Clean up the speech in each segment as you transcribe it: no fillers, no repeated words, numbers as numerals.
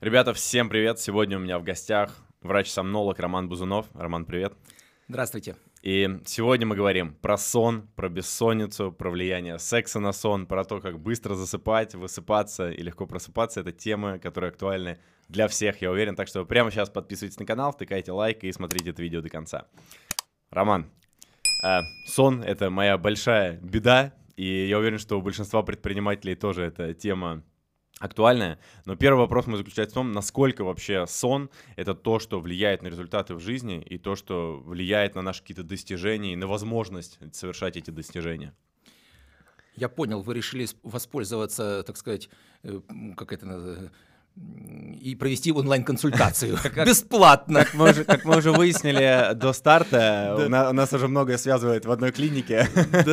Ребята, всем привет! Сегодня у меня в гостях врач-сомнолог Роман Бузунов. Роман, привет! Здравствуйте. И сегодня мы говорим про сон, про бессонницу, про влияние секса на сон, про то, как быстро засыпать, высыпаться и легко просыпаться. Это темы, которые актуальны для всех, я уверен. Так что прямо сейчас подписывайтесь на канал, втыкайте лайк и смотрите это видео до конца. Роман, сон — это моя большая беда, и я уверен, что у большинства предпринимателей тоже эта тема актуальная. Но первый вопрос мой заключается в том, насколько вообще сон — это то, что влияет на результаты в жизни, и то, что влияет на наши какие-то достижения и на возможность совершать эти достижения. Я понял, вы решили воспользоваться, так сказать, как это и провести онлайн-консультацию бесплатно. Как мы уже выяснили до старта, у нас уже многое связывает в одной клинике.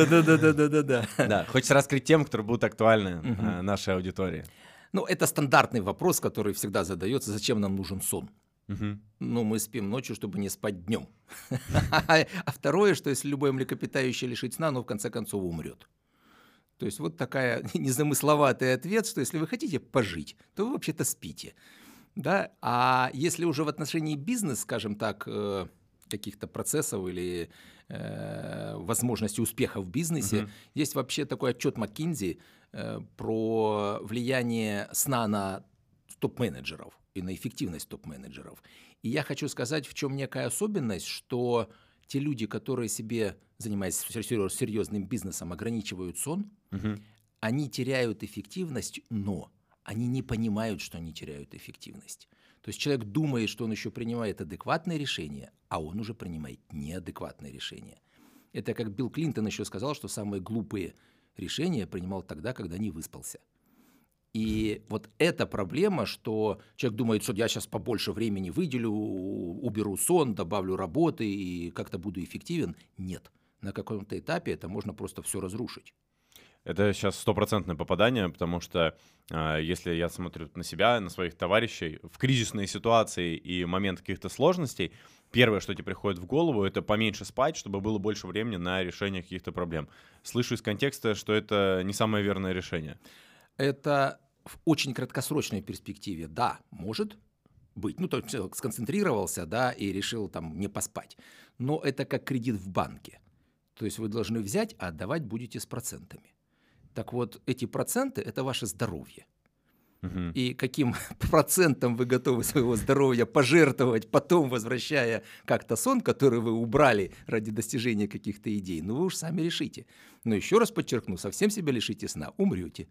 Да, хочется раскрыть темы, которые будут актуальны нашей аудитории. Ну, это стандартный вопрос, который всегда задается: зачем нам нужен сон? Ну, мы спим ночью, чтобы не спать днем. А второе, что если любое млекопитающее лишить сна, оно в конце концов умрет. То есть вот такая незамысловатый ответ, что если вы хотите пожить, то вы вообще-то спите. Да? А если уже в отношении бизнеса, скажем так, каких-то процессов или возможности успеха в бизнесе, есть вообще такой отчет McKinsey про влияние сна на топ-менеджеров и на эффективность топ-менеджеров. И я хочу сказать, в чем некая особенность, что те люди, которые себе, занимаясь серьезным бизнесом, ограничивают сон, они теряют эффективность, но они не понимают, что они теряют эффективность. То есть человек думает, что он еще принимает адекватные решения, а он уже принимает неадекватные решения. Это как Билл Клинтон еще сказал, что самые глупые решения принимал тогда, когда не выспался. И вот эта проблема, что человек думает, что я сейчас побольше времени выделю, уберу сон, добавлю работы и как-то буду эффективен. Нет. На каком-то этапе это можно просто все разрушить. Это сейчас стопроцентное попадание, потому что если я смотрю на себя, на своих товарищей, в кризисные ситуации и момент каких-то сложностей, первое, что тебе приходит в голову, это поменьше спать, чтобы было больше времени на решение каких-то проблем. Слышу из контекста, что это не самое верное решение. Это в очень краткосрочной перспективе, да, может быть. Ну, то есть человек сконцентрировался, да, и решил там не поспать. Но это как кредит в банке. То есть вы должны взять, а отдавать будете с процентами. Так вот, эти проценты – это ваше здоровье. И каким процентом вы готовы своего здоровья пожертвовать, потом возвращая как-то сон, который вы убрали ради достижения каких-то идей, ну вы уж сами решите. Но еще раз подчеркну, совсем себя лишите сна – умрете.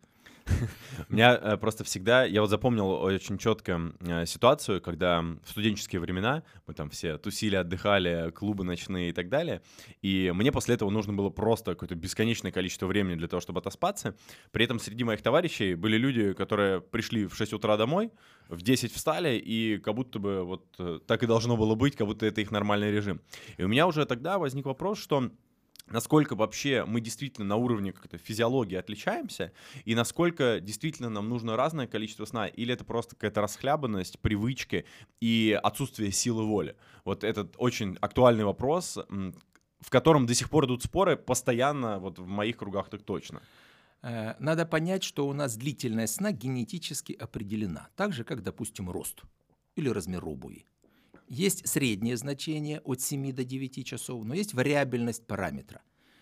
У меня просто всегда, я вот запомнил очень четко ситуацию, когда в студенческие времена мы там все тусили, отдыхали, клубы ночные и так далее, и мне после этого нужно было просто какое-то бесконечное количество времени для того, чтобы отоспаться. При этом среди моих товарищей были люди, которые пришли в 6 утра домой, в 10 встали, и как будто бы вот так и должно было быть, как будто это их нормальный режим. И у меня уже тогда возник вопрос, что насколько вообще мы действительно на уровне как-то физиологии отличаемся, и насколько действительно нам нужно разное количество сна, или это просто какая-то расхлябанность, привычки и отсутствие силы воли. Вот этот очень актуальный вопрос, в котором до сих пор идут споры постоянно, вот в моих кругах так точно. Надо понять, что у нас длительность сна генетически определена, так же, как, допустим, рост или размер обуви. Есть среднее значение от 7 до 9 часов, но есть вариабельность параметра.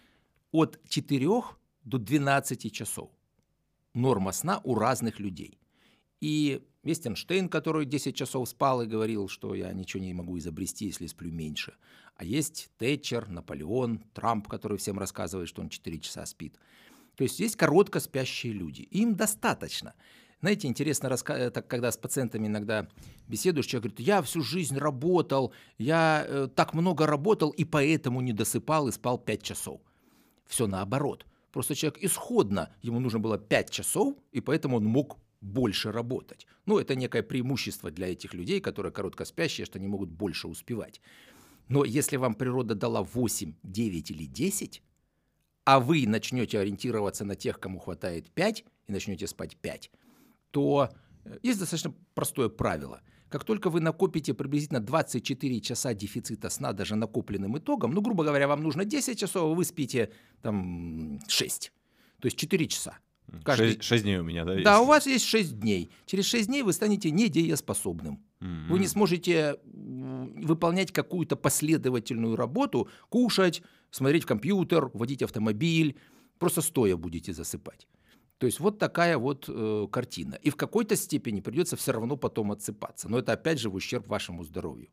От 4 до 12 часов норма сна у разных людей. И есть Эйнштейн, который 10 часов спал и говорил, что я ничего не могу изобрести, если сплю меньше. А есть Тэтчер, Наполеон, Трамп, который всем рассказывает, что он 4 часа спит. То есть коротко спящие люди. Им достаточно. Знаете, интересно, когда с пациентами иногда беседуешь, человек говорит: я всю жизнь работал, я так много работал и поэтому не досыпал и спал 5 часов. Все наоборот. Просто человек исходно, ему нужно было 5 часов, и поэтому он мог больше работать. Ну, это некое преимущество для этих людей, которые короткоспящие, что они могут больше успевать. Но если вам природа дала 8, 9 или 10, а вы начнете ориентироваться на тех, кому хватает 5, и начнете спать 5, то есть достаточно простое правило. Как только вы накопите приблизительно 24 часа дефицита сна даже накопленным итогом, грубо говоря, вам нужно 10 часов, а вы спите там 6, то есть 4 часа. 6 дней у меня, да? Да, у вас есть 6 дней. Через 6 дней вы станете недееспособным. Вы не сможете выполнять какую-то последовательную работу, кушать, смотреть в компьютер, водить автомобиль, просто стоя будете засыпать. То есть вот такая вот картина. И в какой-то степени придется все равно потом отсыпаться. Но это опять же в ущерб вашему здоровью.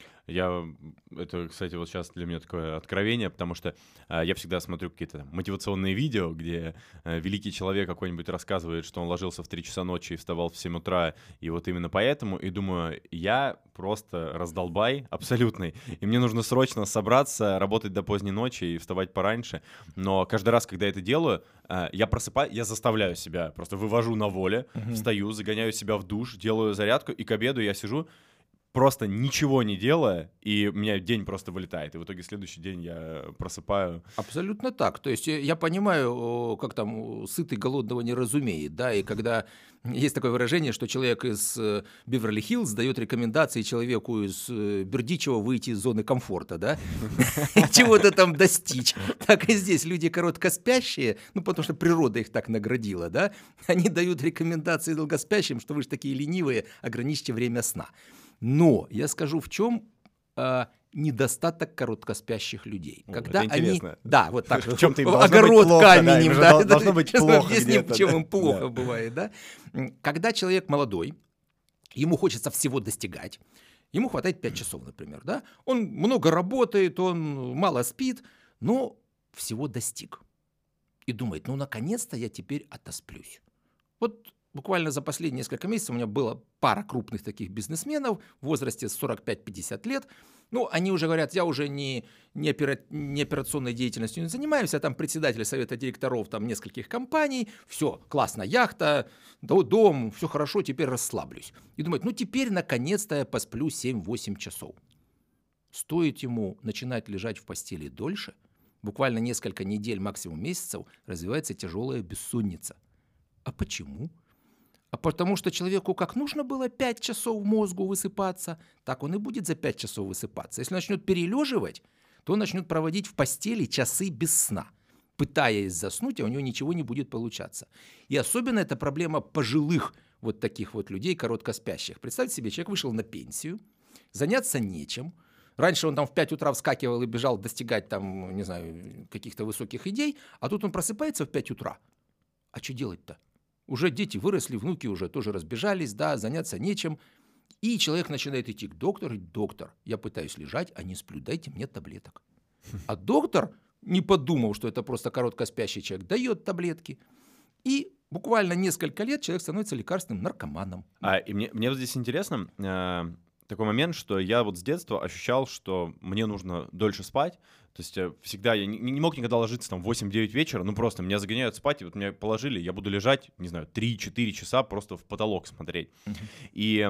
Это, кстати, вот сейчас для меня такое откровение, потому что я всегда смотрю какие-то мотивационные видео, где великий человек какой-нибудь рассказывает, что он ложился в 3 часа ночи и вставал в 7 утра, и вот именно поэтому, и думаю, я просто раздолбай абсолютный, и мне нужно срочно собраться, работать до поздней ночи и вставать пораньше, но каждый раз, когда я это делаю, я просыпаюсь, я заставляю себя, просто вывожу на воле, встаю, загоняю себя в душ, делаю зарядку, и к обеду я сижу, просто ничего не делая, и у меня день просто вылетает, и в итоге следующий день я просыпаю. Абсолютно так. То есть я понимаю, как там сытый голодного не разумеет, да, и когда есть такое выражение, что человек из Беверли-Хиллз дает рекомендации человеку из Бердичева выйти из зоны комфорта, да, чего-то там достичь. Так и здесь люди короткоспящие, ну, потому что природа их так наградила, да, они дают рекомендации долгоспящим, что вы же такие ленивые, ограничьте время сна. Но я скажу, в чем недостаток короткоспящих людей. Когда это интересно. Они, да, вот так, в чем-то им огород плохо, каменем, да, должно быть сейчас плохо мы объясним, где-то, чем им плохо бывает, да. Когда человек молодой, ему хочется всего достигать, ему хватает 5 часов, например, да, он много работает, он мало спит, но всего достиг. И думает, ну, наконец-то я теперь отосплюсь. Вот буквально за последние несколько месяцев у меня была пара крупных таких бизнесменов в возрасте 45-50 лет. Ну, они уже говорят, я уже не операционной деятельностью не занимаюсь, я там председатель совета директоров там нескольких компаний, все, классно, яхта, дом, все хорошо, теперь расслаблюсь. И думает, ну теперь наконец-то я посплю 7-8 часов. Стоит ему начинать лежать в постели дольше, буквально несколько недель, максимум месяцев, развивается тяжелая бессонница. А почему? А потому что человеку как нужно было 5 часов мозгу высыпаться, так он и будет за 5 часов высыпаться. Если начнет перележивать, то он начнет проводить в постели часы без сна, пытаясь заснуть, а у него ничего не будет получаться. И особенно это проблема пожилых вот таких вот людей, короткоспящих. Представьте себе, человек вышел на пенсию, заняться нечем. Раньше он там в 5 утра вскакивал и бежал достигать там, не знаю, каких-то высоких идей, а тут он просыпается в 5 утра. А что делать-то? Уже дети выросли, внуки уже тоже разбежались, да, заняться нечем. И человек начинает идти к доктору, и доктор, я пытаюсь лежать, а не сплю, дайте мне таблеток. А доктор, не подумал, что это просто короткоспящий человек, дает таблетки. И буквально несколько лет человек становится лекарственным наркоманом. И мне вот здесь интересно такой момент, что я вот с детства ощущал, что мне нужно дольше спать. То есть всегда я не мог никогда ложиться там в 8-9 вечера, ну просто меня загоняют спать, и вот меня положили, я буду лежать, не знаю, 3-4 часа просто в потолок смотреть. И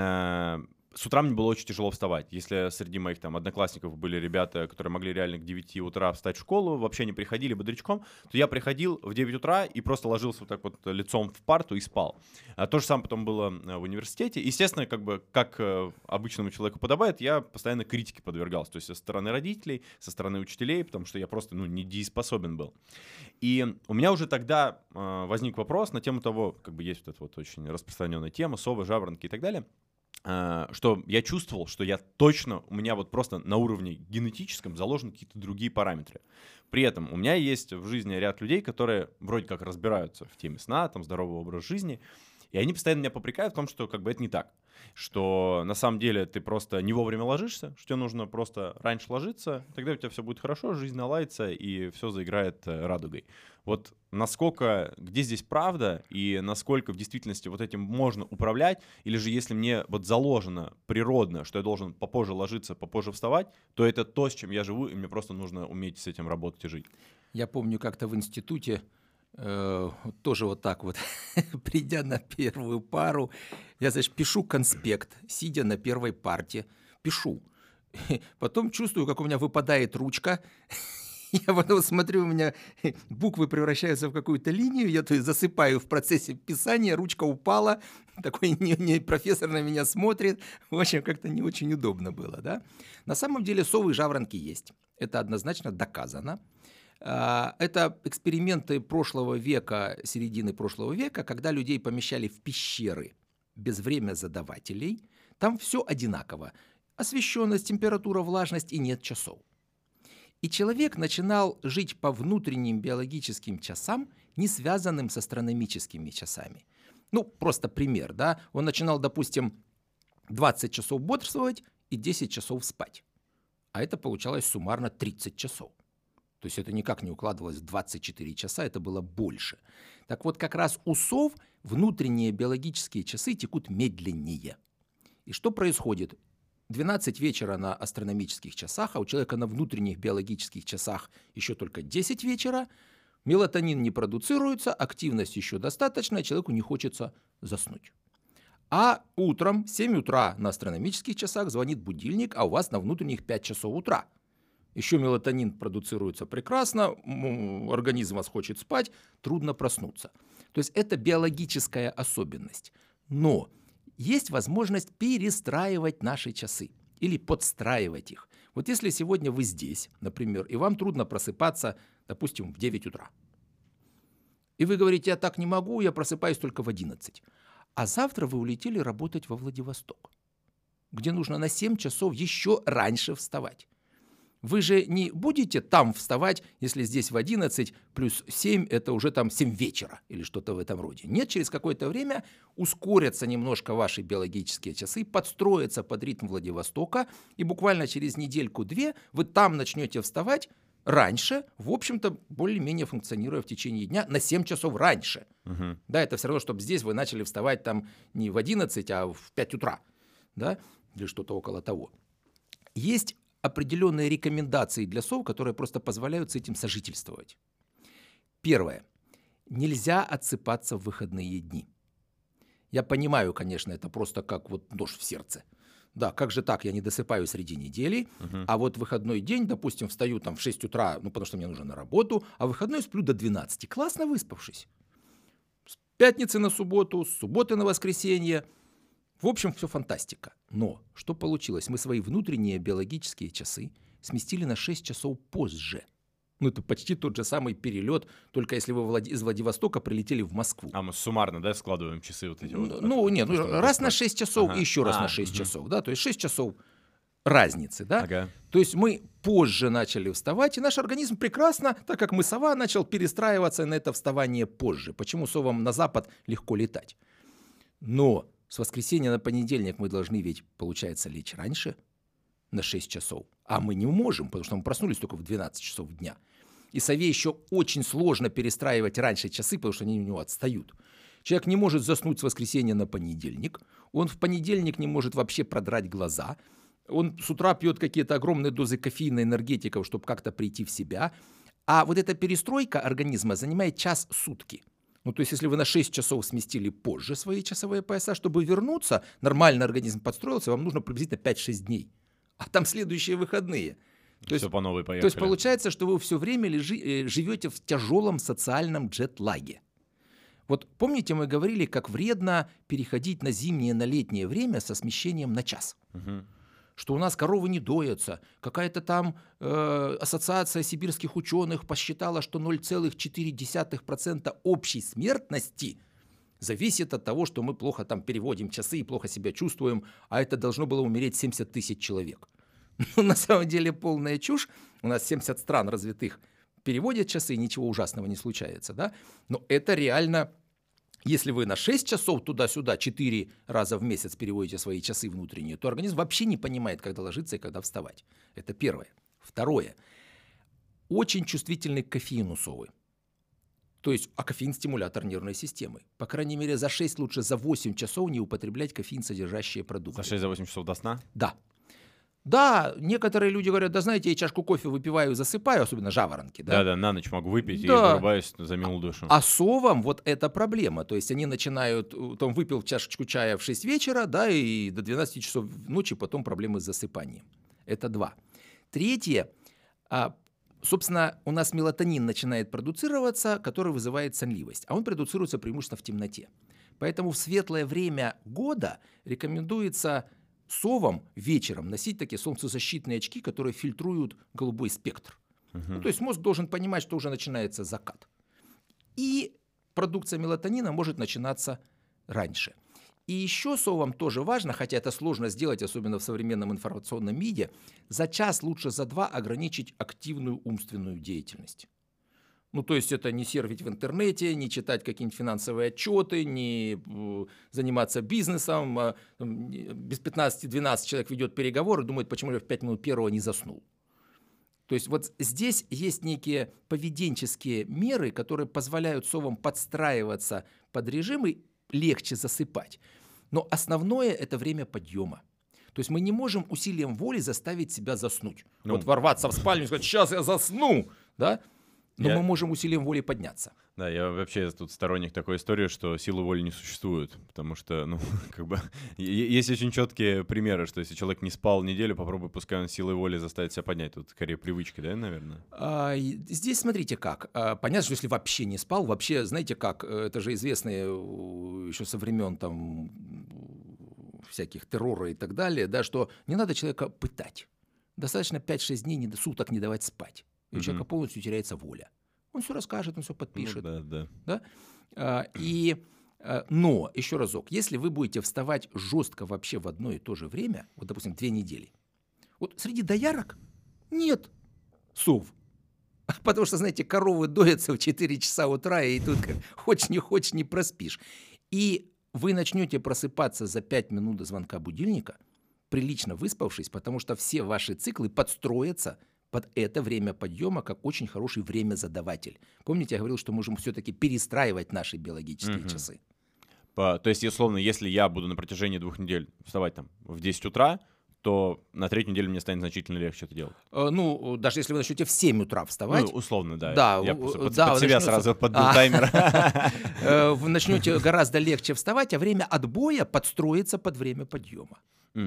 с утра мне было очень тяжело вставать. Если среди моих там одноклассников были ребята, которые могли реально к 9 утра встать в школу, вообще не приходили бодрячком, то я приходил в 9 утра и просто ложился вот так вот лицом в парту и спал. То же самое потом было в университете. Естественно, как обычному человеку подобает, я постоянно критике подвергался. То есть со стороны родителей, со стороны учителей, потому что я просто недееспособен был. И у меня уже тогда возник вопрос на тему того, как бы есть вот эта вот очень распространенная тема, совы, жаворонки и так далее, что я чувствовал, что я точно, у меня вот просто на уровне генетическом заложены какие-то другие параметры. При этом у меня есть в жизни ряд людей, которые вроде как разбираются в теме сна, там, здорового образа жизни, и они постоянно меня попрекают в том, что как бы это не так. Что на самом деле ты просто не вовремя ложишься, что тебе нужно просто раньше ложиться, тогда у тебя все будет хорошо, жизнь наладится и все заиграет радугой. Вот насколько, где здесь правда и насколько в действительности вот этим можно управлять, или же если мне вот заложено природно, что я должен попозже ложиться, попозже вставать, то это то, с чем я живу, и мне просто нужно уметь с этим работать и жить. Я помню, как-то в институте тоже вот так вот, придя на первую пару, я, значит, пишу конспект, сидя на первой парте, пишу. Потом чувствую, как у меня выпадает ручка, я потом смотрю, у меня буквы превращаются в какую-то линию, я то есть засыпаю в процессе писания, ручка упала, такой профессор на меня смотрит, в общем, как-то не очень удобно было, да. На самом деле совы и жаворонки есть, это однозначно доказано. Это эксперименты прошлого века, середины прошлого века, когда людей помещали в пещеры без времязадавателей. Там все одинаково. Освещенность, температура, влажность и нет часов. И человек начинал жить по внутренним биологическим часам, не связанным с астрономическими часами. Ну, просто пример, да. Он начинал, допустим, 20 часов бодрствовать и 10 часов спать. А это получалось суммарно 30 часов. То есть это никак не укладывалось в 24 часа, это было больше. Так вот, как раз у сов внутренние биологические часы текут медленнее. И что происходит? 12 вечера на астрономических часах, а у человека на внутренних биологических часах еще только 10 вечера, мелатонин не продуцируется, активность еще достаточно, человеку не хочется заснуть. А утром, в 7 утра на астрономических часах звонит будильник, а у вас на внутренних 5 часов утра. Еще мелатонин продуцируется прекрасно, организм вас хочет спать, трудно проснуться. То есть это биологическая особенность. Но есть возможность перестраивать наши часы или подстраивать их. Вот если сегодня вы здесь, например, и вам трудно просыпаться, допустим, в 9 утра, и вы говорите, я так не могу, я просыпаюсь только в 11, а завтра вы улетели работать во Владивосток, где нужно на 7 часов еще раньше вставать. Вы же не будете там вставать, если здесь в 11 плюс 7 это уже там 7 вечера или что-то в этом роде. Нет, через какое-то время ускорятся немножко ваши биологические часы, подстроятся под ритм Владивостока, и буквально через недельку-две вы там начнете вставать раньше, в общем-то, более-менее функционируя в течение дня на 7 часов раньше. Угу. Да, это все равно, чтобы здесь вы начали вставать там не в 11, а в 5 утра, да, или что-то около того. Есть определенные рекомендации для сов, которые просто позволяют с этим сожительствовать. Первое. Нельзя отсыпаться в выходные дни. Я понимаю, конечно, это просто как вот нож в сердце. Да, как же так, я не досыпаю среди недели, а вот выходной день, допустим, встаю там в 6 утра, ну, потому что мне нужно на работу, а выходной сплю до 12, классно выспавшись. С пятницы на субботу, с субботы на воскресенье. В общем, все фантастика. Но что получилось? Мы свои внутренние биологические часы сместили на 6 часов позже. Ну, это почти тот же самый перелет, только если вы из Владивостока прилетели в Москву. А мы суммарно, да, складываем часы вот эти вот? Ну, нет, раз на 6 часов и еще раз на 6 часов, да, то есть 6 часов разницы, да. Ага. То есть мы позже начали вставать, и наш организм прекрасно, так как мы сова, начал перестраиваться на это вставание позже. Почему совам на запад легко летать? Но с воскресенья на понедельник мы должны ведь, получается, лечь раньше на 6 часов. А мы не можем, потому что мы проснулись только в 12 часов дня. И сове еще очень сложно перестраивать раньше часы, потому что они у него отстают. Человек не может заснуть с воскресенья на понедельник. Он в понедельник не может вообще продрать глаза. Он с утра пьет какие-то огромные дозы кофеина, энергетиков, чтобы как-то прийти в себя. А вот эта перестройка организма занимает час в сутки. Ну, то есть, если вы на 6 часов сместили позже свои часовые пояса, чтобы вернуться, нормально организм подстроился, вам нужно приблизительно 5-6 дней. А там следующие выходные. То все по новой поехали. То есть, получается, что вы все время живете в тяжелом социальном джетлаге. Вот помните, мы говорили, как вредно переходить на зимнее, на летнее время со смещением на час. Угу. Что у нас коровы не доятся, какая-то там ассоциация сибирских ученых посчитала, что 0,4% общей смертности зависит от того, что мы плохо там переводим часы и плохо себя чувствуем, а это должно было умереть 70 тысяч человек. Но на самом деле полная чушь. У нас 70 стран развитых переводят часы, и ничего ужасного не случается. Да? Но это реально... Если вы на 6 часов туда-сюда 4 раза в месяц переводите свои часы внутренние, то организм вообще не понимает, когда ложиться и когда вставать. Это первое. Второе. Очень чувствительны к кофеину совы. То есть, а кофеин – стимулятор нервной системы. По крайней мере, за 6, лучше за 8 часов не употреблять кофеин, содержащие продукты. За 6-8 часов до сна? Да. Да, некоторые люди говорят, да знаете, я чашку кофе выпиваю и засыпаю, особенно жаворонки. Да, на ночь могу выпить и вырубаюсь за милую душу. А совам вот эта проблема. То есть они начинают, там выпил чашечку чая в 6 вечера, да, и до 12 часов ночи потом проблемы с засыпанием. Это 2. Третье, собственно, у нас мелатонин начинает продуцироваться, который вызывает сонливость, а он продуцируется преимущественно в темноте. Поэтому в светлое время года рекомендуется совам вечером носить такие солнцезащитные очки, которые фильтруют голубой спектр. Ну, то есть мозг должен понимать, что уже начинается закат. И продукция мелатонина может начинаться раньше. И еще совам тоже важно, хотя это сложно сделать, особенно в современном информационном мире, за час, лучше за 2 ограничить активную умственную деятельность. Ну, то есть это не серфить в интернете, не читать какие-нибудь финансовые отчеты, не заниматься бизнесом. Без 15-12 человек ведет переговоры, думает, почему я в 5 минут первого не заснул. То есть вот здесь есть некие поведенческие меры, которые позволяют совам подстраиваться под режим и легче засыпать. Но основное – это время подъема. То есть мы не можем усилием воли заставить себя заснуть. Вот ворваться в спальню и сказать, сейчас я засну, да? Но мы можем усилием воли подняться. Да, я вообще тут сторонник такой истории, что силы воли не существует, потому что, ну, как бы, есть очень четкие примеры, что если человек не спал неделю, попробуй, пускай он силой воли заставит себя поднять. Тут скорее привычки, да, наверное? Здесь смотрите как. Понятно, что если вообще не спал, вообще, знаете как, это же известно еще со времен там всяких террора и так далее, да, что не надо человека пытать. Достаточно 5-6 дней, суток не давать спать. И у человека полностью теряется воля. Он все расскажет, он все подпишет. Ну, да. Но, еще разок, если вы будете вставать жестко вообще в одно и то же время, вот, допустим, 2 недели, вот среди доярок нет сов. Потому что, знаете, коровы доятся в 4 часа утра, и тут хочешь не хочешь, не проспишь. И вы начнете просыпаться за 5 минут до звонка будильника, прилично выспавшись, потому что все ваши циклы подстроятся под это время подъема как очень хороший времязадаватель. Помните, я говорил, что мы можем все-таки перестраивать наши биологические часы. То есть, условно, если я буду на протяжении 2 недель вставать там в 10 утра, то на 3-ю неделю мне станет значительно легче это делать. Ну, даже если вы начнете в 7 утра вставать. Ну, условно, да. Да, я под себя сразу подбил таймер. Вы начнете гораздо легче вставать, а время отбоя подстроится под время подъема.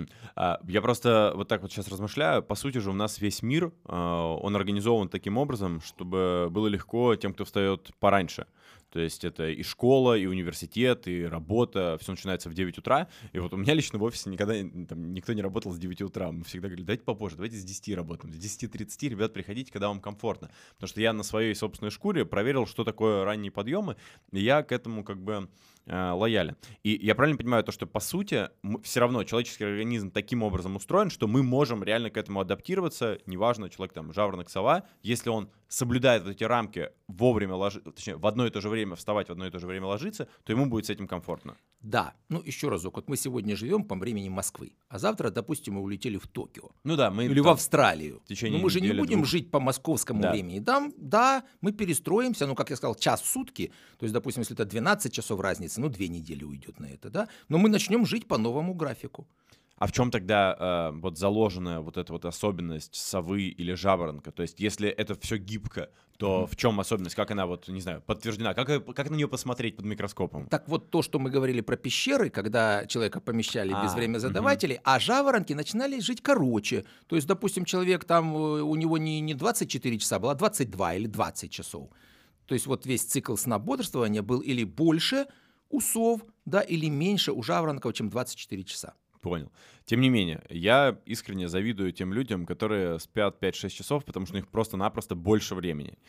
Я просто вот так вот сейчас размышляю. По сути же у нас весь мир, он организован таким образом, чтобы было легко тем, кто встает пораньше. То есть это и школа, и университет, и работа. Все начинается в 9 утра. И вот у меня лично в офисе никогда там, никто не работал с 9 утра. Мы всегда говорили, давайте попозже, давайте с 10 работаем. С 10:30, ребят, приходите, когда вам комфортно. Потому что я на своей собственной шкуре проверил, что такое ранние подъемы, и я к этому как бы лоялен. И я правильно понимаю то, что по сути все равно человеческий организм таким образом устроен, что мы можем реально к этому адаптироваться, неважно, человек там жаворонок, сова, если он соблюдает вот эти рамки, вовремя точнее, в одно и то же время вставать, в одно и то же время ложиться, то ему будет с этим комфортно. Да, ну еще разок, вот мы сегодня живем по времени Москвы, а завтра, допустим, мы улетели в Токио. Ну да, мы или в Австралию. Но мы же не будем жить по московскому времени. Да, мы перестроимся, ну, как я сказал, час в сутки, то есть, допустим, если это 12 часов разницы, ну, 2 недели уйдет на это, да, но мы начнем жить по новому графику. А в чем тогда вот заложена вот эта вот особенность совы или жаворонка? То есть если это все гибко, то в чем особенность? Как она вот, не знаю, подтверждена? Как на нее посмотреть под микроскопом? Так вот то, что мы говорили про пещеры, когда человека помещали без времязадавателей, а жаворонки начинали жить короче. То есть, допустим, человек там, у него не 24 часа было, а 22 или 20 часов. То есть вот весь цикл сна бодрствования был или больше у сов, да, или меньше у жаворонков, чем 24 часа. Понял. Тем не менее, я искренне завидую тем людям, которые спят 5-6 часов, потому что у них просто-напросто больше времени.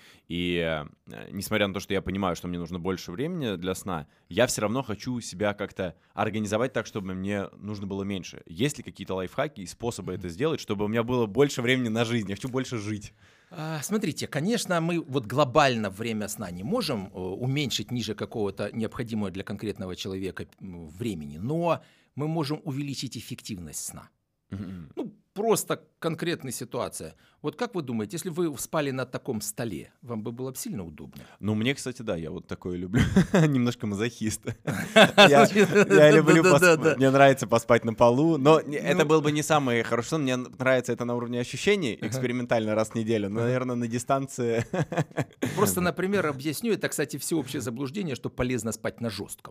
И несмотря на то, что я понимаю, что мне нужно больше времени для сна, я все равно хочу себя как-то организовать так, чтобы мне нужно было меньше. Есть ли какие-то лайфхаки и способы это сделать, чтобы у меня было больше времени на жизнь? Я хочу больше жить. Смотрите, конечно, мы вот глобально время сна не можем уменьшить ниже какого-то необходимого для конкретного человека времени, но мы можем увеличить эффективность сна. Ну, просто конкретная ситуация. Вот как вы думаете, если вы спали на таком столе, вам бы было сильно удобно? Ну, мне, кстати, да, я вот такое люблю. Немножко мазохист. Я люблю поспать. Мне нравится поспать на полу, но это было бы не самое хорошее. Мне нравится это на уровне ощущений, экспериментально раз в неделю, но, наверное, на дистанции. Просто, например, объясню, это, кстати, всеобщее заблуждение, что полезно спать на жестком.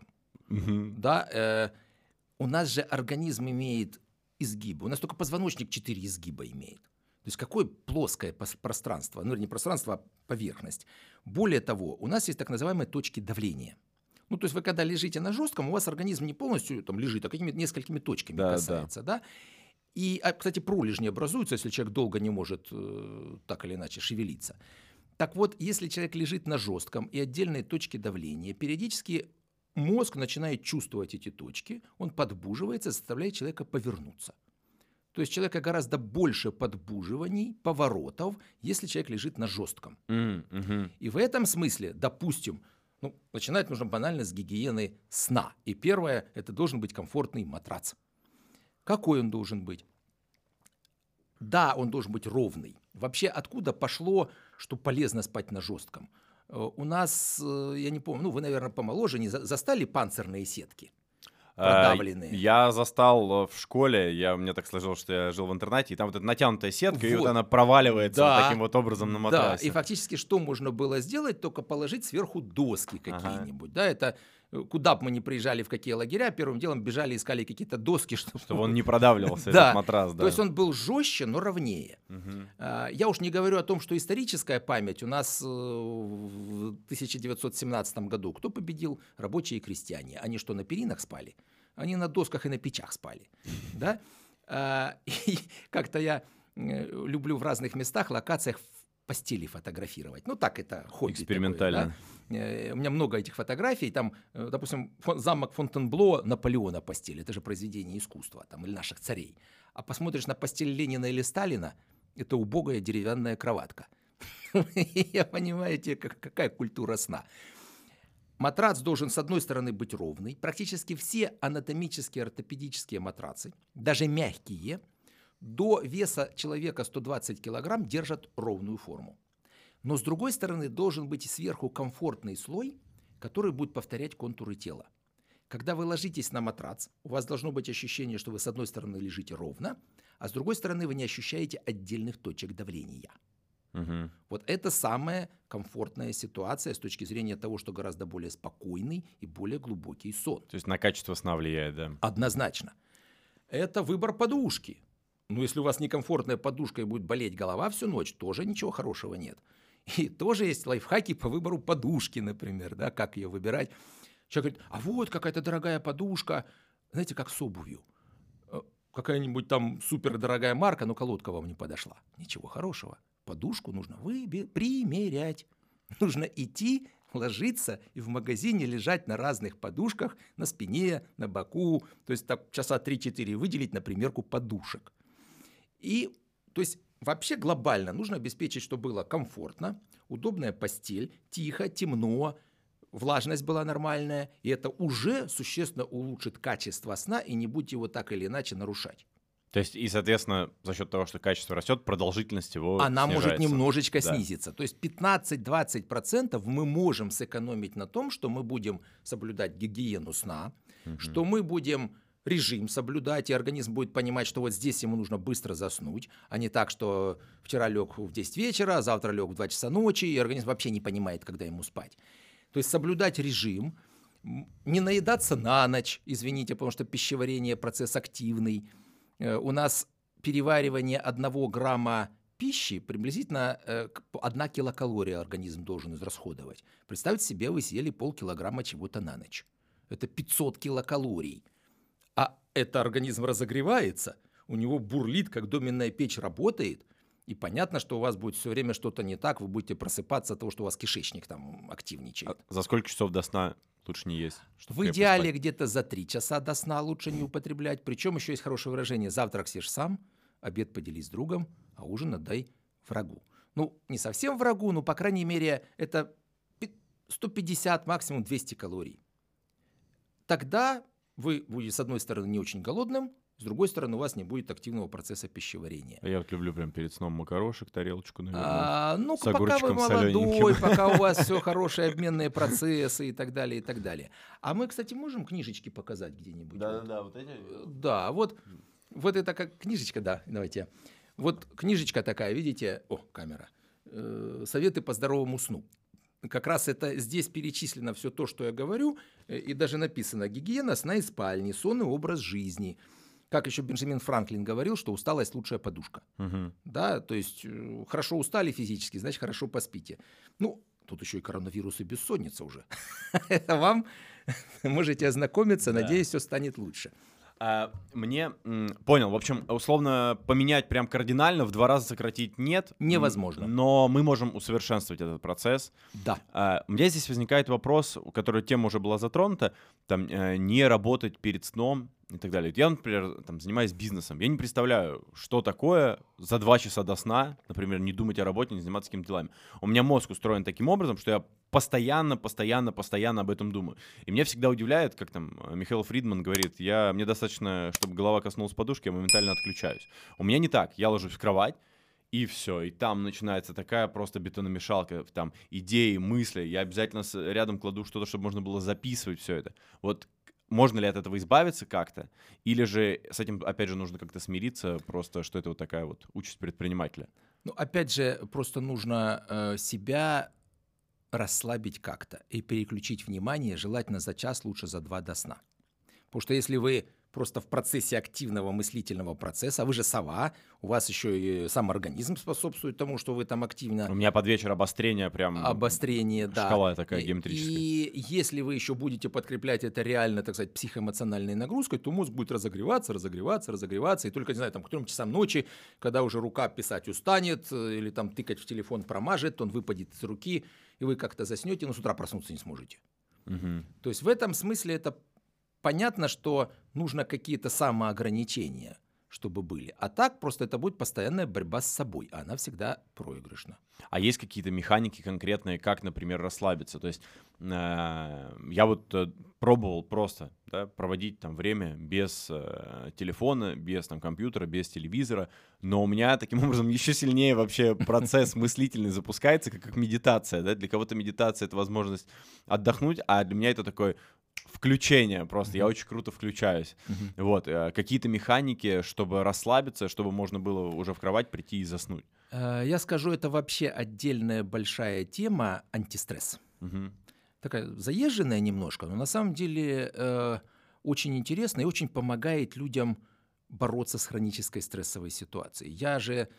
Да, у нас же организм имеет изгибы. У нас только позвоночник 4 изгиба имеет. То есть какое плоское пространство, ну не пространство, а поверхность. Более того, у нас есть так называемые точки давления. Ну то есть вы когда лежите на жестком, у вас организм не полностью там лежит, а какими-то несколькими точками касается. Да? И, кстати, пролежни образуются, если человек долго не может так или иначе шевелиться. Так вот, если человек лежит на жестком и отдельной точке давления, периодически мозг начинает чувствовать эти точки, он подбуживается, заставляет человека повернуться. То есть человека гораздо больше подбуживаний, поворотов, если человек лежит на жестком. И в этом смысле, допустим, начинать нужно банально с гигиены сна. И первое, это должен быть комфортный матрац. Какой он должен быть? Да, он должен быть ровный. Вообще, откуда пошло, что полезно спать на жестком? У нас, я не помню, вы, наверное, помоложе, не застали панцирные сетки? Продавленные. Я застал в школе, мне так сложилось, что я жил в интернате, и там вот эта натянутая сетка, и вот она проваливается вот таким вот образом на матрасе. Да, и фактически что можно было сделать? Только положить сверху доски какие-нибудь. Да, это куда бы мы ни приезжали, в какие лагеря, первым делом бежали, искали какие-то доски, чтобы он не продавливался, этот матрас. То есть он был жестче, но ровнее. Я уж не говорю о том, что историческая память у нас в 1917 году. Кто победил? Рабочие и крестьяне. Они что, на перинах спали? Они на досках и на печах спали. Да? И как-то я люблю в разных местах, локациях постели фотографировать. Так это хобби. Экспериментально. Такое, да? У меня много этих фотографий. Там, допустим, замок Фонтенбло, Наполеона постель. Это же произведение искусства, там, или наших царей. А посмотришь на постель Ленина или Сталина, это убогая деревянная кроватка. Я понимаете, какая культура сна. Матрац должен, с одной стороны, быть ровный. Практически все анатомические, ортопедические матрацы, даже мягкие, до веса человека 120 килограмм держат ровную форму. Но с другой стороны должен быть сверху комфортный слой, который будет повторять контуры тела. Когда вы ложитесь на матрац, у вас должно быть ощущение, что вы с одной стороны лежите ровно, а с другой стороны вы не ощущаете отдельных точек давления. Вот это самая комфортная ситуация с точки зрения того, что гораздо более спокойный и более глубокий сон. То есть на качество сна влияет, да? Однозначно. Это выбор подушки. Если у вас некомфортная подушка и будет болеть голова всю ночь, тоже ничего хорошего нет. И тоже есть лайфхаки по выбору подушки, например, да, как ее выбирать. Человек говорит, а вот какая-то дорогая подушка, знаете, как с обувью. Какая-нибудь там супердорогая марка, но колодка вам не подошла. Ничего хорошего. Подушку нужно примерять. Нужно идти, ложиться и в магазине лежать на разных подушках, на спине, на боку. То есть так часа 3-4 выделить на примерку подушек. И, то есть, вообще глобально нужно обеспечить, чтобы было комфортно, удобная постель, тихо, темно, влажность была нормальная, и это уже существенно улучшит качество сна и не будет его так или иначе нарушать. То есть, и, соответственно, за счет того, что качество растет, продолжительность его она снижается. Может немножечко снизиться. То есть 15-20% мы можем сэкономить на том, что мы будем соблюдать гигиену сна, что мы будем режим соблюдать, и организм будет понимать, что вот здесь ему нужно быстро заснуть, а не так, что вчера лег в 10 вечера, а завтра лег в 2 часа ночи, и организм вообще не понимает, когда ему спать. То есть соблюдать режим, не наедаться на ночь, извините, потому что пищеварение процесс активный. У нас переваривание 1 грамма пищи приблизительно 1 килокалория организм должен израсходовать. Представьте себе, вы съели полкилограмма чего-то на ночь. Это 500 килокалорий. А это организм разогревается, у него бурлит, как доменная печь работает, и понятно, что у вас будет все время что-то не так, вы будете просыпаться от того, что у вас кишечник там активничает. А за сколько часов до сна лучше не есть? В идеале где-то за 3 часа до сна лучше не употреблять. Причем еще есть хорошее выражение: завтрак съешь сам, обед поделись с другом, а ужин отдай врагу. Не совсем врагу, но, по крайней мере, это 150, максимум 200 калорий. Тогда вы будете, с одной стороны, не очень голодным, с другой стороны, у вас не будет активного процесса пищеварения. Я вот люблю прям перед сном макарошек, тарелочку, наверное, с пока вы молодой, пока у вас все хорошие обменные процессы и так далее, и так далее. А мы, кстати, можем книжечки показать где-нибудь? Да, вот эти? Да, вот это как книжечка, да, давайте. Вот книжечка такая, видите? О, камера. Советы по здоровому сну. Как раз это здесь перечислено все то, что я говорю, и даже написано: гигиена сна и спальни, сон и образ жизни. Как еще Бенджамин Франклин говорил, что усталость – лучшая подушка. Да, то есть хорошо устали физически, значит, хорошо поспите. Тут еще и коронавирус и бессонница уже. Вам можете ознакомиться, надеюсь, все станет лучше. Понял. В общем, условно поменять прям кардинально, в 2 раза сократить нет. Невозможно. Но мы можем усовершенствовать этот процесс. Да. У меня здесь возникает вопрос, у которого тема уже была затронута, там, не работать перед сном и так далее. Я, например, там, занимаюсь бизнесом. Я не представляю, что такое за 2 часа до сна, например, не думать о работе, не заниматься какими-то делами. У меня мозг устроен таким образом, что я постоянно об этом думаю. И меня всегда удивляет, как там Михаил Фридман говорит, мне достаточно, чтобы голова коснулась подушки, я моментально отключаюсь. У меня не так. Я ложусь в кровать, и все, и там начинается такая просто бетономешалка, там идеи, мысли. Я обязательно рядом кладу что-то, чтобы можно было записывать все это. Вот можно ли от этого избавиться как-то? Или же с этим, опять же, нужно как-то смириться, просто что это вот такая вот участь предпринимателя? Ну, опять же, просто нужно себя расслабить как-то и переключить внимание, желательно за час, лучше за 2 до сна. Потому что если вы просто в процессе активного мыслительного процесса, а вы же сова, у вас еще и сам организм способствует тому, что вы там активно... У меня под вечер обострение прям... Обострение, да. Шкала такая геометрическая. И если вы еще будете подкреплять это реально, так сказать, психоэмоциональной нагрузкой, то мозг будет разогреваться, и только, не знаю, там, к 3 часам ночи, когда уже рука писать устанет или там тыкать в телефон промажет, он выпадет из руки, и вы как-то заснете, но с утра проснуться не сможете. Угу. То есть в этом смысле это понятно, что нужно какие-то самоограничения, чтобы были. А так просто это будет постоянная борьба с собой, а она всегда проигрышна. А есть какие-то механики конкретные, как, например, расслабиться? То есть я вот пробовал просто проводить там время без телефона, без там компьютера, без телевизора, но у меня таким образом еще сильнее вообще процесс мыслительный запускается, как медитация. Да? Для кого-то медитация — это возможность отдохнуть, а для меня это такой включение просто. Я очень круто включаюсь. Вот. Какие-то механики, чтобы расслабиться, чтобы можно было уже в кровать прийти и заснуть. Я скажу, это вообще отдельная большая тема — антистресс. Такая заезженная немножко, но на самом деле очень интересная и очень помогает людям бороться с хронической стрессовой ситуацией. Я же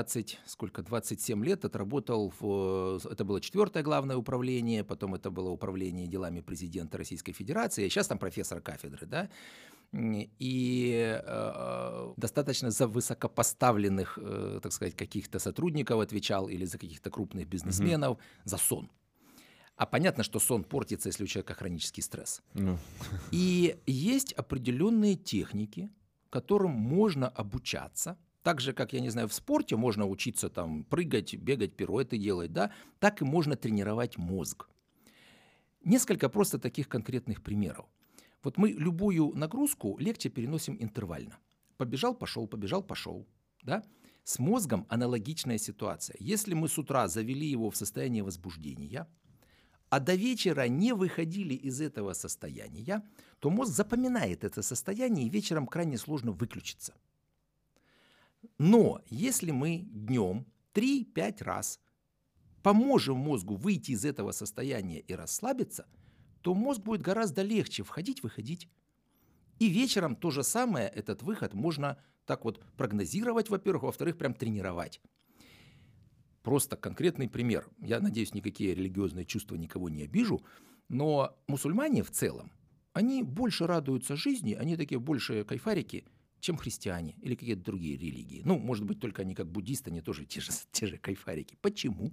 27 лет отработал это было 4-е главное управление, потом это было управление делами президента Российской Федерации, а сейчас там профессор кафедры, да, и достаточно за высокопоставленных, так сказать, каких-то сотрудников отвечал или за каких-то крупных бизнесменов за сон. А понятно, что сон портится, если у человека хронический стресс. И есть определенные техники, которым можно обучаться. Так же, как, я не знаю, в спорте можно учиться там прыгать, бегать, пируэты делать, да, так и можно тренировать мозг. Несколько просто таких конкретных примеров. Вот мы любую нагрузку легче переносим интервально. Побежал, пошел, да? С мозгом аналогичная ситуация. Если мы с утра завели его в состояние возбуждения, а до вечера не выходили из этого состояния, то мозг запоминает это состояние, и вечером крайне сложно выключиться. Но если мы днем 3-5 раз поможем мозгу выйти из этого состояния и расслабиться, то мозг будет гораздо легче входить-выходить. И вечером то же самое, этот выход можно так вот прогнозировать, во-первых, во-вторых, прям тренировать. Просто конкретный пример. Я надеюсь, никакие религиозные чувства никого не обижу, но мусульмане в целом, они больше радуются жизни, они такие больше кайфарики, чем христиане или какие-то другие религии. Ну, может быть, только они как буддисты, они тоже те же кайфарики. Почему?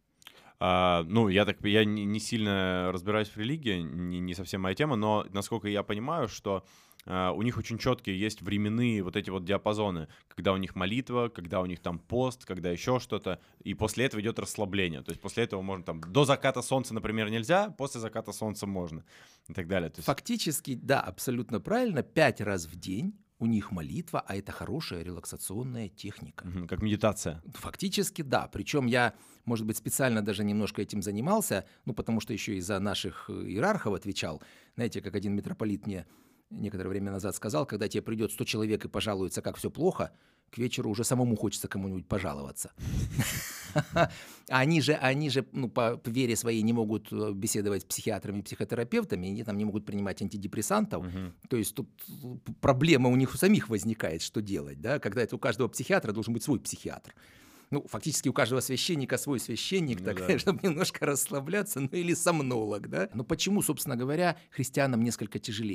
Я не сильно разбираюсь в религии, не совсем моя тема, но насколько я понимаю, что у них очень четкие есть временные вот эти вот диапазоны, когда у них молитва, когда у них там пост, когда еще что-то, и после этого идет расслабление. То есть после этого можно там до заката солнца, например, нельзя, после заката солнца можно и так далее. То есть... Фактически, да, абсолютно правильно, 5 раз в день у них молитва, а это хорошая релаксационная техника. Как медитация. Фактически, да. Причем я, может быть, специально даже немножко этим занимался, потому что еще и за наших иерархов отвечал. Знаете, как один митрополит мне некоторое время назад сказал, когда тебе придет 100 человек и пожалуется, как все плохо, к вечеру уже самому хочется кому-нибудь пожаловаться. Они же по вере своей не могут беседовать с психиатрами и психотерапевтами, они там не могут принимать антидепрессантов. То есть тут проблема у них у самих возникает, что делать, да? Когда это у каждого психиатра должен быть свой психиатр. Фактически у каждого священника свой священник, чтобы немножко расслабляться, или сомнолог, да? Но почему, собственно говоря, христианам несколько тяжелее?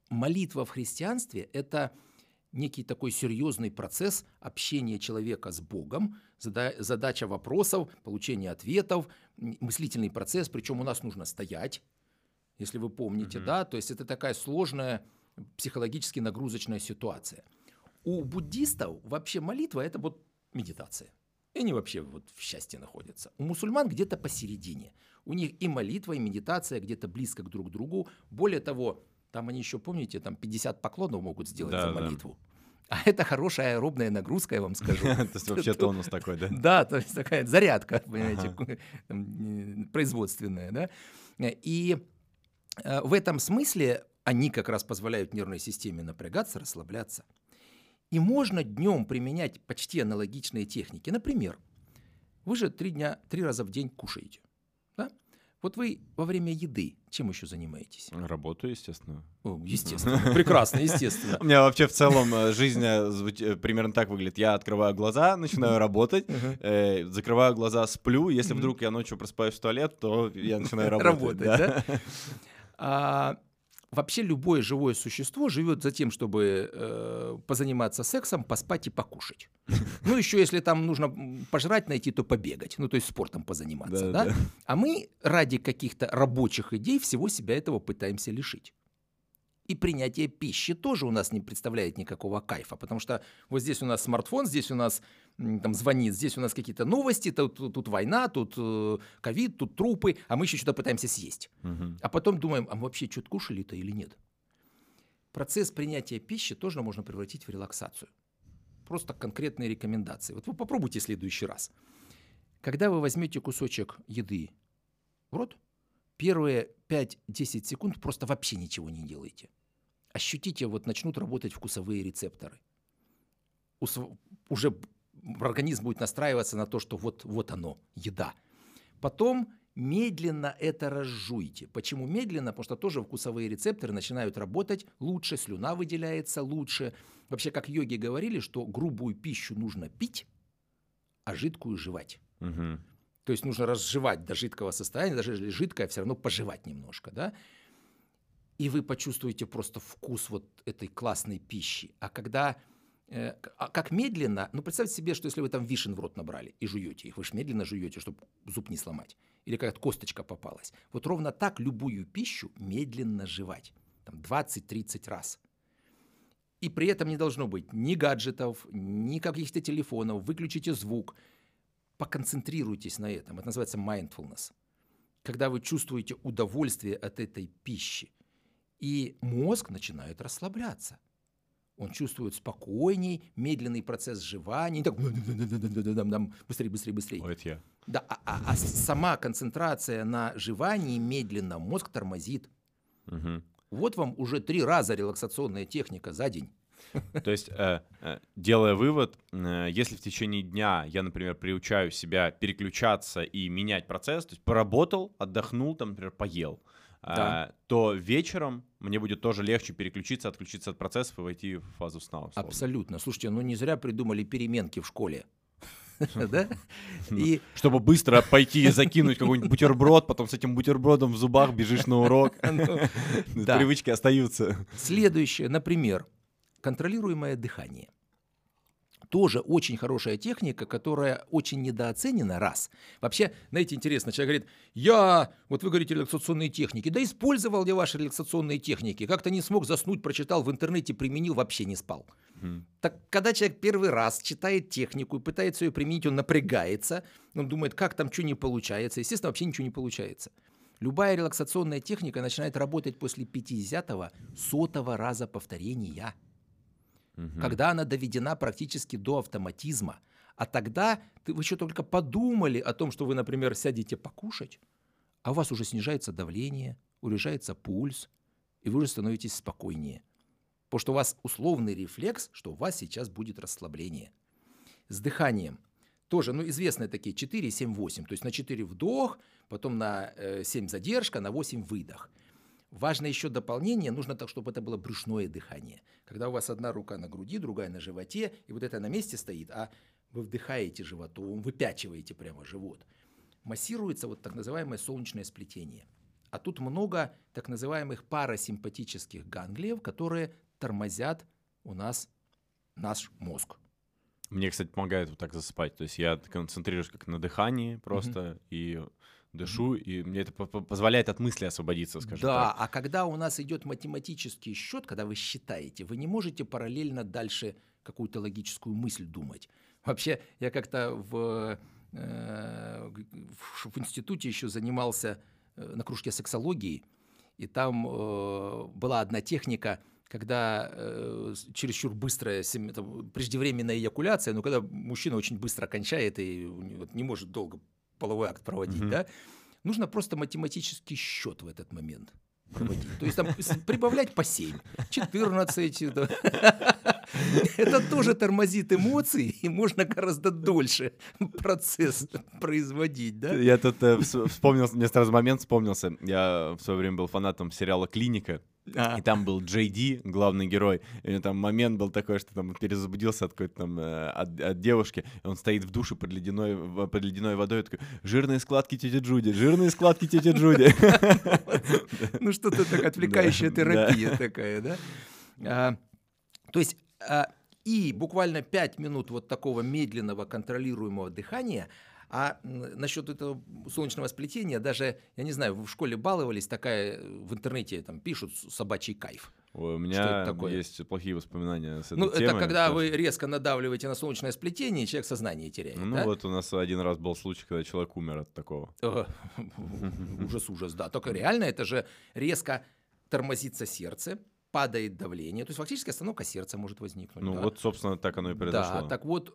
молитва в христианстве – это некий такой серьезный процесс общения человека с Богом, задача вопросов, получение ответов, мыслительный процесс, причем у нас нужно стоять, если вы помните, да, то есть это такая сложная психологически нагрузочная ситуация. У буддистов вообще молитва – это вот медитация. И они вообще вот в счастье находятся. У мусульман где-то посередине. У них и молитва, и медитация где-то близко к друг другу. Более того, там они еще, помните, там 50 поклонов могут сделать за молитву. Да. А это хорошая аэробная нагрузка, я вам скажу. То есть вообще тонус такой, да? Да, то есть такая зарядка, понимаете, производственная, да. И в этом смысле они как раз позволяют нервной системе напрягаться, расслабляться. И можно днем применять почти аналогичные техники. Например, вы же 3 раза в день кушаете. Да? Вот вы во время еды чем еще занимаетесь? Работаю, естественно. Естественно, прекрасно, естественно. У меня вообще в целом жизнь примерно так выглядит. Я открываю глаза, начинаю работать, закрываю глаза, сплю. Если вдруг я ночью просыпаюсь в туалет, то я начинаю работать. Да? Вообще любое живое существо живет за тем, чтобы позаниматься сексом, поспать и покушать. Ну, еще если там нужно пожрать найти, то побегать. Ну, то есть спортом позаниматься, да? А мы ради каких-то рабочих идей всего себя этого пытаемся лишить. И принятие пищи тоже у нас не представляет никакого кайфа, потому что вот здесь у нас смартфон, здесь у нас там звонит, здесь у нас какие-то новости, тут война, тут ковид, тут трупы, а мы еще что-то пытаемся съесть. А потом думаем, а мы вообще что-то кушали-то или нет? Процесс принятия пищи тоже можно превратить в релаксацию. Просто конкретные рекомендации. Вот вы попробуйте в следующий раз. Когда вы возьмете кусочек еды в рот, первые 5-10 секунд просто вообще ничего не делайте. Ощутите, вот начнут работать вкусовые рецепторы. Уже организм будет настраиваться на то, что вот оно, еда. Потом медленно это разжуйте. Почему медленно? Потому что тоже вкусовые рецепторы начинают работать лучше, слюна выделяется лучше. Вообще, как йоги говорили, что грубую пищу нужно пить, а жидкую жевать. Угу. То есть нужно разжевать до жидкого состояния, даже если жидкое, все равно пожевать немножко, да? И вы почувствуете просто вкус вот этой классной пищи. А когда, как медленно, ну представьте себе, что если вы там вишен в рот набрали и жуете их, вы же медленно жуете, чтобы зуб не сломать, или какая-то косточка попалась. Вот ровно так любую пищу медленно жевать, там 20-30 раз. И при этом не должно быть ни гаджетов, ни каких-то телефонов, выключите звук. Поконцентрируйтесь на этом. Это называется mindfulness. Когда вы чувствуете удовольствие от этой пищи, и мозг начинает расслабляться. Он чувствует спокойней, медленный процесс жевания. Так, быстрее, быстрее, быстрее. Ой, это я. Да, а сама концентрация на жевании медленно мозг тормозит. Угу. Вот вам уже 3 раза релаксационная техника за день. То есть, делая вывод, если в течение дня я, например, приучаю себя переключаться и менять процесс, то есть поработал, отдохнул, там, например, поел, да, то вечером мне будет тоже легче переключиться, отключиться от процессов и войти в фазу сна. Условно. Абсолютно. Слушайте, ну не зря придумали переменки в школе. Чтобы быстро пойти и закинуть какой-нибудь бутерброд, потом с этим бутербродом в зубах бежишь на урок. Привычки остаются. Следующее, например, контролируемое дыхание. Тоже очень хорошая техника, которая очень недооценена, раз. Вообще, знаете, интересно, человек говорит, вот вы говорите релаксационные техники, да использовал я ваши релаксационные техники, как-то не смог заснуть, прочитал в интернете, применил, вообще не спал. Так когда человек первый раз читает технику и пытается ее применить, он напрягается, он думает, как там что не получается, естественно, вообще ничего не получается. Любая релаксационная техника начинает работать после 50-100 раза повторения. Когда она доведена практически до автоматизма. А тогда вы еще только подумали о том, что вы, например, сядете покушать, а у вас уже снижается давление, урежается пульс, и вы уже становитесь спокойнее. Потому что у вас условный рефлекс, что у вас сейчас будет расслабление. С дыханием тоже, известные такие 4, 7, 8. То есть на 4 вдох, потом на 7 задержка, на 8 выдох. Важно еще дополнение, нужно так, чтобы это было брюшное дыхание. Когда у вас одна рука на груди, другая на животе, и вот это на месте стоит, а вы вдыхаете животом, выпячиваете прямо живот. Массируется вот так называемое солнечное сплетение. а тут много так называемых парасимпатических ганглиев, которые тормозят у нас наш мозг. Мне, кстати, помогает вот так засыпать. То есть я концентрируюсь как на дыхании просто и дышу, и мне это позволяет от мысли освободиться, скажем так. Да, а когда у нас идет математический счет, когда вы считаете, вы не можете параллельно дальше какую-то логическую мысль думать. Вообще, я как-то в институте еще занимался на кружке сексологии, и там была одна техника, когда чересчур быстрая преждевременная эякуляция, но когда мужчина очень быстро кончает и вот не может долго половой акт проводить, да, нужно просто математический счет в этот момент проводить. То есть там прибавлять по 7, 14. Это тоже тормозит эмоции, и можно гораздо дольше процесс производить, да? Я тут вспомнил, мне сразу момент вспомнился. Я в свое время был фанатом сериала «Клиника», и там был Джей Ди, главный герой. И там момент был такой, что там перезабудился от какой-то там от девушки. И он стоит в душе под ледяной водой и такой: «Жирные складки тети Джуди, жирные складки тети Джуди». Ну что-то так, отвлекающая терапия такая, да? То есть и буквально 5 минут вот такого медленного контролируемого дыхания. А насчет этого солнечного сплетения, даже, я не знаю, вы в школе баловались, такая в интернете там пишут собачий кайф. Ой, у меня есть плохие воспоминания с этой темой. Это когда вы резко надавливаете на солнечное сплетение, и человек сознание теряет. Ну да? Вот у нас один раз был случай, когда человек умер от такого. Ужас, да. Только реально это же резко тормозится сердце, падает давление, то есть фактически остановка сердца может возникнуть. Ну да? Вот, собственно, так оно и произошло. Да, так вот,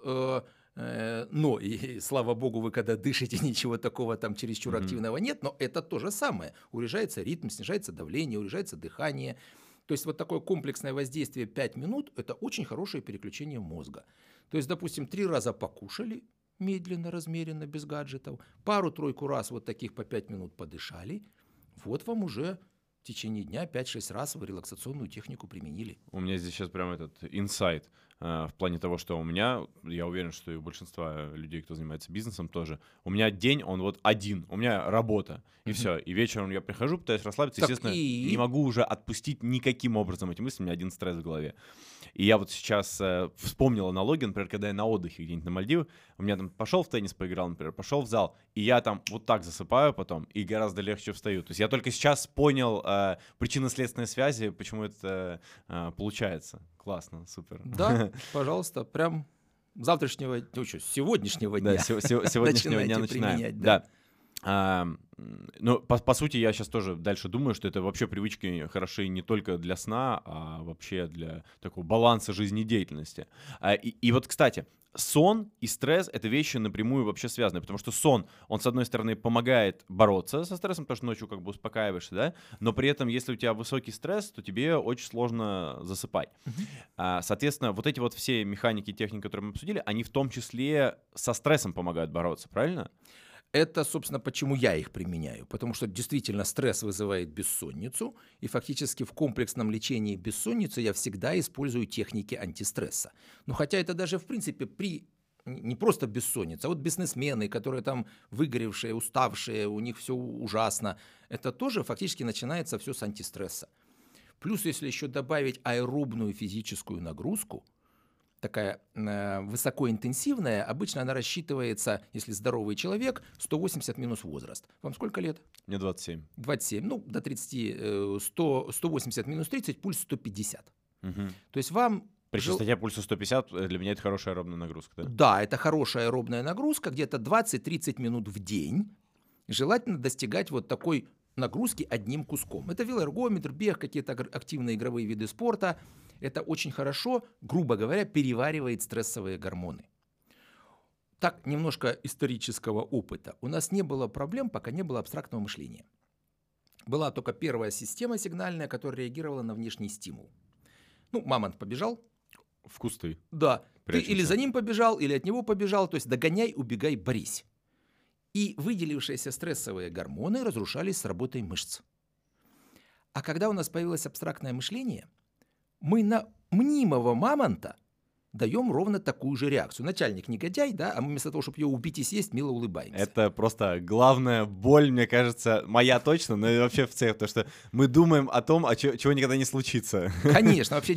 но, и, слава богу, вы когда дышите, ничего такого там чересчур активного нет, но это то же самое. Урежается ритм, снижается давление, урежается дыхание. То есть вот такое комплексное воздействие 5 минут – это очень хорошее переключение мозга. То есть, допустим, 3 раза покушали, медленно, размеренно, без гаджетов, пару-тройку раз вот таких по 5 минут подышали, вот вам уже в течение дня 5-6 раз вы релаксационную технику применили. У меня здесь сейчас прям этот инсайт в плане того, что у меня, я уверен, что и у большинства людей, кто занимается бизнесом тоже, у меня день, он вот один, у меня работа, и все. И вечером я прихожу, пытаюсь расслабиться, так естественно, не могу уже отпустить никаким образом эти мысли, у меня один стресс в голове. И я вот сейчас вспомнил аналогию, например, когда я на отдыхе где-нибудь на Мальдивах, у меня там пошел в теннис поиграл, например, пошел в зал, и я там вот так засыпаю потом, и гораздо легче встаю. То есть я только сейчас понял причинно-следственные связи, почему это получается. Классно, супер. Да, пожалуйста, прям завтрашнего, сегодняшнего дня. Да, сегодняшнего дня начинаем. Да. Ну, по сути, я сейчас тоже дальше думаю, что это вообще привычки хороши не только для сна, а вообще для такого баланса жизнедеятельности. И вот, кстати, сон и стресс — это вещи напрямую вообще связаны, потому что сон, он, с одной стороны, помогает бороться со стрессом, потому что ночью как бы успокаиваешься, да, но при этом, если у тебя высокий стресс, то тебе очень сложно засыпать. Соответственно, вот эти вот все механики и техники, которые мы обсудили, они в том числе со стрессом помогают бороться, правильно? Это, собственно, почему я их применяю. Потому что действительно стресс вызывает бессонницу, и фактически в комплексном лечении бессонницы я всегда использую техники антистресса. Ну, хотя это даже, в принципе, при не просто бессонница, а вот бизнесмены, которые там выгоревшие, уставшие, у них все ужасно, это тоже фактически начинается все с антистресса. Плюс, если еще добавить аэробную физическую нагрузку, такая высокоинтенсивная, обычно она рассчитывается, если здоровый человек, 180 минус возраст. Вам сколько лет? Мне 27. 27, ну, до 30, 180 минус 30, пульс 150. Угу. То есть вам... При частоте пульса 150 для меня это хорошая аэробная нагрузка, да? Да, это хорошая аэробная нагрузка, где-то 20-30 минут в день. Желательно достигать вот такой нагрузки одним куском. Это велоэргометр, бег, какие-то активные игровые виды спорта. Это очень хорошо, грубо говоря, переваривает стрессовые гормоны. Так, немножко исторического опыта. У нас не было проблем, пока не было абстрактного мышления. Была только первая система сигнальная, которая реагировала на внешний стимул. Ну, мамонт побежал. В кусты. Да. Прячемся. Ты или за ним побежал, или от него побежал. То есть догоняй, убегай, борись. И выделившиеся стрессовые гормоны разрушались с работой мышц. А когда у нас появилось абстрактное мышление, мы на мнимого мамонта даем ровно такую же реакцию. Начальник негодяй, да, а мы вместо того, чтобы ее убить и съесть, мило улыбаемся. Это просто главная боль, мне кажется, моя точно, но и вообще в целом, потому что мы думаем о том, чего никогда не случится. Конечно, вообще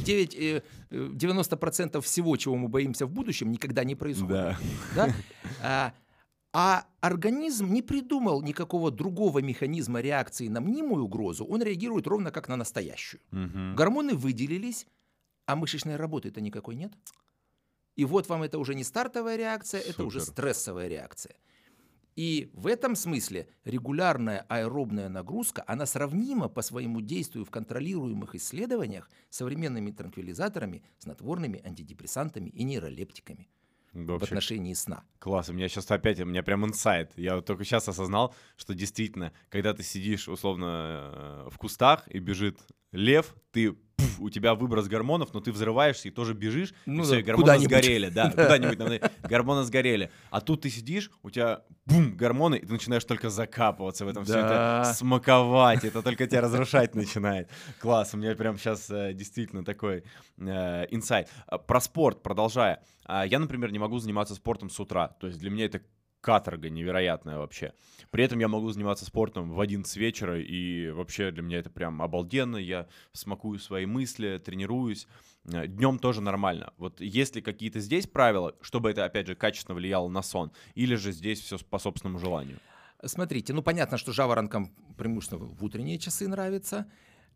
90% всего, чего мы боимся в будущем, никогда не происходит. Да. Да? А организм не придумал никакого другого механизма реакции на мнимую угрозу, он реагирует ровно как на настоящую. Гормоны выделились, а мышечной работы-то никакой нет. И вот вам это уже не стартовая реакция, это уже стрессовая реакция. И в этом смысле регулярная аэробная нагрузка, она сравнима по своему действию в контролируемых исследованиях с современными транквилизаторами, снотворными, антидепрессантами и нейролептиками. Вообще, в отношении сна. Класс, у меня сейчас опять, у меня прям инсайт. Я вот только сейчас осознал, что действительно, когда ты сидишь условно в кустах и бежит лев, у тебя выброс гормонов, но ты взрываешься и тоже бежишь, и все, гормоны сгорели. Да, куда-нибудь гормоны сгорели. А тут ты сидишь, у тебя гормоны, и ты начинаешь только закапываться в этом, все это смаковать, это только тебя разрушать начинает. Класс, у меня прям сейчас действительно такой инсайт. Про спорт, продолжая. Я, например, не могу заниматься спортом с утра, то есть для меня это каторга невероятная вообще. При этом я могу заниматься спортом в 11 вечера, и вообще для меня это прям обалденно. Я смакую свои мысли, тренируюсь. Днем тоже нормально. Вот есть ли какие-то здесь правила, чтобы это, опять же, качественно влияло на сон? Или же здесь все по собственному желанию? Смотрите, понятно, что жаворонкам преимущественно в утренние часы нравится.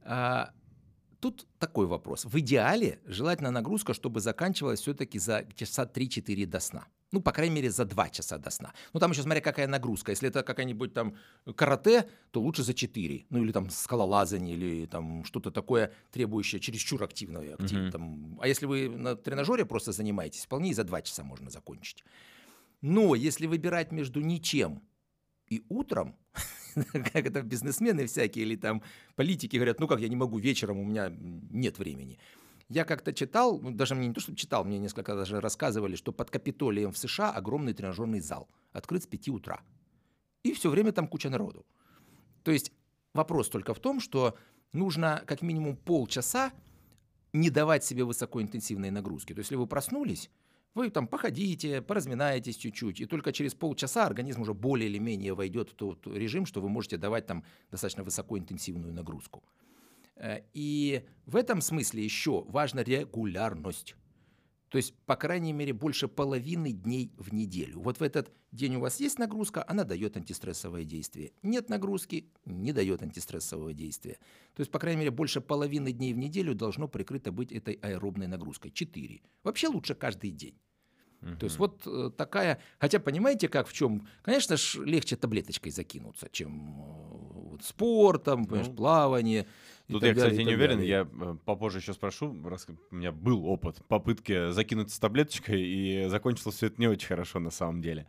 Тут такой вопрос. В идеале желательно нагрузка, чтобы заканчивалась все-таки за часа 3-4 до сна. По крайней мере, за 2 часа до сна. Там еще смотря какая нагрузка. Если это какая-нибудь там карате, то лучше за 4. Или там скалолазание, или там что-то такое, требующее чересчур активного. А если вы на тренажере просто занимаетесь, вполне и за 2 часа можно закончить. Но если выбирать между ничем и утром, как это бизнесмены всякие или там политики говорят, как я не могу вечером, у меня нет времени. Я как-то читал, даже мне не то, что читал, мне несколько даже рассказывали, что под Капитолием в США огромный тренажерный зал, открыт с 5 утра. И все время там куча народу. То есть вопрос только в том, что нужно как минимум полчаса не давать себе высокоинтенсивной нагрузки. То есть если вы проснулись, вы там походите, поразминаетесь чуть-чуть, и только через полчаса организм уже более или менее войдет в тот режим, что вы можете давать там достаточно высокоинтенсивную нагрузку. И в этом смысле еще важна регулярность. То есть, по крайней мере, больше половины дней в неделю. Вот в этот день у вас есть нагрузка, она дает антистрессовое действие. Нет нагрузки, не дает антистрессового действия. То есть, по крайней мере, больше половины дней в неделю должно прикрыто быть этой аэробной нагрузкой. 4. Вообще лучше каждый день. То есть вот такая... Хотя понимаете, как в чем? Конечно ж, легче таблеточкой закинуться, чем спортом, плавание. Тут я, кстати, не уверен, я попозже еще спрошу, раз у меня был опыт попытки закинуться с таблеточкой, и закончилось все это не очень хорошо на самом деле.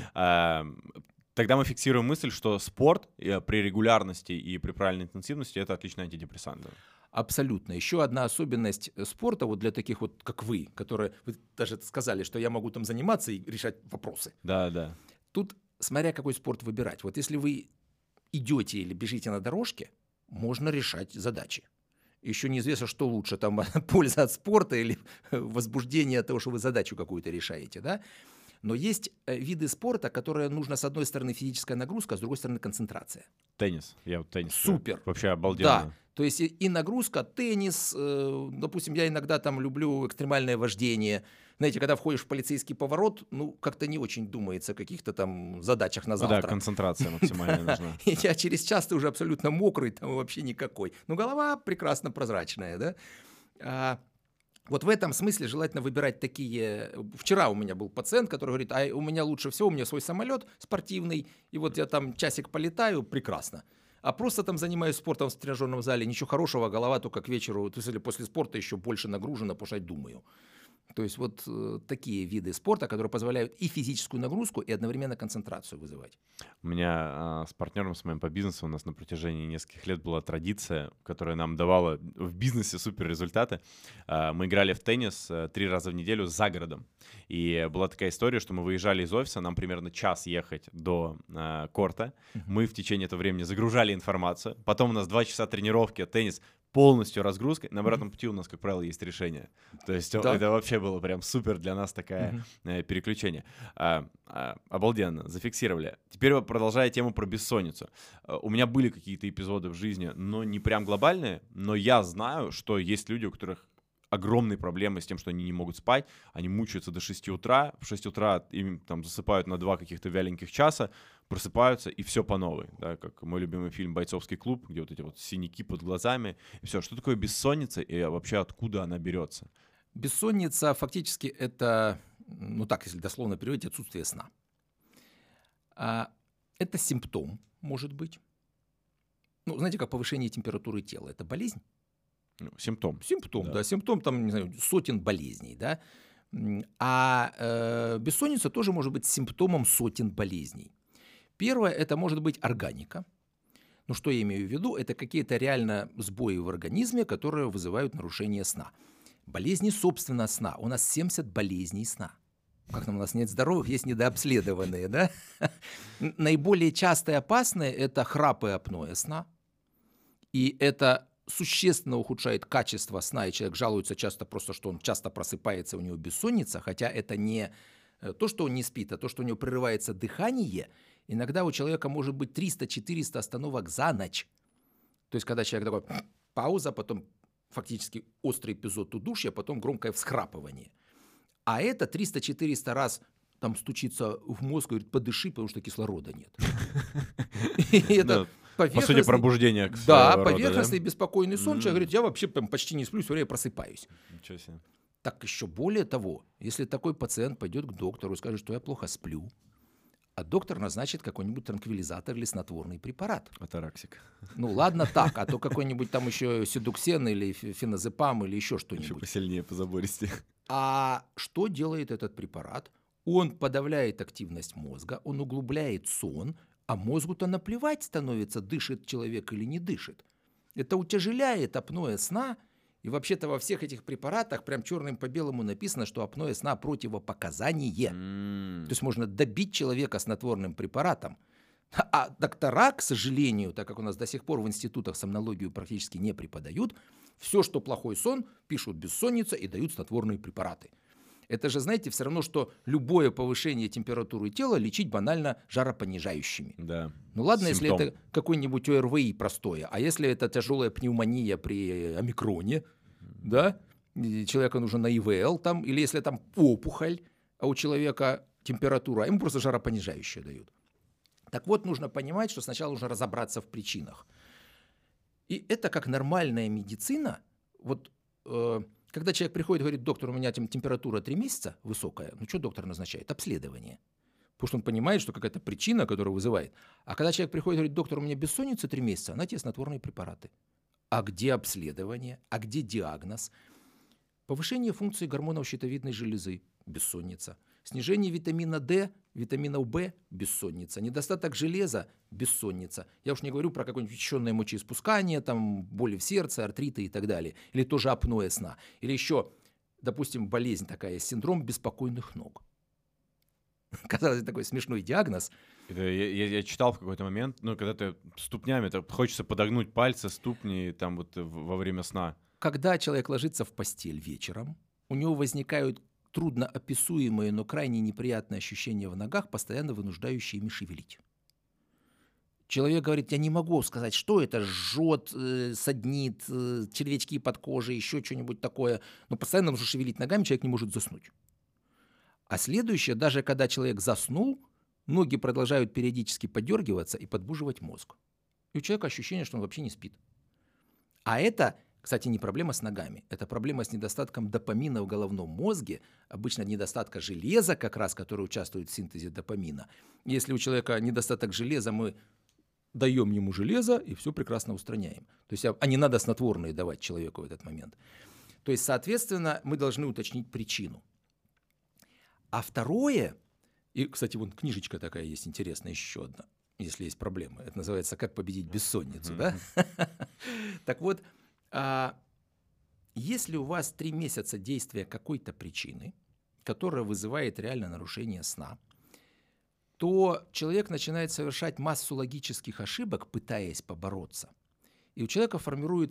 Тогда мы фиксируем мысль, что спорт при регулярности и при правильной интенсивности — это отличный антидепрессант. Абсолютно. Еще одна особенность спорта вот для таких вот, как вы, которые вы даже сказали, что я могу там заниматься и решать вопросы. Да. Тут смотря какой спорт выбирать. Вот если вы идете или бежите на дорожке, можно решать задачи. Еще неизвестно, что лучше, там польза от спорта или возбуждение от того, что вы задачу какую-то решаете, да? Но есть виды спорта, которые нужно, с одной стороны, физическая нагрузка, а с другой стороны, концентрация. Теннис. Я вот теннис. Супер. Вообще обалденно. Да. То есть и нагрузка, теннис, допустим, я иногда там люблю экстремальное вождение. Знаете, когда входишь в полицейский поворот, как-то не очень думается о каких-то там задачах на завтра. Да, концентрация максимально нужна. И через час ты уже абсолютно мокрый, там вообще никакой. Но голова прекрасно прозрачная, да? Вот в этом смысле желательно выбирать такие... Вчера у меня был пациент, который говорит, у меня лучше всего, у меня свой самолет спортивный, и вот я там часик полетаю, прекрасно. А просто там занимаюсь спортом в тренажерном зале, ничего хорошего, голова только к вечеру, то есть или после спорта еще больше нагружена, потому что я думаю. То есть вот такие виды спорта, которые позволяют и физическую нагрузку, и одновременно концентрацию вызывать. У меня с партнером, с моим по бизнесу, у нас на протяжении нескольких лет была традиция, которая нам давала в бизнесе супер результаты. Мы играли в теннис 3 раза в неделю за городом. И была такая история, что мы выезжали из офиса, нам примерно час ехать до корта. Мы в течение этого времени загружали информацию. Потом у нас 2 часа тренировки, теннис. полностью разгрузкой. На обратном пути у нас, как правило, есть решение. То есть Да. это вообще было прям супер для нас такое переключение. Обалденно, зафиксировали. Теперь продолжая тему про бессонницу. У меня были какие-то эпизоды в жизни, но не прям глобальные, но я знаю, что есть люди, у которых огромные проблемы с тем, что они не могут спать, они мучаются до 6 утра, в 6 утра им там засыпают на 2 каких-то вяленьких часа, просыпаются, и все по новой, да, как мой любимый фильм «Бойцовский клуб», где вот эти вот синяки под глазами, и все. Что такое бессонница, и вообще откуда она берется? Бессонница фактически это, ну так, если дословно переводить, отсутствие сна. Это симптом, может быть. Ну, знаете, как повышение температуры тела. Это болезнь? Симптом. Симптом, да. Симптом там, не знаю, сотен болезней, да. Бессонница тоже может быть симптомом сотен болезней. Первое, это может быть органика. Ну, что я имею в виду? Это какие-то реально сбои в организме, которые вызывают нарушение сна. Болезни, собственно, сна. У нас 70 болезней сна. Как нам, у нас нет здоровых, есть недообследованные, да? Наиболее частые и опасные – это храп и апноэ сна. И это существенно ухудшает качество сна, и человек жалуется часто просто, что он часто просыпается, у него бессонница, хотя это не то, что он не спит, а то, что у него прерывается дыхание. Иногда у человека может быть 300-400 остановок за ночь. То есть, когда человек такой, пауза, потом фактически острый эпизод удушья, потом громкое всхрапывание. А это 300-400 раз там стучится в мозг, говорит, подыши, потому что кислорода нет. И это по сути, пробуждение. Да, поверхностный беспокойный сон. Человек говорит, я вообще почти не сплю, все время просыпаюсь. Ничего себе. Так еще более того, если такой пациент пойдет к доктору и скажет, что я плохо сплю, а доктор назначит какой-нибудь транквилизатор или снотворный препарат. Атараксик. Ну ладно так, а то какой-нибудь там еще седуксен или феназепам или еще что-нибудь. Еще посильнее, позабористее. А что делает этот препарат? Он подавляет активность мозга, он углубляет сон, а мозгу-то наплевать становится, дышит человек или не дышит. Это утяжеляет апноэ сна, и вообще-то во всех этих препаратах прям черным по белому написано, что апноэ сна противопоказание. То есть можно добить человека снотворным препаратом. А доктора, к сожалению, так как у нас до сих пор в институтах сомнологию практически не преподают, все, что плохой сон, пишут бессонница и дают снотворные препараты. Это же, знаете, все равно, что любое повышение температуры тела лечить банально жаропонижающими. Да. Ну ладно, Симптом. если это какой-нибудь ОРВИ простое, а если это тяжелая пневмония при омикроне, да, и человеку нужен на ИВЛ, там, или если там опухоль, а у человека температура, ему просто жаропонижающее дают. Так вот, нужно понимать, что сначала нужно разобраться в причинах. И это как нормальная медицина. Вот когда человек приходит и говорит, доктор, у меня температура 3 месяца высокая, ну что доктор назначает? Обследование. Потому что он понимает, что какая-то причина, которая вызывает. А когда человек приходит и говорит, доктор, у меня бессонница 3 месяца, на те снотворные препараты. А где обследование? А где диагноз? Повышение функции гормонов щитовидной железы – бессонница. Снижение витамина D, витамина В – бессонница. Недостаток железа – бессонница. Я уж не говорю про какое-нибудь учащенное мочеиспускание, там, боли в сердце, артриты и так далее. Или тоже апноэ сна. Или еще, допустим, болезнь такая, синдром беспокойных ног. Казалось, такой смешной диагноз. Я читал в какой-то момент, ну, когда ты ступнями, хочется подогнуть пальцы, ступни там вот во время сна. Когда человек ложится в постель вечером, у него возникают трудноописуемые, но крайне неприятные ощущения в ногах, постоянно вынуждающие ими шевелить. Человек говорит, я не могу сказать, что это, жжет, саднит, червячки под кожей, еще что-нибудь такое, но постоянно нужно шевелить ногами, человек не может заснуть. А следующее, даже когда человек заснул, ноги продолжают периодически подергиваться и подбуживать мозг. И у человека ощущение, что он вообще не спит. А это, кстати, не проблема с ногами, это проблема с недостатком допамина в головном мозге, обычно недостатка железа как раз, который участвует в синтезе допамина. Если у человека недостаток железа, мы даем ему железо и все прекрасно устраняем. То есть, а не надо снотворные давать человеку в этот момент. То есть, соответственно, мы должны уточнить причину. А второе, и, кстати, вон книжечка такая есть интересная еще одна, если есть проблемы. Это называется «Как победить бессонницу», да? Так вот, если у вас 3 месяца действия какой-то причины, которая вызывает реально нарушение сна, то человек начинает совершать массу логических ошибок, пытаясь побороться. И у человека формируется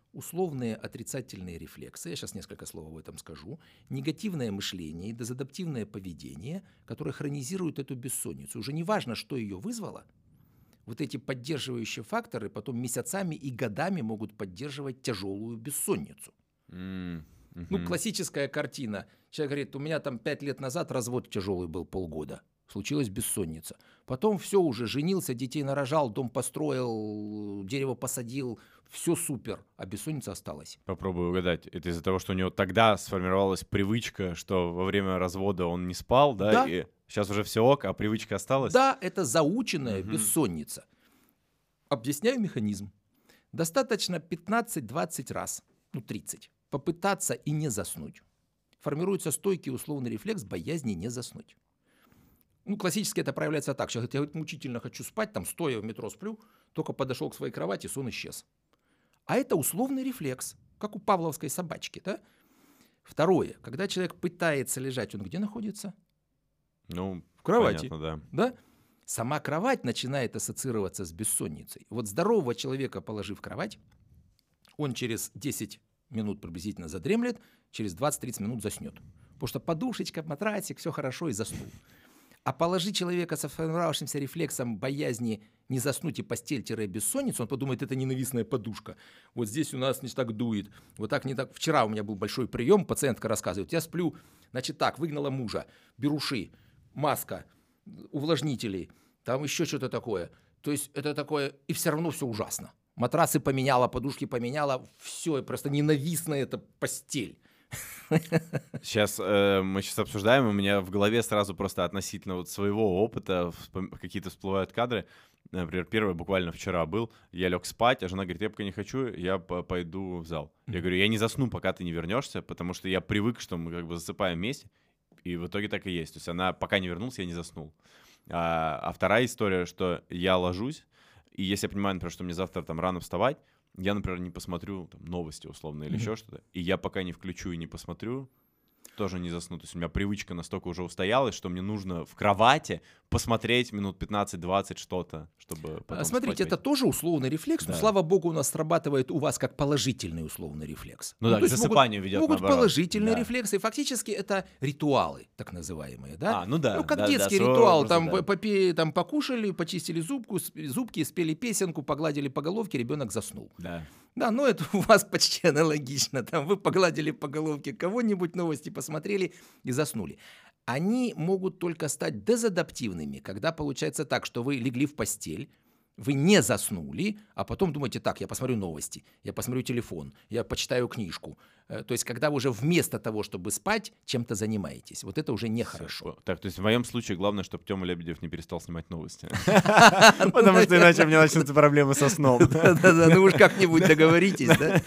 условные отрицательные рефлексы, я сейчас несколько слов об этом скажу, негативное мышление и дезадаптивное поведение, которое хронизирует эту бессонницу. Уже не важно, что ее вызвало, вот эти поддерживающие факторы потом месяцами и годами могут поддерживать тяжелую бессонницу. Ну, классическая картина. Человек говорит, у меня там 5 лет назад развод тяжелый был полгода. Случилась бессонница. Потом все уже, женился, детей нарожал, дом построил, дерево посадил, все супер, а бессонница осталась. Попробую угадать. Это из-за того, что у него тогда сформировалась привычка, что во время развода он не спал, да? Да. И сейчас уже все ок, а привычка осталась? Да, это заученная бессонница. Объясняю механизм. Достаточно 15-20 раз, 30, попытаться и не заснуть. Формируется стойкий условный рефлекс боязни не заснуть. Классически это проявляется так. Человек говорит, я мучительно хочу спать, там стоя в метро сплю, только подошел к своей кровати, сон исчез. А это условный рефлекс, как у павловской собачки. Да? Второе. Когда человек пытается лежать, он где находится? В кровати. Понятно, да? Сама кровать начинает ассоциироваться с бессонницей. Вот здорового человека, положив в кровать, он через 10 минут приблизительно задремлет, через 20-30 минут заснет. Потому что подушечка, матрасик, все хорошо и заснул. А положи человека со сформировавшимся рефлексом боязни не заснуть и постель-бессонницу, он подумает, это ненавистная подушка. Вот здесь у нас не так дует, вот так не так. Вчера у меня был большой прием, пациентка рассказывает, я сплю, значит так, выгнала мужа, беруши, маска, увлажнители, там еще что-то такое. То есть это такое, и все равно все ужасно. Матрасы поменяла, подушки поменяла, все, просто ненавистная эта постель. Сейчас мы обсуждаем, у меня в голове сразу просто относительно вот своего опыта какие-то всплывают кадры. Например, первый буквально вчера был, я лег спать, а жена говорит, я пока не хочу, я пойду в зал. Я говорю, я не засну, пока ты не вернешься, потому что я привык, что мы как бы засыпаем вместе, и в итоге так и есть. То есть она пока не вернулась, я не заснул. А вторая история, что я ложусь, и если я понимаю, например, что мне завтра там рано вставать, я, например, не посмотрю там, новости условно или еще что-то, и я пока не включу и не посмотрю, тоже не засну. То есть у меня привычка настолько уже устоялась, что мне нужно в кровати посмотреть минут 15-20 что-то, чтобы потом Смотрите, это тоже условный рефлекс, да. но, слава богу, у нас срабатывает у вас как положительный условный рефлекс. Ну да, к засыпанию ведет могут наоборот. положительные да. рефлексы, и фактически это ритуалы, так называемые, да? Как да, детский да, ритуал, да. там покушали, почистили зубки, спели песенку, погладили по головке, ребенок заснул. Да, но это у вас почти аналогично. Там вы погладили по головке кого-нибудь, новости посмотрели и заснули. Они могут только стать дезадаптивными, когда получается так, что вы легли в постель, вы не заснули, а потом думаете, так, я посмотрю новости, я посмотрю телефон, я почитаю книжку. То есть, когда вы уже вместо того, чтобы спать, чем-то занимаетесь. Вот это уже нехорошо. Так, то есть в моем случае главное, чтобы Тёма Лебедев не перестал снимать новости. Потому что иначе у меня начнутся проблемы со сном. Да-да-да, ну уж как-нибудь договоритесь, да?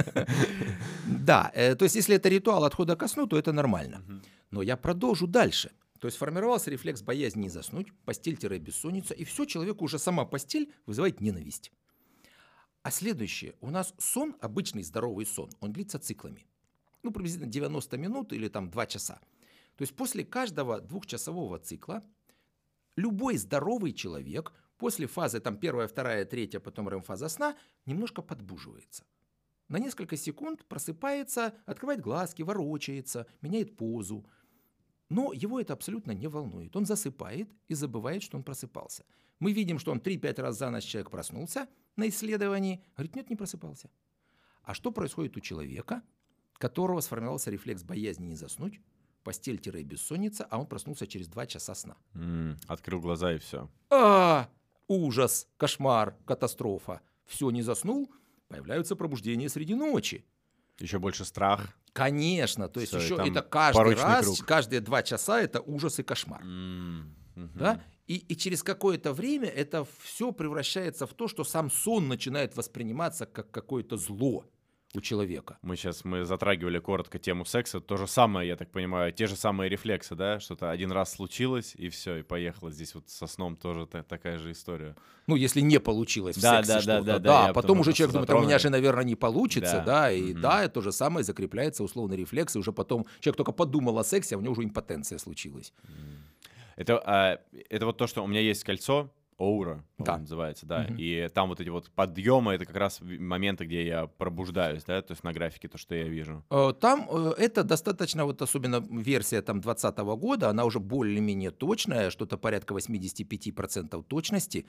Да, то есть если это ритуал отхода ко сну, то это нормально. Но я продолжу дальше. То есть формировался рефлекс боязни не заснуть, постель-бессонница, и все, человеку уже сама постель вызывает ненависть. А следующее, у нас сон, обычный здоровый сон, он длится циклами. Приблизительно 90 минут или там 2 часа. То есть после каждого 2-часового цикла любой здоровый человек после фазы там 1, 2, 3, потом REM-фаза сна немножко подбуживается. На несколько секунд просыпается, открывает глазки, ворочается, меняет позу. Но его это абсолютно не волнует. Он засыпает и забывает, что он просыпался. Мы видим, что он 3-5 раз за ночь человек проснулся на исследовании. Говорит, нет, не просыпался. А что происходит у человека, у которого сформировался рефлекс боязни не заснуть, постель-бессонница, а он проснулся через 2 часа сна? Открыл глаза и все. Ужас, кошмар, катастрофа. Все, не заснул, появляются пробуждения среди ночи. Еще больше страх. Конечно, то есть Всё, еще это каждый раз, круг. каждые 2 часа это ужас и кошмар. Да? И через какое-то время это все превращается в то, что сам сон начинает восприниматься как какое-то зло у человека. Мы затрагивали коротко тему секса. То же самое, я так понимаю, те же самые рефлексы, да? Что-то один раз случилось, и все, и поехало. Здесь вот со сном тоже такая же история. Если не получилось в Да, сексе что-то. да, потом уже человек думает, у меня же, наверное, не получится, Да. и то же самое закрепляется условный рефлекс, и уже потом человек только подумал о сексе, а у него уже импотенция случилась. Это вот то, что у меня есть кольцо, Оура, называется, да. И там вот эти вот подъемы, это как раз моменты, где я пробуждаюсь, да, то есть на графике то, что я вижу. Там это достаточно, вот особенно версия там 2020 года, она уже более-менее точная, что-то порядка 85% точности.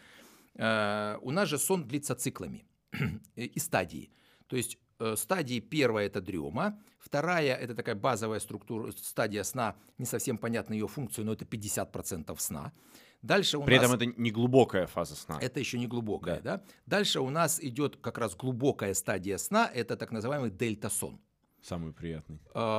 У нас же сон длится циклами и стадии. То есть стадии первая – это дрема, вторая – это такая базовая структура, стадия сна, не совсем понятна ее функция, но это 50% сна. Дальше При этом это не глубокая фаза сна. Это еще не глубокая, да. Дальше у нас идет как раз глубокая стадия сна, это так называемый дельта-сон. Самый приятный.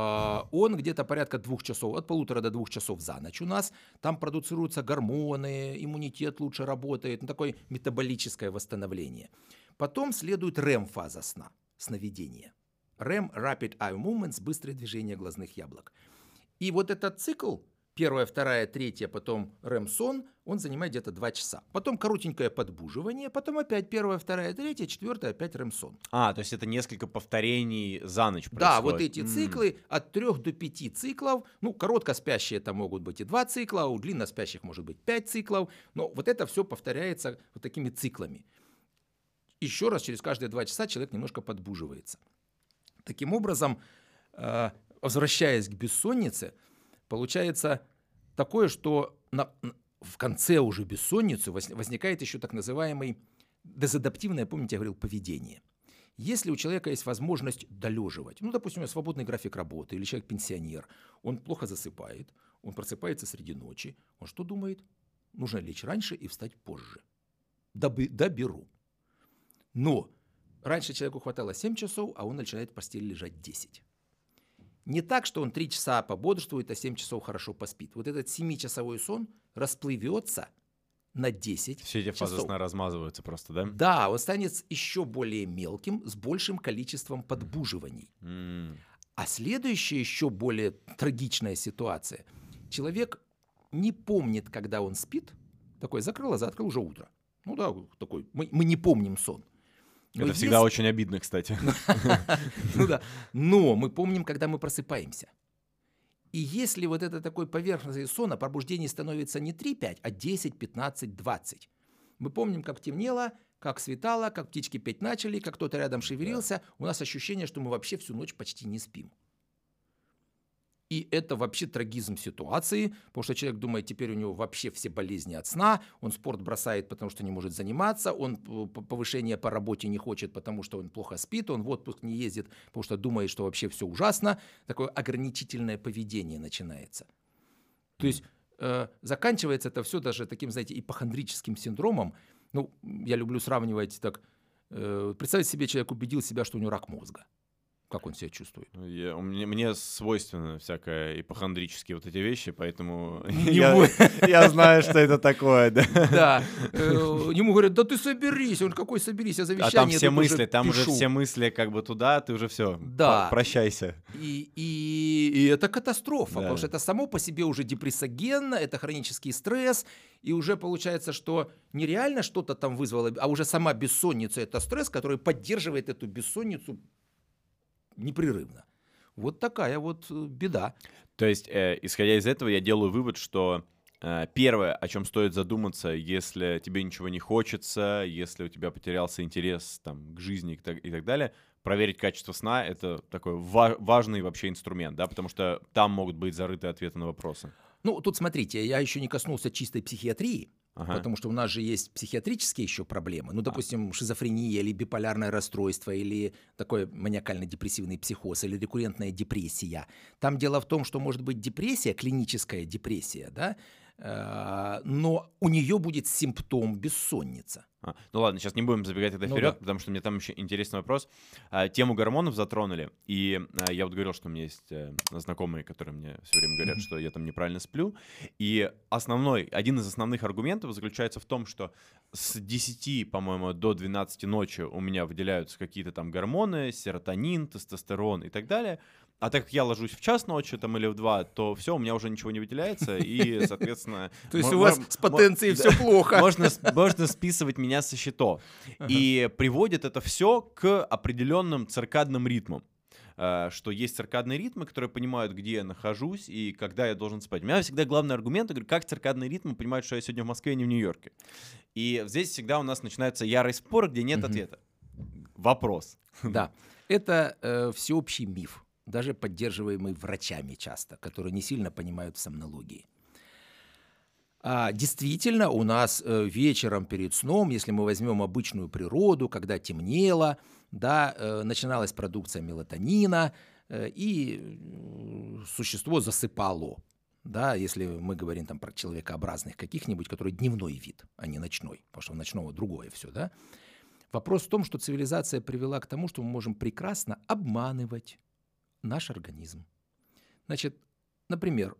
Он где-то порядка 2 часов, от 1,5 до 2 часов за ночь у нас. Там продуцируются гормоны, иммунитет лучше работает, такое метаболическое восстановление. Потом следует REM-фаза сна, сновидение. REM – Rapid Eye Movements, быстрое движение глазных яблок. И вот этот цикл, 1, 2, 3, потом REM-сон, он занимает где-то 2 часа. Потом коротенькое подбуживание, потом опять 1, 2, 3, 4, опять REM-сон. То есть это несколько повторений за ночь происходит. Да, вот эти циклы от 3 до 5 циклов. Ну, короткоспящие это могут быть и 2 цикла, у длинноспящих может быть 5 циклов. Но вот это все повторяется вот такими циклами. Еще раз, через каждые 2 часа человек немножко подбуживается. Таким образом, возвращаясь к бессоннице, получается такое, что в конце уже бессонницы возникает еще так называемый дезадаптивное, помните, я говорил, поведение. Если у человека есть возможность долеживать, допустим, у него свободный график работы, или человек пенсионер, он плохо засыпает, он просыпается среди ночи, он что думает? Нужно лечь раньше и встать позже. Доберу. Но раньше человеку хватало 7 часов, а он начинает в постели лежать 10. Не так, что он 3 часа пободрствует, а 7 часов хорошо поспит. Вот этот 7-часовой сон расплывется на 10 часов. Все эти фазы сна размазываются просто, да? Да, он станет еще более мелким, с большим количеством подбуживаний. А следующая еще более трагичная ситуация. Человек не помнит, когда он спит. Такой, закрыл глаза, открыл, уже утро. Такой, мы не помним сон. Это всегда очень обидно, кстати. Но мы помним, когда мы просыпаемся. И если вот это такой поверхностный сон, а пробуждение становится не 3-5, а 10, 15, 20. Мы помним, как темнело, как светало, как птички петь начали, как кто-то рядом шевелился. У нас ощущение, что мы вообще всю ночь почти не спим. И это вообще трагизм ситуации, потому что человек думает, теперь у него вообще все болезни от сна, он спорт бросает, потому что не может заниматься, он повышение по работе не хочет, потому что он плохо спит, он в отпуск не ездит, потому что думает, что вообще все ужасно. Такое ограничительное поведение начинается. То есть заканчивается это все даже таким, знаете, ипохондрическим синдромом. Я люблю сравнивать так. Представьте себе, человек убедил себя, что у него рак мозга. Как он себя чувствует? Мне свойственно всякое ипохондрические вот эти вещи, поэтому я знаю, что это такое. Да. Ему говорят, да ты соберись. Он какой соберись, я завещание. А там все мысли, там уже все мысли как бы туда, ты уже все, прощайся. И это катастрофа, потому что это само по себе уже депрессогенно, это хронический стресс, и уже получается, что нереально что-то там вызвало, а уже сама бессонница – это стресс, который поддерживает эту бессонницу непрерывно. Вот такая вот беда. То есть, исходя из этого, я делаю вывод, что первое, о чем стоит задуматься, если тебе ничего не хочется, если у тебя потерялся интерес к жизни и так далее, проверить качество сна — это такой важный вообще инструмент, да, потому что там могут быть зарыты ответы на вопросы. Тут смотрите, я еще не коснулся чистой психиатрии, потому что у нас же есть психиатрические еще проблемы. Допустим, шизофрения или биполярное расстройство, или такой маниакально-депрессивный психоз, или рекуррентная депрессия. Там дело в том, что может быть депрессия, клиническая депрессия, да, но у нее будет симптом бессонница. Ладно, сейчас не будем забегать это вперед, потому что мне там еще интересный вопрос. Тему гормонов затронули, и я вот говорил, что у меня есть знакомые, которые мне все время говорят, что я там неправильно сплю. И один из основных аргументов заключается в том, что с 10, по-моему, до 12 ночи у меня выделяются какие-то там гормоны, серотонин, тестостерон и так далее. А так как я ложусь в час ночи или в 2, то все, у меня уже ничего не выделяется, и, соответственно... То есть у вас с потенцией все плохо. Можно списывать меня со счетов. И приводит это все к определенным циркадным ритмам. что есть циркадные ритмы, которые понимают, где я нахожусь и когда я должен спать. У меня всегда главный аргумент, я говорю, как циркадные ритмы понимают, что я сегодня в Москве, а не в Нью-Йорке. И здесь всегда у нас начинается ярый спор, где нет ответа. Вопрос. Да, это всеобщий миф, даже поддерживаемый врачами часто, которые не сильно понимают в сомнологии. Действительно, у нас вечером перед сном, если мы возьмем обычную природу, когда темнело, да, начиналась продукция мелатонина, и существо засыпало. Да, если мы говорим там про человекообразных каких-нибудь, которые дневной вид, а не ночной, потому что у ночного другое все, да. Вопрос в том, что цивилизация привела к тому, что мы можем прекрасно обманывать наш организм. Значит, например,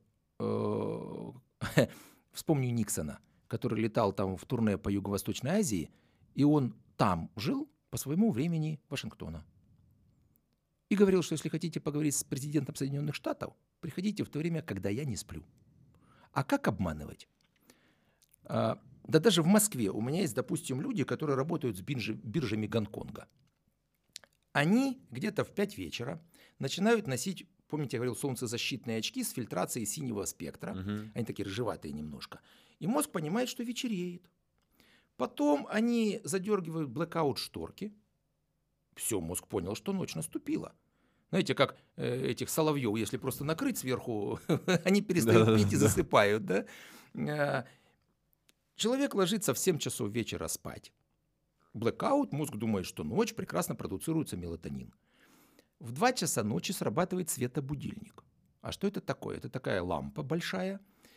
вспомню Никсона, который летал там в турне по Юго-Восточной Азии, и он там жил по своему времени Вашингтона. И говорил, что если хотите поговорить с президентом Соединенных Штатов, приходите в то время, когда я не сплю. А как обманывать? Да даже в Москве у меня есть, допустим, люди, которые работают с биржами Гонконга. Они где-то в 5 вечера начинают носить, помните, я говорил, солнцезащитные очки с фильтрацией синего спектра. Они такие рыжеватые немножко. И мозг понимает, что вечереет. Потом они задергивают блэкаут-шторки. Все, мозг понял, что ночь наступила. Знаете, как этих соловьев, если просто накрыть сверху, они перестают петь и засыпают, да? Человек ложится в 7 часов вечера спать. Блэкаут, мозг думает, что ночь, прекрасно продуцируется мелатонин. В 2 часа ночи срабатывает светобудильник. А что это такое? Это такая лампа большая,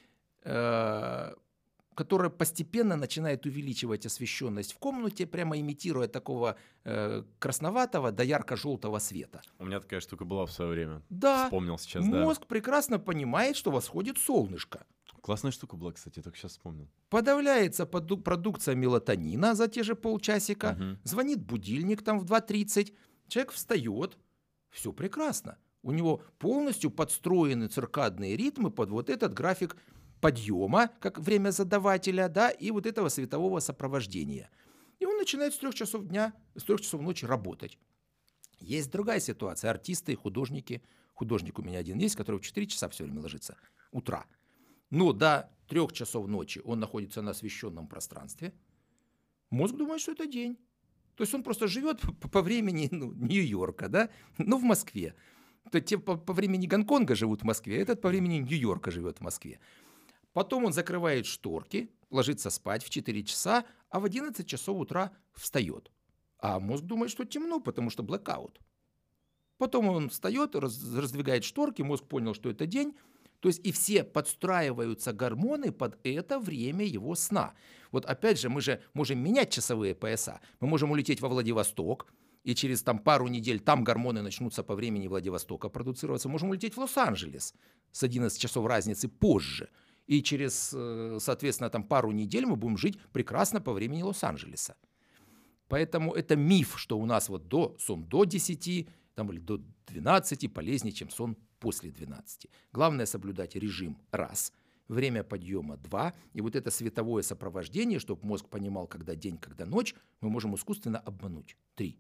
которая постепенно начинает увеличивать освещенность в комнате, прямо имитируя такого красноватого до ярко-желтого света. У меня такая штука была в свое время. Да. Вспомнил сейчас, мозг прекрасно понимает, что восходит солнышко. Классная штука была, кстати, я только сейчас вспомнил. Подавляется продукция мелатонина за те же полчасика, звонит будильник там в 2:30, человек встает, все прекрасно. У него полностью подстроены циркадные ритмы под вот этот график подъема, как время задавателя, да, и вот этого светового сопровождения. И он начинает с 3 часов дня, с 3 часов ночи работать. Есть другая ситуация. Артисты, художники. Художник у меня один есть, который в 4 часа все время ложится утра. Но до 3 часов ночи он находится на освещенном пространстве. Мозг думает, что это день. То есть он просто живет по времени Нью-Йорка, да, но в Москве. То те по времени Гонконга живут в Москве, этот по времени Нью-Йорка живет в Москве. Потом он закрывает шторки, ложится спать в 4 часа, а в 11 часов утра встает. А мозг думает, что темно, потому что блэкаут. Потом он встает, раздвигает шторки, мозг понял, что это день. То есть и все подстраиваются гормоны под это время его сна. Вот опять же, мы же можем менять часовые пояса. Мы можем улететь во Владивосток, и через там пару недель там гормоны начнутся по времени Владивостока продуцироваться. Можем улететь в Лос-Анджелес с 11 часов разницы позже. И через, соответственно, там пару недель мы будем жить прекрасно по времени Лос-Анджелеса. Поэтому это миф, что у нас вот сон до 10 там, или до 12 полезнее, чем сон после 12. Главное соблюдать режим раз, время подъема 2, и вот это световое сопровождение, чтобы мозг понимал, когда день, когда ночь, мы можем искусственно обмануть 3.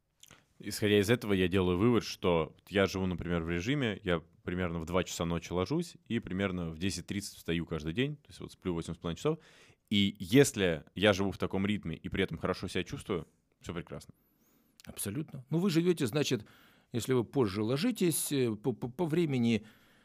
Исходя из этого, я делаю вывод, что я живу, например, в режиме, я примерно в 2 часа ночи ложусь и примерно в 10:30 встаю каждый день, то есть вот сплю 8,5 часов. И если я живу в таком ритме и при этом хорошо себя чувствую, все прекрасно. Абсолютно. Ну, вы живете, значит, если вы позже ложитесь, по времени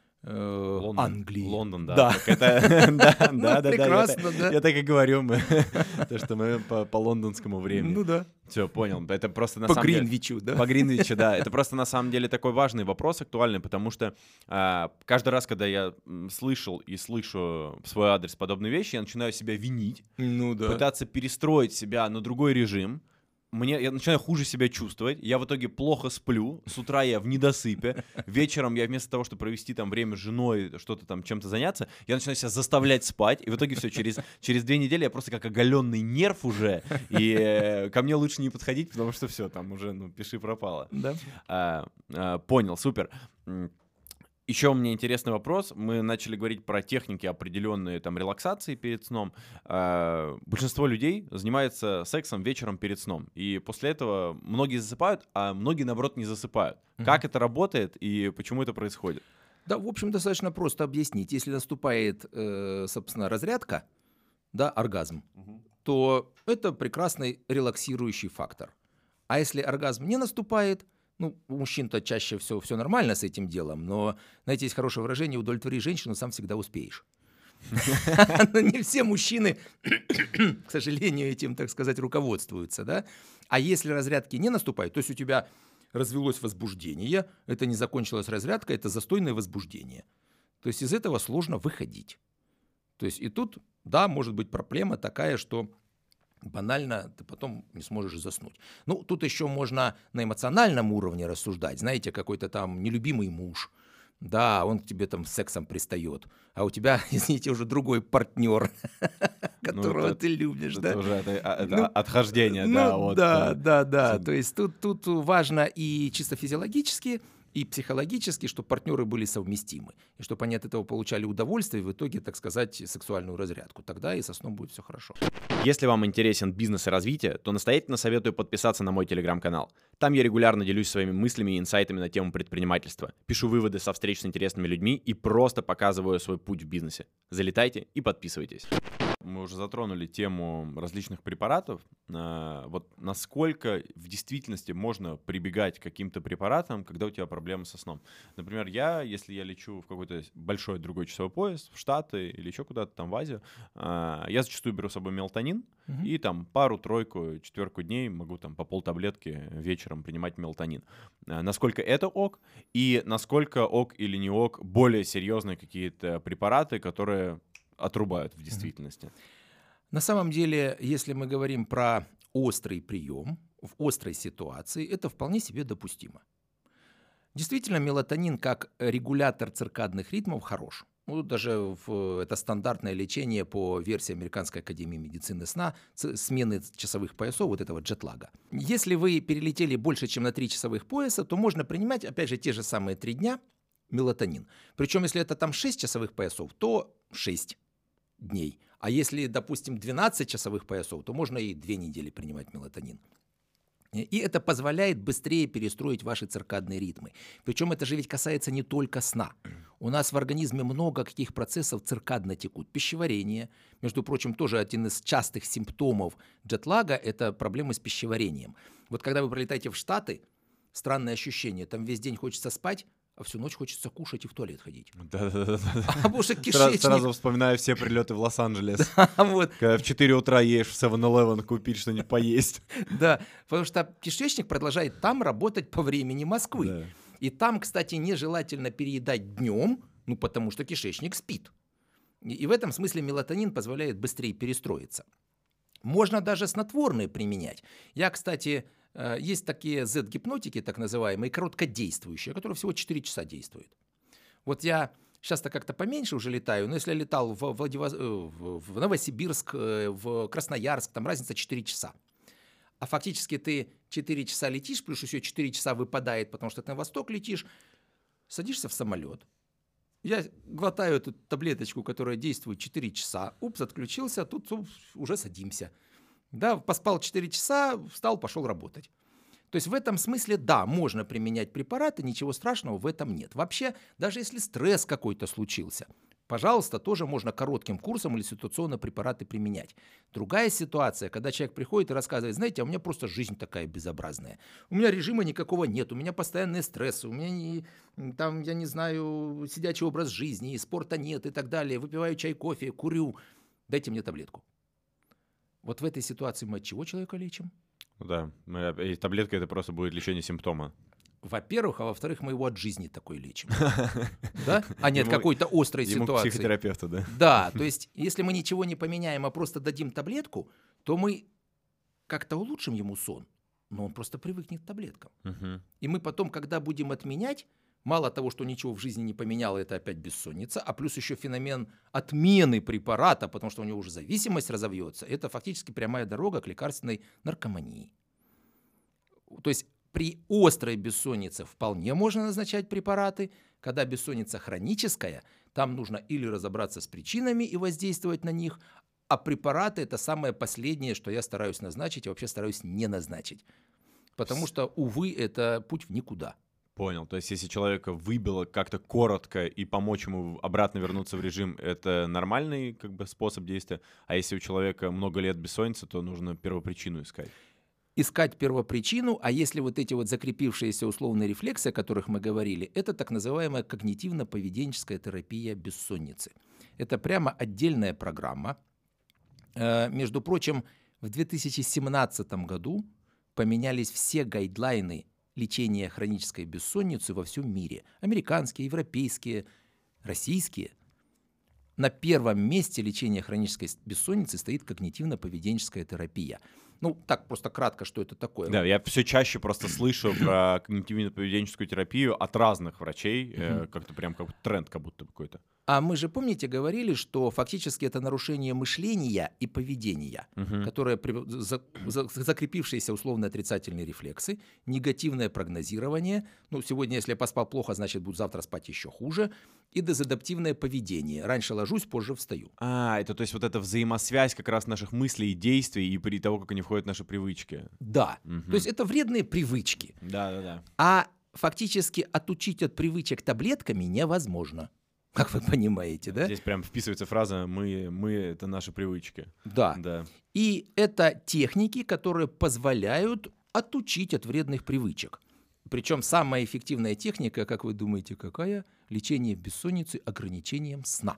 Англии. Лондон, да. Да. Да. Прекрасно, да. Я так и говорю, то, что мы по лондонскому времени. Ну да. Все, понял. Это просто на По самом деле... Гринвичу, да. По Гринвичу, да. Это просто на самом деле такой важный вопрос, актуальный, потому что каждый раз, когда я слышал и слышу в свой адрес подобные вещи, я начинаю себя винить, пытаться перестроить себя на другой режим. Я начинаю хуже себя чувствовать, я в итоге плохо сплю, с утра я в недосыпе, вечером я вместо того, чтобы провести там время с женой, что-то там чем-то заняться, я начинаю себя заставлять спать, и в итоге все, через 2 недели я просто как оголенный нерв уже, и ко мне лучше не подходить, потому что все, там уже, пиши пропало. Да. Понял, супер. Еще мне интересный вопрос. Мы начали говорить про техники определенные, там, релаксации перед сном. Большинство людей занимается сексом вечером перед сном. И после этого многие засыпают, а многие, наоборот, не засыпают. Как это работает и почему это происходит? Да, в общем, достаточно просто объяснить. Если наступает, собственно, разрядка, да, оргазм, то это прекрасный релаксирующий фактор. А если оргазм не наступает, ну, у мужчин-то чаще все нормально с этим делом, но, знаете, есть хорошее выражение: удовлетвори женщину, сам всегда успеешь. Но не все мужчины, к сожалению, этим, так сказать, руководствуются, да. А если разрядки не наступают, то есть у тебя развелось возбуждение, это не закончилась разрядка, это застойное возбуждение. То есть из этого сложно выходить. То есть и тут, да, может быть проблема такая, что банально ты потом не сможешь заснуть. Ну, тут еще можно на эмоциональном уровне рассуждать. Знаете, какой-то там нелюбимый муж, да, он к тебе там с сексом пристает, а у тебя, извините, уже другой партнер, которого ты любишь, да? Это уже отхождение, да. Да. То есть тут важно и чисто физиологически, и психологически, чтобы партнеры были совместимы, и чтобы они от этого получали удовольствие, и в итоге, так сказать, сексуальную разрядку. Тогда и со сном будет все хорошо. Если вам интересен бизнес и развитие, то настоятельно советую подписаться на мой телеграм-канал. Там я регулярно делюсь своими мыслями и инсайтами на тему предпринимательства, пишу выводы со встреч с интересными людьми и просто показываю свой путь в бизнесе. Залетайте и подписывайтесь. Мы уже затронули тему различных препаратов. Вот насколько в действительности можно прибегать к каким-то препаратам, когда у тебя проблемы со сном? Например, если я лечу в какой-то большой другой часовой пояс, в Штаты или еще куда-то там в Азию, я зачастую беру с собой мелатонин и там пару, тройку, четверку дней могу там по полтаблетки вечером принимать мелатонин. Насколько это ок? И насколько ок или не ок более серьезные какие-то препараты, которые отрубают в действительности? На самом деле, если мы говорим про острый прием в острой ситуации, это вполне себе допустимо. Действительно, мелатонин как регулятор циркадных ритмов хорош. Ну, даже это стандартное лечение по версии Американской академии медицины сна, смены часовых поясов, вот этого джетлага. Если вы перелетели больше, чем на 3 часовых пояса, то можно принимать, опять же, те же самые 3 дня мелатонин. Причем, если это там 6 часовых поясов, то 6 дней. А если, допустим, 12 часовых поясов, то можно и 2 недели принимать мелатонин. И это позволяет быстрее перестроить ваши циркадные ритмы. Причем это же ведь касается не только сна. У нас в организме много каких процессов циркадно текут. Пищеварение, между прочим, тоже один из частых симптомов джетлага – это проблемы с пищеварением. Вот когда вы прилетаете в Штаты, странное ощущение, там весь день хочется спать, а всю ночь хочется кушать и в туалет ходить. Да. Потому что кишечник... Сразу вспоминаю все прилеты в Лос-Анджелес. Вот. Когда в 4 утра едешь в 7-Eleven купить что-нибудь поесть. Да, потому что кишечник продолжает там работать по времени Москвы. Да. И там, кстати, нежелательно переедать днем, ну потому что кишечник спит. И в этом смысле мелатонин позволяет быстрее перестроиться. Можно даже снотворные применять. Я, кстати... Есть такие Z-гипнотики, так называемые, короткодействующие, которые всего 4 часа действуют. Вот я сейчас-то как-то поменьше уже летаю, но если я летал в Новосибирск, в Красноярск, там разница 4 часа. А фактически ты 4 часа летишь, плюс еще 4 часа выпадает, потому что ты на восток летишь, садишься в самолет. Я глотаю эту таблеточку, которая действует 4 часа, отключился, тут уже садимся. Да, поспал 4 часа, встал, пошел работать. То есть в этом смысле, да, можно применять препараты, ничего страшного в этом нет. Вообще, даже если стресс какой-то случился, пожалуйста, тоже можно коротким курсом или ситуационно препараты применять. Другая ситуация, когда человек приходит и рассказывает: знаете, а у меня просто жизнь такая безобразная. У меня режима никакого нет, у меня постоянные стрессы, у меня там, я не знаю, сидячий образ жизни, спорта нет и так далее, выпиваю чай, кофе, курю. Дайте мне таблетку. Вот в этой ситуации мы от чего человека лечим? Да, и таблетка — это просто будет лечение симптома. Во-первых, а во-вторых, мы его от жизни такой лечим. Да? А не от какой-то острой ситуации. Ему к психотерапевту, да? Да, то есть если мы ничего не поменяем, а просто дадим таблетку, то мы как-то улучшим ему сон, но он просто привыкнет к таблеткам. И мы потом, когда будем отменять, мало того, что ничего в жизни не поменяло, это опять бессонница, а плюс еще феномен отмены препарата, потому что у него уже зависимость разовьется, это фактически прямая дорога к лекарственной наркомании. То есть При острой бессоннице вполне можно назначать препараты. Когда бессонница хроническая, там нужно или разобраться с причинами и воздействовать на них, а препараты – это самое последнее, что я стараюсь назначить, и вообще стараюсь не назначить. Потому что, увы, это путь в никуда. Понял. То есть, если человека выбило как-то коротко и помочь ему обратно вернуться в режим, это нормальный как бы способ действия. А если у человека много лет бессонницы, то нужно первопричину искать. Искать первопричину, а если вот эти вот закрепившиеся условные рефлексы, о которых мы говорили, это так называемая когнитивно-поведенческая терапия бессонницы. Это прямо отдельная программа. Между прочим, в 2017 году поменялись все гайдлайны лечения хронической бессонницы во всем мире. Американские, европейские, российские. На первом месте лечения хронической бессонницы стоит когнитивно-поведенческая терапия. Ну, так просто кратко, что это такое. Да, я все чаще просто слышу про когнитивно-поведенческую терапию от разных врачей, как-то прям как тренд как будто какой-то. А мы же, помните, говорили, что фактически это нарушение мышления и поведения, которое закрепившиеся условно-отрицательные рефлексы, негативное прогнозирование, ну, сегодня, если я поспал плохо, значит, буду завтра спать еще хуже, и дезадаптивное поведение. Раньше ложусь, позже встаю. Это то есть вот эта взаимосвязь как раз наших мыслей и действий и при того, как они входят в наши привычки. Да, то есть это вредные привычки. Да. А фактически отучить от привычек таблетками невозможно. Как вы понимаете, да? Здесь прям вписывается фраза «мы — это наши привычки». Да. И это техники, которые позволяют отучить от вредных привычек. Причем самая эффективная техника, как вы думаете, какая? Лечение бессонницы ограничением сна.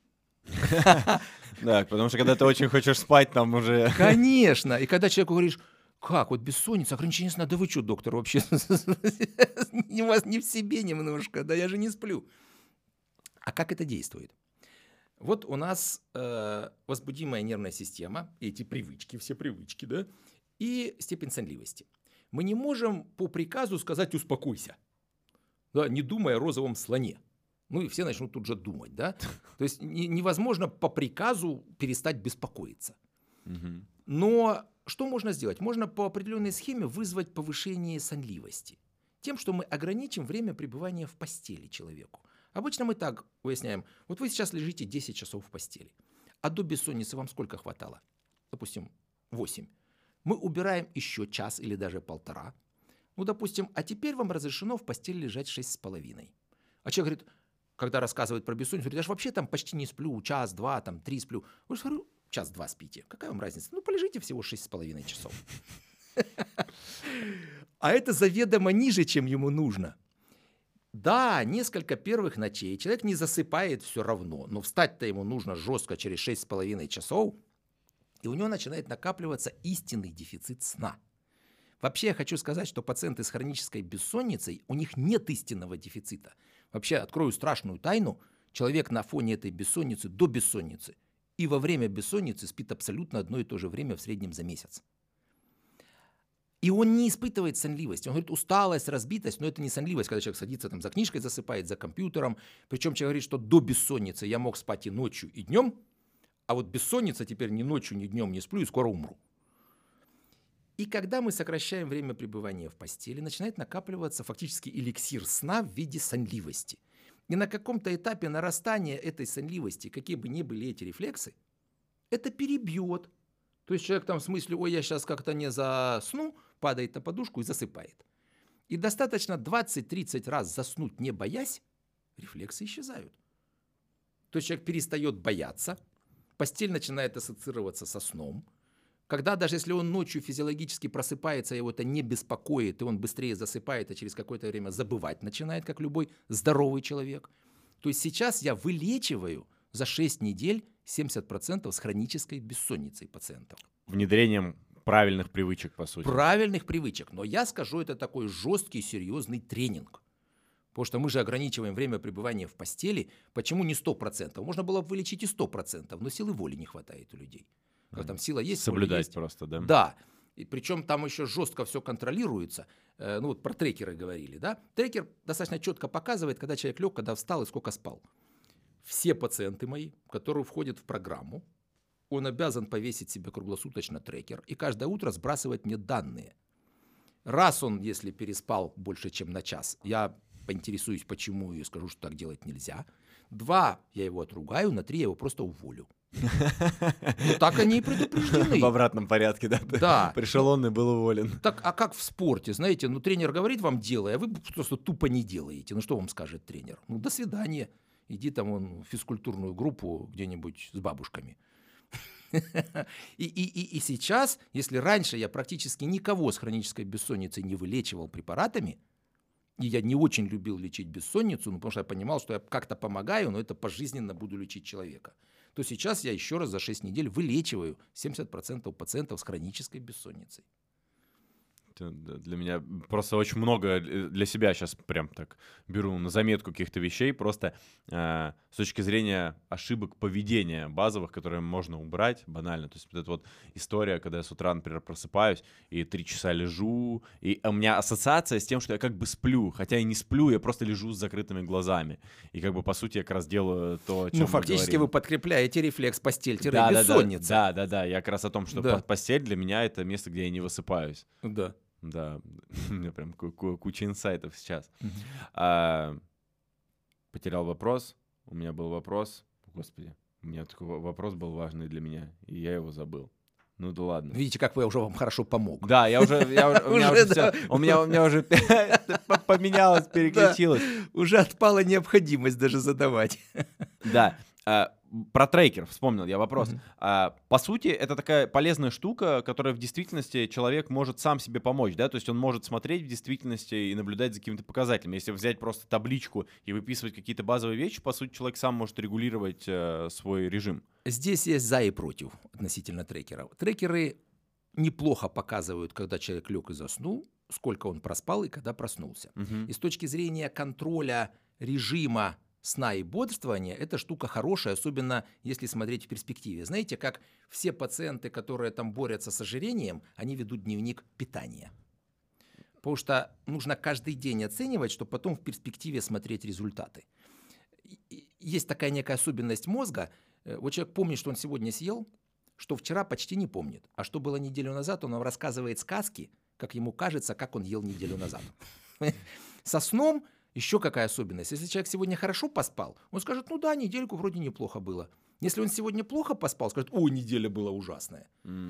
Да, потому что когда ты очень хочешь спать, там уже... Конечно. И когда человеку говоришь: как, вот бессонница, ограничение сна, да вы что, доктор, вообще у вас не в себе немножко, да я же не сплю. А как это действует? Вот у нас возбудимая нервная система, эти привычки, все привычки, да, и степень сонливости. Мы не можем по приказу сказать «успокойся», да, не думая о розовом слоне. Ну и все начнут тут же думать, да. То есть невозможно по приказу перестать беспокоиться. Но что можно сделать? Можно по определенной схеме вызвать повышение сонливости тем, что мы ограничим время пребывания в постели человеку. Обычно мы так выясняем: вот вы сейчас лежите 10 часов в постели, а до бессонницы вам сколько хватало? Допустим, 8. Мы убираем еще час или даже 1,5. Ну, допустим, а теперь вам разрешено в постели лежать 6,5. А человек говорит, когда рассказывает про бессонницу, говорит: я же вообще там почти не сплю, час, 2, там 3 сплю. Я говорю: час-2 спите, какая вам разница? Ну, полежите всего 6,5 часов. А это заведомо ниже, чем ему нужно. Да, несколько первых ночей человек не засыпает все равно, но встать-то ему нужно жестко через 6,5 часов, и у него начинает накапливаться истинный дефицит сна. Вообще я хочу сказать, что пациенты с хронической бессонницей, у них нет истинного дефицита. Вообще, открою страшную тайну: человек на фоне этой бессонницы до бессонницы и во время бессонницы спит абсолютно одно и то же время в среднем за месяц. И он не испытывает сонливость. Он говорит: усталость, разбитость, но это не сонливость, когда человек садится там за книжкой, засыпает, за компьютером. Причем человек говорит, что до бессонницы я мог спать и ночью, и днем, а вот бессонница теперь ни ночью, ни днем не сплю и скоро умру. И когда мы сокращаем время пребывания в постели, начинает накапливаться фактически эликсир сна в виде сонливости. И на каком-то этапе нарастания этой сонливости, какие бы ни были эти рефлексы, это перебьет. То есть человек там в смысле: ой, я сейчас как-то не засну, падает на подушку и засыпает. И достаточно 20-30 раз заснуть, не боясь, рефлексы исчезают. То есть человек перестает бояться, постель начинает ассоциироваться со сном. Когда даже если он ночью физиологически просыпается, его это не беспокоит, и он быстрее засыпает, а через какое-то время забывать начинает, как любой здоровый человек. То есть сейчас я вылечиваю за 6 недель 70% с хронической бессонницей пациентов. Внедрением правильных привычек, по сути. Правильных привычек. Но я скажу, это такой жесткий, серьезный тренинг. Потому что мы же ограничиваем время пребывания в постели. Почему не 100%? Можно было бы вылечить и 100%, но силы воли не хватает у людей. Как там сила есть, соблюдать есть. Просто, да? Да. И причем там еще жестко все контролируется. Ну вот про трекеры говорили, да? Трекер достаточно четко показывает, когда человек лег, когда встал и сколько спал. Все пациенты мои, которые входят в программу, он обязан повесить себе круглосуточно трекер и каждое утро сбрасывать мне данные. Раз он, если переспал больше, чем на час, я поинтересуюсь, почему, и скажу, что так делать нельзя. 2, я его отругаю, на 3 я его просто уволю. Ну, так они и предупреждены. В обратном порядке, да? Да. Пришел он и был уволен. Так, а как в спорте, знаете, тренер говорит вам делай, а вы просто тупо не делаете. Ну, что вам скажет тренер? Ну, до свидания. Иди там в физкультурную группу где-нибудь с бабушками. И сейчас, если раньше я практически никого с хронической бессонницей не вылечивал препаратами, и я не очень любил лечить бессонницу, потому что я понимал, что я как-то помогаю, но это пожизненно буду лечить человека, то сейчас я еще раз за 6 недель вылечиваю 70% пациентов с хронической бессонницей. Для меня просто очень много для себя сейчас прям так беру на заметку каких-то вещей, просто с точки зрения ошибок поведения базовых, которые можно убрать банально. То есть вот эта вот история, когда я с утра, например, просыпаюсь и 3 часа лежу, и у меня ассоциация с тем, что я как бы сплю, хотя я не сплю, я просто лежу с закрытыми глазами. И как бы по сути я как раз делаю то, о чем фактически вы подкрепляете рефлекс постель-бессонница. Да, я как раз о том, что постель для меня это место, где я не высыпаюсь. Да, у меня прям куча инсайтов сейчас. Потерял вопрос. У меня был вопрос. Господи, у меня такой вопрос был важный для меня, и я его забыл. Ну да ладно. Видите, как я уже вам хорошо помог. Да, у меня уже поменялось, переключилось. Уже отпала необходимость даже задавать. Да. Про трекер вспомнил я вопрос. По сути, это такая полезная штука, которая в действительности человек может сам себе помочь, да, то есть он может смотреть в действительности и наблюдать за какими-то показателями. Если взять просто табличку и выписывать какие-то базовые вещи, по сути, человек сам может регулировать свой режим. Здесь есть за и против относительно трекеров. Трекеры неплохо показывают, когда человек лег и заснул, сколько он проспал и когда проснулся. И с точки зрения контроля режима сна и бодрствования, эта штука хорошая, особенно если смотреть в перспективе. Знаете, как все пациенты, которые там борются с ожирением, они ведут дневник питания. Потому что нужно каждый день оценивать, чтобы потом в перспективе смотреть результаты. Есть такая некая особенность мозга. Вот человек помнит, что он сегодня съел, что вчера почти не помнит. А что было неделю назад, он нам рассказывает сказки, как ему кажется, как он ел неделю назад. Со сном еще какая особенность? Если человек сегодня хорошо поспал, он скажет, ну да, недельку вроде неплохо было. Если он сегодня плохо поспал, скажет, ой, неделя была ужасная.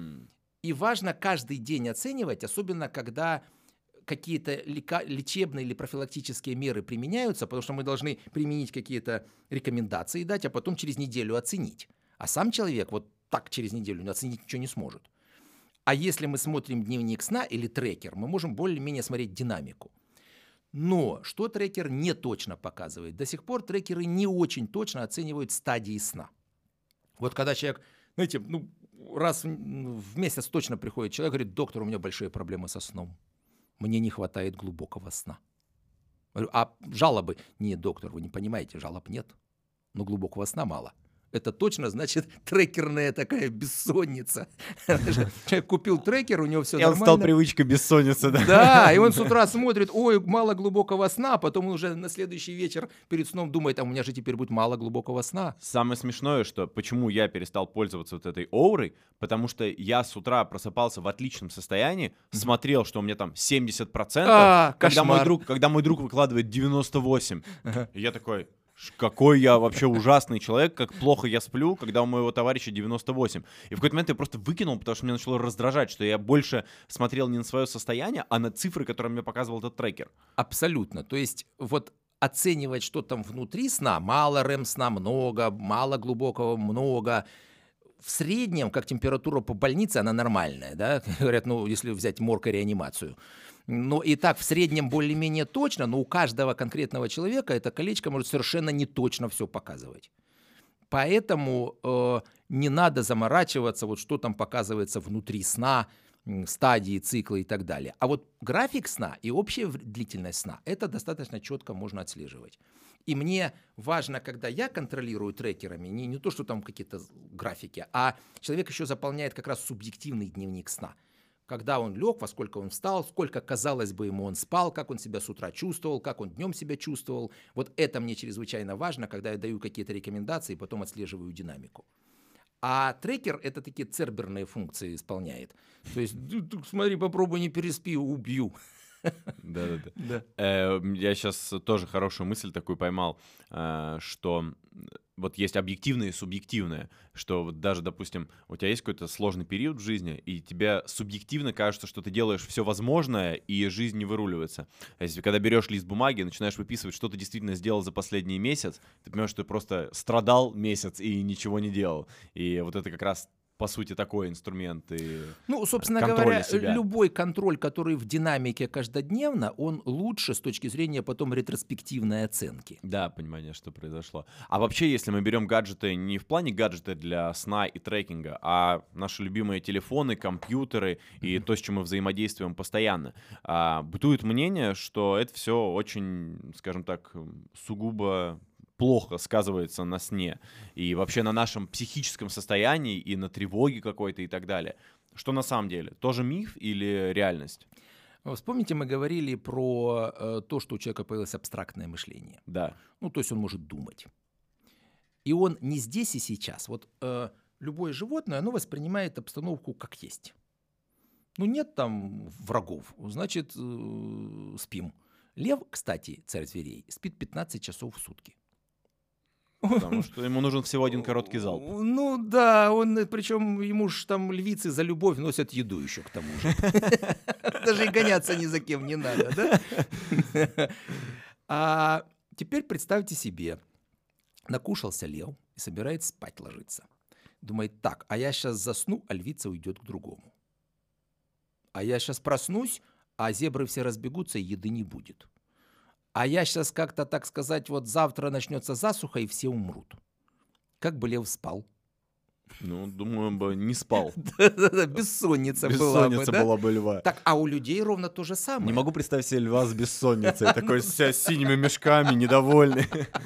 И важно каждый день оценивать, особенно когда какие-то лечебные или профилактические меры применяются, потому что мы должны применить какие-то рекомендации дать, а потом через неделю оценить. А сам человек вот так через неделю оценить ничего не сможет. А если мы смотрим дневник сна или трекер, мы можем более-менее смотреть динамику. Но что трекер не точно показывает? До сих пор трекеры не очень точно оценивают стадии сна. Вот когда человек, знаете, раз в месяц точно приходит человек, говорит, доктор, у меня большие проблемы со сном. Мне не хватает глубокого сна. Говорю, а жалобы? Нет, доктор, вы не понимаете, жалоб нет, но глубокого сна мало. Это точно значит трекерная такая бессонница. Человек купил трекер, у него все нормально. И он стал привычкой бессонницы, да? Да, и он с утра смотрит, ой, мало глубокого сна, а потом он уже на следующий вечер перед сном думает, а у меня же теперь будет мало глубокого сна. Самое смешное, что почему я перестал пользоваться вот этой оурой, потому что я с утра просыпался в отличном состоянии, смотрел, что у меня там 70%, когда мой друг выкладывает 98%. И я такой... Какой я вообще ужасный человек, как плохо я сплю, когда у моего товарища 98. И в какой-то момент я просто выкинул, потому что меня начало раздражать, что я больше смотрел не на свое состояние, а на цифры, которые мне показывал этот трекер. Абсолютно. То есть вот оценивать, что там внутри сна, мало REM-сна, много, мало глубокого, много. В среднем, как температура по больнице, она нормальная, да? Говорят, если взять морг-реанимацию. Но и так в среднем более-менее точно, но у каждого конкретного человека это колечко может совершенно не точно все показывать. Поэтому не надо заморачиваться, вот что там показывается внутри сна, стадии, циклы и так далее. А вот график сна и общая длительность сна, это достаточно четко можно отслеживать. И мне важно, когда я контролирую трекерами, не то, что там какие-то графики, а человек еще заполняет как раз субъективный дневник сна. Когда он лег, во сколько он встал, сколько, казалось бы, ему он спал, как он себя с утра чувствовал, как он днем себя чувствовал. Вот это мне чрезвычайно важно, когда я даю какие-то рекомендации и потом отслеживаю динамику. А трекер это такие церберные функции исполняет. То есть, смотри, попробуй не переспи, убью. Да-да-да. Я сейчас тоже хорошую мысль такую поймал, что вот есть объективное и субъективное, что вот даже, допустим, у тебя есть какой-то сложный период в жизни, и тебе субъективно кажется, что ты делаешь все возможное, и жизнь не выруливается. А если когда берешь лист бумаги, начинаешь выписывать, что ты действительно сделал за последний месяц, ты понимаешь, что ты просто страдал месяц и ничего не делал. И вот это как раз по сути, такой инструмент и Ну, собственно контроль говоря, на себя. любой контроль, который в динамике каждодневно, он лучше с точки зрения потом ретроспективной оценки. Да, понимание, что произошло. А вообще, если мы берем гаджеты не в плане гаджеты для сна и трекинга, а наши любимые телефоны, компьютеры и то, с чем мы взаимодействуем постоянно, бытует мнение, что это все очень, скажем так, сугубо плохо сказывается на сне и вообще на нашем психическом состоянии и на тревоге какой-то и так далее. Что на самом деле? Тоже миф или реальность? Вспомните, мы говорили про то, что у человека появилось абстрактное мышление. Да. Ну, то есть он может думать. И он не здесь и сейчас. Вот любое животное, оно воспринимает обстановку как есть. Ну, нет там врагов, значит, спим. Лев, кстати, царь зверей, спит 15 часов в сутки. Потому что ему нужен всего один короткий залп. Ну да, причем ему ж там львицы за любовь носят еду еще к тому же. Даже и гоняться ни за кем не надо, да? А теперь представьте себе, накушался лев и собирается спать ложиться. Думает, так, а я сейчас засну, а львица уйдет к другому. А я сейчас проснусь, а зебры все разбегутся, и еды не будет. А я сейчас как-то, так сказать, вот завтра начнется засуха, и все умрут. Как бы лев спал? Ну, думаю, бы не спал. Бессонница была бы, Бессонница была бы льва. Так, а у людей ровно то же самое. Не могу представить себе льва с бессонницей, такой с синими мешками, недовольный.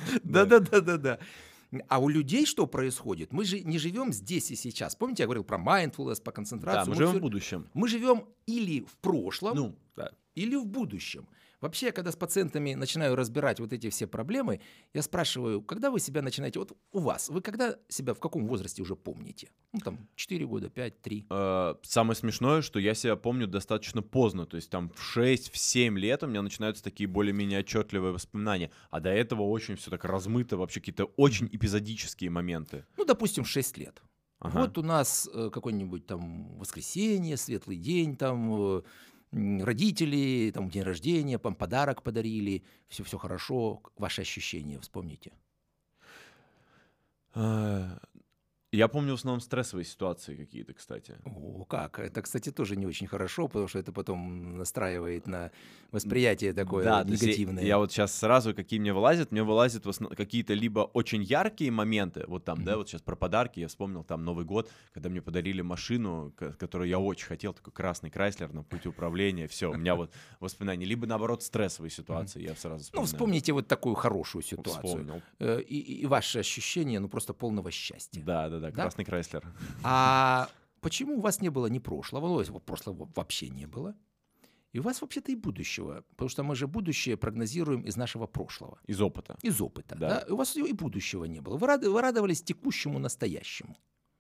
Да. А у людей что происходит? Мы же не живем здесь и сейчас. Помните, я говорил про mindfulness, по концентрации. Да, мы живем в будущем. Мы живем или в прошлом, Ну, да. или в будущем. Вообще, я когда с пациентами начинаю разбирать вот эти все проблемы, я спрашиваю, когда вы себя начинаете, вот у вас, вы когда себя в каком возрасте уже помните? Ну, там, 4 года, 5, 3. Самое смешное, что я себя помню достаточно поздно, то есть там в 6, в 7 лет у меня начинаются такие более-менее отчетливые воспоминания, а до этого очень все так размыто, вообще какие-то очень эпизодические моменты. Ну, допустим, в 6 лет. Ага. Вот у нас какое-нибудь там воскресенье, светлый день, там родители, там день рождения, вам подарок подарили, все хорошо. Ваши ощущения вспомните. Я помню в основном стрессовые ситуации какие-то, кстати. О, как? Это, кстати, тоже не очень хорошо, потому что это потом настраивает на восприятие такое негативное. Я вот сейчас сразу, какие мне вылазят в основном какие-то либо очень яркие моменты, вот там, да, вот сейчас про подарки, я вспомнил там Новый год, когда мне подарили машину, которую я очень хотел, такой красный Крайслер на пути управления, все, у меня вот воспоминания, либо наоборот стрессовые ситуации, я сразу вспоминаю. Ну, вспомните вот такую хорошую ситуацию. Вспомнил. И ваши ощущения, ну, просто полного счастья. Да, красный Крайслер. А почему у вас не было ни прошлого, прошлого вообще не было, и у вас вообще-то и будущего, потому что мы же будущее прогнозируем из нашего прошлого. Из опыта. Из опыта, Да. да? У вас и будущего не было. Вы радовались текущему настоящему.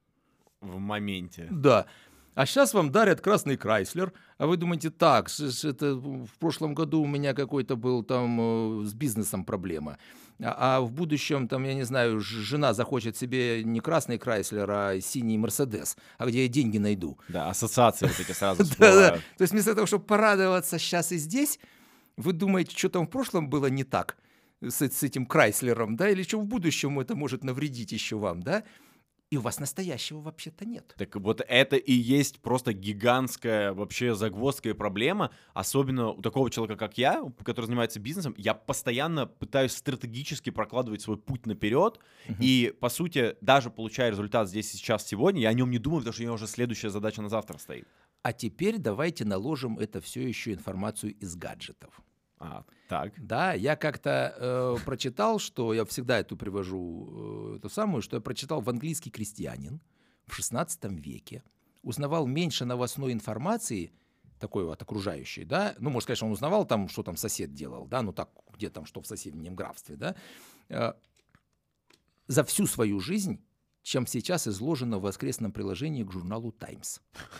В моменте. Да. А сейчас вам дарят красный Крайслер, а вы думаете, так, это в прошлом году у меня какой-то был там с бизнесом проблема, а в будущем, там, я не знаю, жена захочет себе не красный Крайслер, а синий Мерседес, а где я деньги найду? Да, ассоциации вот эти сразу Да. всплывают. То есть вместо того, чтобы порадоваться сейчас и здесь, вы думаете, что там в прошлом было не так с этим Крайслером, да, или что в будущем это может навредить еще вам, да? И у вас настоящего вообще-то нет. Так вот это и есть просто гигантская вообще загвоздка и проблема, особенно у такого человека, как я, который занимается бизнесом, я постоянно пытаюсь стратегически прокладывать свой путь наперед, и, по сути, даже получая результат здесь и сейчас, сегодня, я о нем не думаю, потому что у меня уже следующая задача на завтра стоит. А теперь давайте наложим это все еще информацию из гаджетов. Так. Да, я как-то прочитал, что я всегда эту привожу, что я прочитал в английский крестьянин в 16 веке, узнавал меньше новостной информации, такой вот окружающей, да, ну, можно сказать, что он узнавал там, что там сосед делал, да, ну так, где там, что в соседнем графстве, да, за всю свою жизнь чем сейчас изложено в воскресном приложении к журналу «Таймс».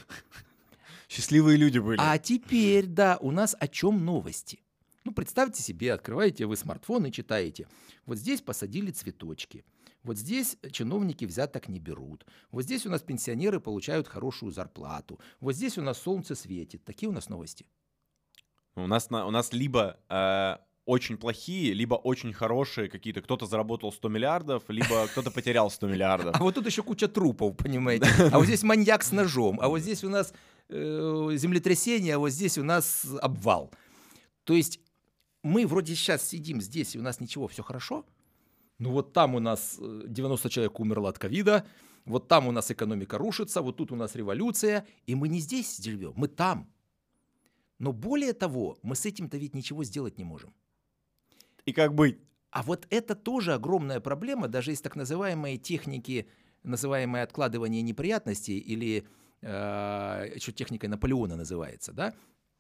Счастливые люди были. А теперь, да, у нас о чем новости? Ну, представьте себе, открываете вы смартфон и читаете. Вот здесь посадили цветочки. Вот здесь чиновники взяток не берут. Вот здесь у нас пенсионеры получают хорошую зарплату. Вот здесь у нас солнце светит. Такие у нас новости. У нас либо очень плохие, либо очень хорошие какие-то. Кто-то заработал 100 миллиардов, либо кто-то потерял 100 миллиардов. А вот тут еще куча трупов, понимаете. А вот здесь маньяк с ножом. А вот здесь у нас землетрясение, а вот здесь у нас обвал. То есть мы вроде сейчас сидим здесь, и у нас ничего, все хорошо. Ну вот там у нас 90 человек умерло от ковида, вот там у нас экономика рушится, вот тут у нас революция, и мы не здесь живем, мы там. Но более того, мы с этим-то ведь ничего сделать не можем. И как быть? А вот это тоже огромная проблема, даже из так называемой техники, называемой откладывание неприятностей, или еще техникой Наполеона называется, да?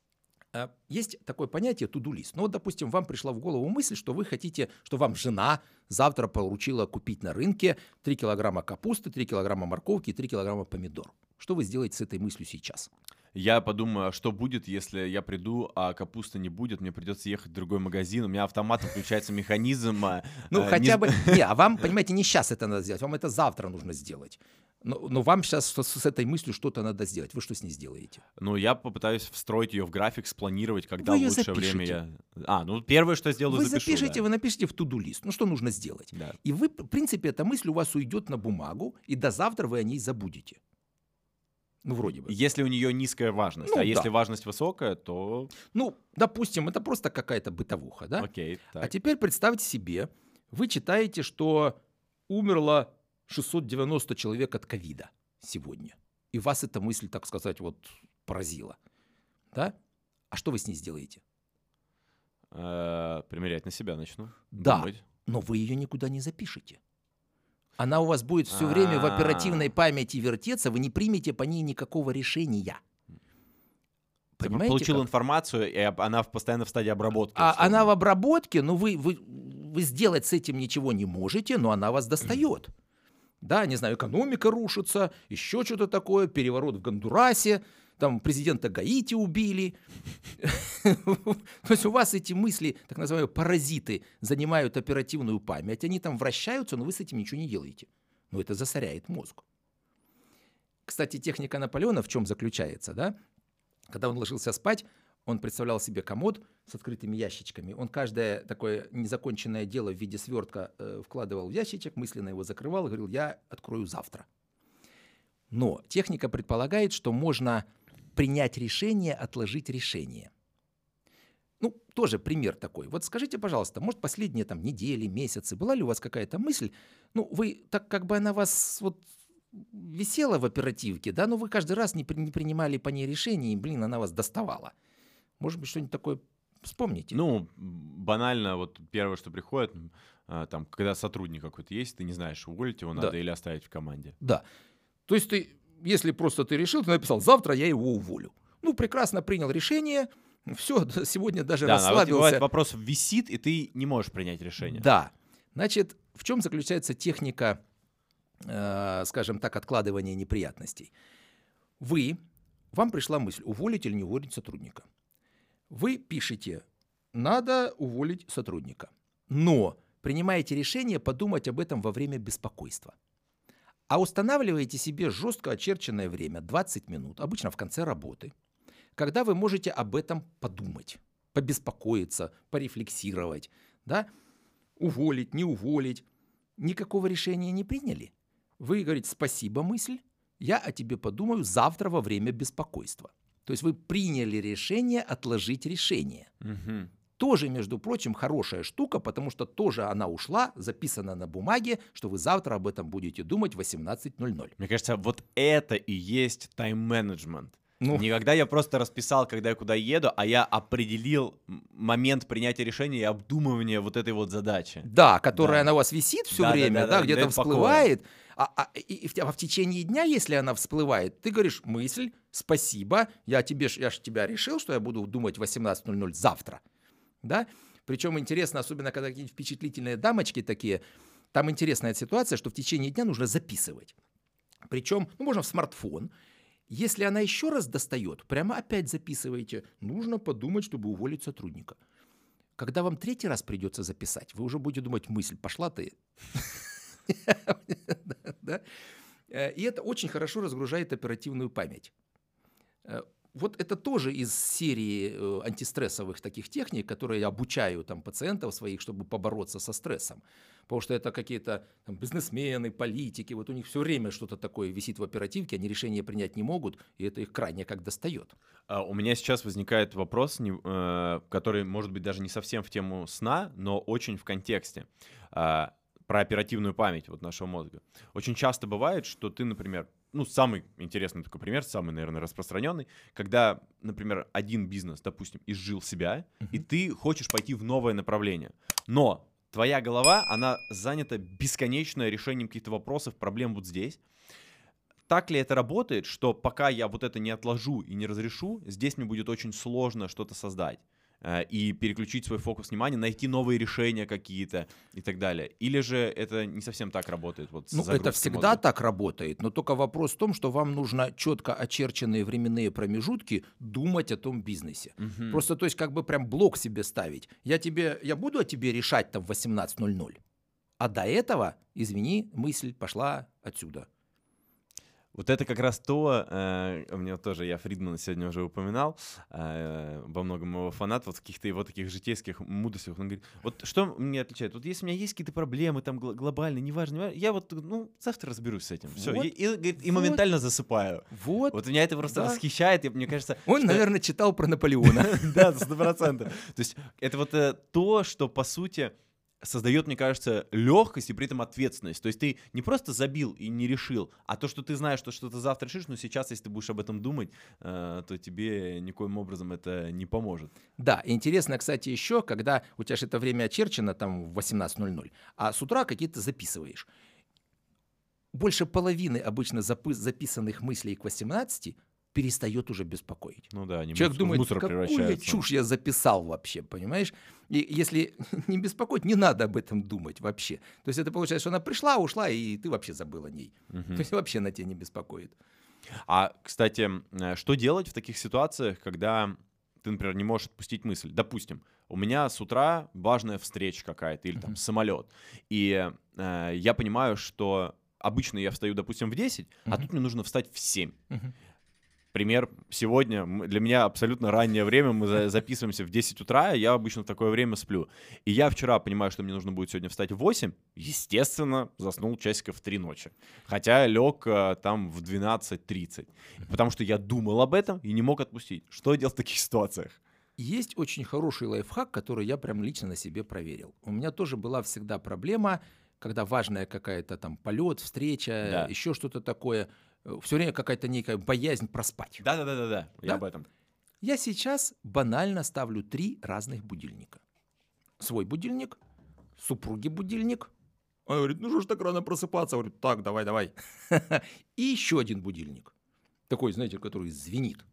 Есть такое понятие to-do-list. Ну вот, допустим, вам пришла в голову мысль, что вы хотите, что вам жена завтра поручила купить на рынке 3 килограмма капусты, 3 килограмма морковки и 3 килограмма помидор. Что вы сделаете с этой мыслью сейчас? Я подумаю, а что будет, если я приду, а капусты не будет, мне придется ехать в другой магазин, у меня автоматом включается механизм. Ну, хотя бы... Не, а вам, понимаете, не сейчас это надо сделать, вам это завтра нужно сделать. Но вам сейчас с этой мыслью что-то надо сделать. Вы что с ней сделаете? Ну, я попытаюсь встроить ее в график, спланировать, когда Вы её лучшее запишите. время я... Ну, первое, что я сделаю, Вы запишу. запишите, Да. вы напишите в to-do-list, ну что нужно сделать. Да. И вы, в принципе, эта мысль у вас уйдет на бумагу, и до завтра вы о ней забудете. Ну, вроде бы. Если у нее низкая важность, Ну, а да. если важность высокая, то Ну, допустим, это просто какая-то бытовуха, да? окей. А Так. теперь представьте себе, вы читаете, что умерло 690 человек от ковида сегодня. И вас эта мысль, так сказать, вот поразила. Да? А что вы с ней сделаете? Примерять на себя начну. Да. Думать. Но вы ее никуда не запишете. Она у вас будет все время в оперативной памяти вертеться, вы не примете по ней никакого решения. Ты Понимаете, получил как? информацию, и она постоянно в стадии обработки. А условно. она в обработке, но вы сделать с этим ничего не можете, но она вас достает. Да, не знаю, экономика рушится, еще что-то такое, переворот в Гондурасе, там президента Гаити убили. То есть у вас эти мысли, так называемые паразиты, занимают оперативную память, они там вращаются, но вы с этим ничего не делаете. Но это засоряет мозг. Кстати, техника Наполеона в чем заключается, да? Когда он ложился спать, он представлял себе комод с открытыми ящичками. Он каждое такое незаконченное дело в виде свертка вкладывал в ящичек, мысленно его закрывал и говорил: я открою завтра. Но техника предполагает, что можно принять решение, отложить решение. Ну, тоже пример такой. Вот скажите, пожалуйста, может, последние там недели, месяцы, была ли у вас какая-то мысль, ну, вы, так как бы она вас вот висела в оперативке, да, но вы каждый раз не принимали по ней решение, и, блин, она вас доставала. Может быть, что-нибудь такое вспомните? Ну, банально, вот первое, что приходит, там, когда сотрудник какой-то есть, ты не знаешь, уволить его надо или оставить в команде. Да. То есть ты, если просто ты решил, ты написал: завтра я его уволю. Ну, прекрасно принял решение, все, сегодня даже Да, расслабился. а вот бывает, вопрос висит, и ты не можешь принять решение. Да. Значит, в чем заключается техника, скажем так, откладывания неприятностей? Вам пришла мысль, уволить или не уволить сотрудника. Вы пишете: надо уволить сотрудника. Но принимаете решение подумать об этом во время беспокойства. А устанавливаете себе жестко очерченное время, 20 минут, обычно в конце работы, когда вы можете об этом подумать, побеспокоиться, порефлексировать, да? Уволить, не уволить. Никакого решения не приняли. Вы говорите: спасибо, мысль, я о тебе подумаю завтра во время беспокойства. То есть вы приняли решение отложить решение. Угу. Тоже, между прочим, хорошая штука, потому что тоже она ушла, записана на бумаге, что вы завтра об этом будете думать в 18:00. Мне кажется, вот это и есть тайм-менеджмент. Ну. Не когда я просто расписал, когда я куда еду, а я определил момент принятия решения и обдумывания вот этой вот задачи. Да, которая Да. на вас висит все Да, время, да, где-то нет всплывает. И в течение дня, если она всплывает, ты говоришь: мысль, спасибо, я ж тебя решил, что я буду думать в 18:00 завтра. Да? Причем интересно, особенно когда какие-нибудь впечатлительные дамочки такие, Там интересная ситуация, что в течение дня нужно записывать. Причем, можно в смартфон. Если она еще раз достает, прямо опять записываете. Нужно подумать, чтобы уволить сотрудника. Когда вам третий раз придется записать, вы уже будете думать, мысль, пошла ты. И это очень хорошо разгружает оперативную память. Вот это тоже из серии антистрессовых таких техник, которые я обучаю пациентов своих, чтобы побороться со стрессом. Потому что это какие-то бизнесмены, политики, вот у них все время что-то такое висит в оперативке, они решения принять не могут, и это их крайне как достает. У меня сейчас возникает вопрос, который, может быть, даже не совсем в тему сна, но очень в контексте. Про оперативную память нашего мозга. Очень часто бывает, что ты, например, самый интересный такой пример, самый, наверное, распространенный, когда, например, один бизнес, допустим, изжил себя, и ты хочешь пойти в новое направление, но твоя голова, она занята бесконечно решением каких-то вопросов, проблем вот здесь. Так ли это работает, что пока я вот это не отложу и не разрешу, здесь мне будет очень сложно что-то создать и переключить свой фокус внимания, найти новые решения какие-то и так далее? Или же это не совсем так работает? Это всегда мозга? Так работает, но только вопрос в том, что вам нужно четко очерченные временные промежутки думать о том бизнесе. Просто, то есть, прям блок себе ставить. Я буду о тебе решать в 18:00, а до этого, извини, мысль пошла отсюда. Вот это как раз то, у меня тоже, я Фридмана сегодня уже упоминал, во многом его фанат, в каких-то его таких житейских мудростях, он говорит, вот что меня отличает, вот если у меня есть какие-то проблемы глобальные, неважно, я завтра разберусь с этим, все, и моментально засыпаю. Вот меня это просто восхищает, мне кажется... Он, наверное, читал про Наполеона. Да, 100%. То есть это то, что, по сути... создает, мне кажется, легкость и при этом ответственность. То есть ты не просто забил и не решил, а то, что ты знаешь, что ты завтра решишь, но сейчас, если ты будешь об этом думать, то тебе никоим образом это не поможет. Да, интересно, кстати, еще, когда у тебя же это время очерчено в 18:00, а с утра какие-то записываешь. Больше половины обычно записанных мыслей к 18 перестает уже беспокоить. Они человек думает, мусор какую чушь я записал вообще, понимаешь? И если не беспокоить, не надо об этом думать вообще. То есть это получается, что она пришла, ушла, и ты вообще забыл о ней. То есть вообще она тебя не беспокоит. А, кстати, что делать в таких ситуациях, когда ты, например, не можешь отпустить мысль? Допустим, у меня с утра важная встреча какая-то или самолет, и я понимаю, что обычно я встаю, допустим, в 10, а тут мне нужно встать в 7. Пример, сегодня для меня абсолютно раннее время, мы записываемся в 10 утра, я обычно в такое время сплю. И я вчера понимаю, что мне нужно будет сегодня встать в 8, естественно, заснул часиков в 3 ночи. Хотя лег в 12:30, потому что я думал об этом и не мог отпустить. Что делать в таких ситуациях? Есть очень хороший лайфхак, который я прям лично на себе проверил. У меня тоже была всегда проблема, когда важная какая-то полет, встреча, еще что-то такое, все время какая-то некая боязнь проспать. Да, я об этом. Я сейчас банально ставлю 3 разных будильника. Свой будильник, супруги будильник. Она говорит, что ж так рано просыпаться? Я говорю, так, давай. И еще один будильник. Такой, знаете, который звенит.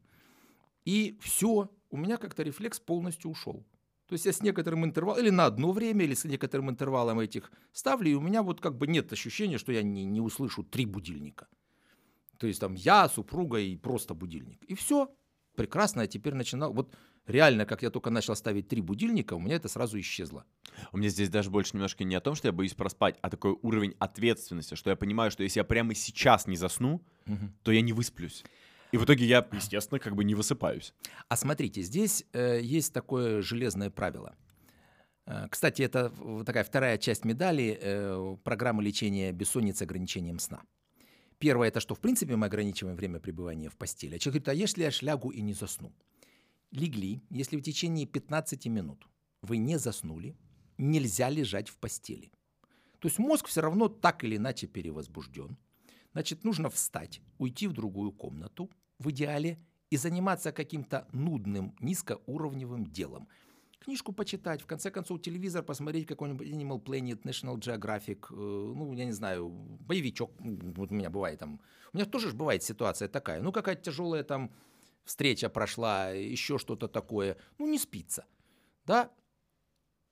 И все, у меня как-то рефлекс полностью ушел. То есть я с некоторым интервалом, или на одно время, или с некоторым интервалом этих ставлю, и у меня нет ощущения, что я не услышу 3 будильника. То есть я, супруга и просто будильник. И все, прекрасно, я теперь начинал. Вот реально, как я только начал ставить 3 будильника, у меня это сразу исчезло. У меня здесь даже больше немножко не о том, что я боюсь проспать, а такой уровень ответственности, что я понимаю, что если я прямо сейчас не засну, то я не высплюсь. И в итоге я, естественно, не высыпаюсь. А смотрите, здесь есть такое железное правило. Кстати, это такая вторая часть медали программы лечения бессонницы ограничением сна. Первое, это что, в принципе, мы ограничиваем время пребывания в постели. А человек говорит, а если я лягу и не засну? Легли, если в течение 15 минут вы не заснули, нельзя лежать в постели. То есть мозг все равно так или иначе перевозбужден. Значит, нужно встать, уйти в другую комнату, в идеале, и заниматься каким-то нудным, низкоуровневым делом. Книжку почитать, в конце концов, телевизор посмотреть, какой-нибудь Animal Planet, National Geographic, я не знаю, боевичок, вот у меня бывает у меня тоже бывает ситуация такая, какая-то тяжелая встреча прошла, еще что-то такое, не спится, да.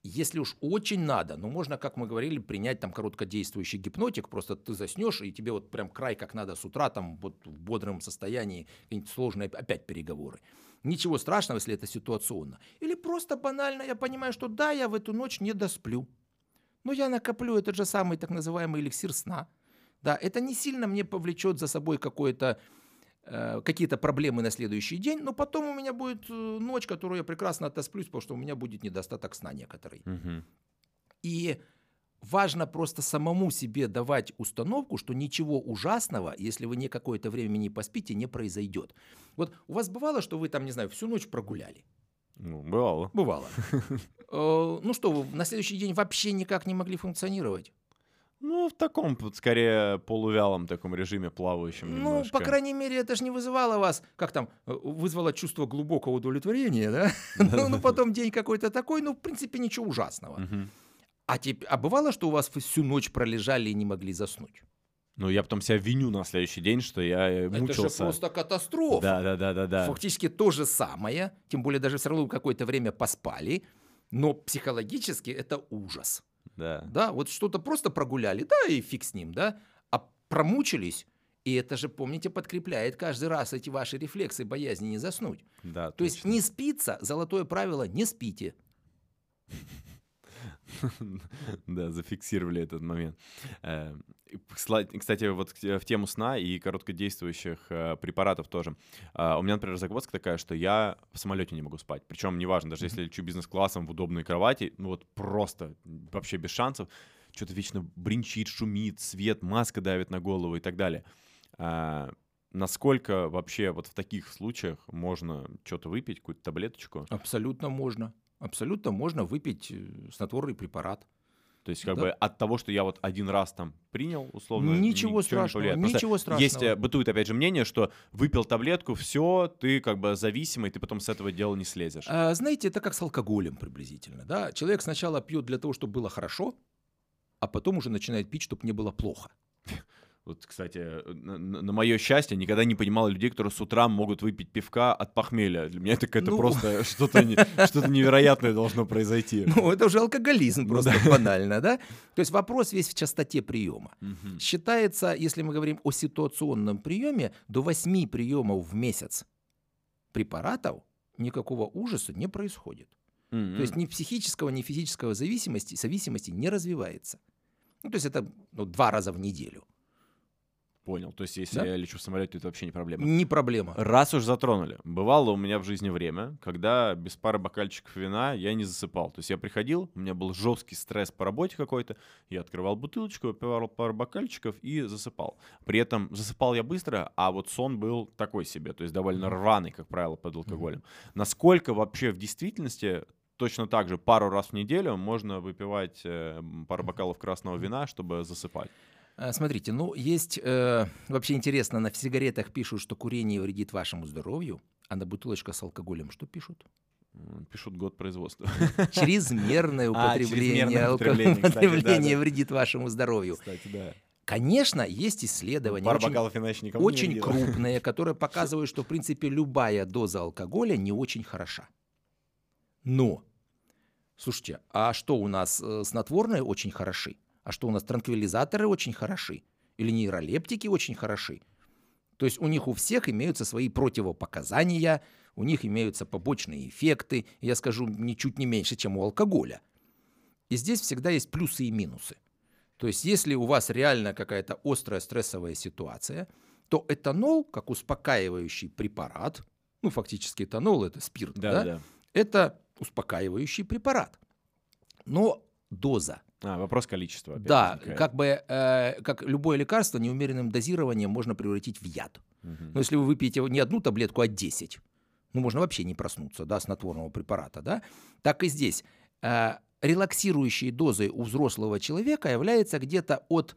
Если уж очень надо, ну, можно, как мы говорили, принять там короткодействующий гипнотик, просто ты заснешь, и тебе вот прям край как надо с утра, там вот в бодром состоянии, какие-нибудь сложные опять переговоры. Ничего страшного, если это ситуационно. Или просто банально я понимаю, что да, я в эту ночь не досплю, но я накоплю этот же самый так называемый эликсир сна. Да, это не сильно мне повлечет за собой какие-то проблемы на следующий день, но потом у меня будет ночь, которую я прекрасно отосплюсь, потому что у меня будет недостаток сна некоторый. Мгм. И важно просто самому себе давать установку, что ничего ужасного, если вы не какое-то время не поспите, не произойдет. Вот у вас бывало, что вы там, не знаю, всю ночь прогуляли? Ну, бывало. Бывало. Ну что, вы на следующий день вообще никак не могли функционировать? Ну, в таком, вот, скорее, полувялом таком режиме, плавающем Ну, немножко. по крайней мере, это же не вызывало вас, как там, вызвало чувство глубокого удовлетворения, да? Ну, потом день какой-то такой, ну, в принципе, ничего ужасного. Мгм. А бывало, что у вас вы всю ночь пролежали и не могли заснуть? Ну, я потом себя виню на следующий день, что я Это же мучился. просто катастрофа. Да. Фактически то же самое, тем более даже все равно вы какое-то время поспали, но психологически это ужас. Да. Да, вот что-то просто прогуляли, да, и фиг с ним, да, а промучились, и это же, помните, подкрепляет каждый раз эти ваши рефлексы боязни не заснуть. Да, То есть точно. не спится, золотое правило, не спите. Да, зафиксировали этот момент. Кстати, вот в тему сна и короткодействующих препаратов тоже. У меня, например, загвоздка такая, что я в самолете не могу спать. Причем неважно, даже если лечу бизнес-классом в удобной кровати, ну вот просто вообще без шансов. Что-то вечно бринчит, шумит, свет, маска давит на голову и так далее. Насколько вообще вот в таких случаях можно что-то выпить, какую-то таблеточку? Абсолютно можно. Абсолютно можно выпить снотворный препарат. То есть как Да. бы от того, что я вот один раз там принял, условно, Ничего не страшного, повлияет. Просто ничего страшного. есть, бытует опять же мнение, что выпил таблетку, все, ты как бы зависимый, ты потом с этого дела не слезешь. Знаете, это как с алкоголем приблизительно. Да? Человек сначала пьет для того, чтобы было хорошо, а потом уже начинает пить, чтобы не было плохо. Вот, кстати, на мое счастье, никогда не понимал людей, которые с утра могут выпить пивка от похмелья. Для меня это какое-то Ну. просто что-то невероятное должно произойти. Ну, это уже алкоголизм Ну просто банально, да? То есть вопрос весь в частоте приема. Мгм. Считается, если мы говорим о ситуационном приеме, до 8 приемов в месяц препаратов никакого ужаса не происходит. То есть ни психического, ни физического зависимости не развивается. Ну, то есть это 2 раза в неделю. Понял. То есть если Да? я лечу в самолете, это вообще не проблема. Не проблема. Раз уж затронули, бывало у меня в жизни время, когда без пары бокальчиков вина я не засыпал. То есть я приходил, у меня был жесткий стресс по работе какой-то, я открывал бутылочку, выпивал пару бокальчиков и засыпал. При этом засыпал я быстро, а вот сон был такой себе, то есть довольно рваный, как правило, под алкоголем. Насколько вообще в действительности точно так же пару раз в неделю можно выпивать пару бокалов красного вина, чтобы засыпать? Смотрите, ну, есть, вообще интересно, на сигаретах пишут, что курение вредит вашему здоровью, а на бутылочках с алкоголем что пишут? Пишут год производства. Чрезмерное чрезмерное употребление употребление, кстати, употребление да. вредит вашему здоровью. Кстати, да. Конечно, есть исследования Пару очень, бокалов вина еще никому не очень вредит. крупные, которые показывают, что, в принципе, любая доза алкоголя не очень хороша. Но, слушайте, а что у нас снотворные очень хороши? А что у нас транквилизаторы очень хороши? Или нейролептики очень хороши? То есть у них у всех имеются свои противопоказания, у них имеются побочные эффекты, я скажу, ничуть не меньше, чем у алкоголя. И здесь всегда есть плюсы и минусы. То есть если у вас реально какая-то острая стрессовая ситуация, то этанол, как успокаивающий препарат, ну фактически этанол это спирт, да? Это успокаивающий препарат. Но доза. Вопрос количества. опять Да, возникает. как бы как любое лекарство неумеренным дозированием можно превратить в яд. Мгм. Но если вы выпьете не одну таблетку, а 10, ну можно вообще не проснуться, да, снотворного препарата, да. Так и здесь. Релаксирующей дозой у взрослого человека является где-то от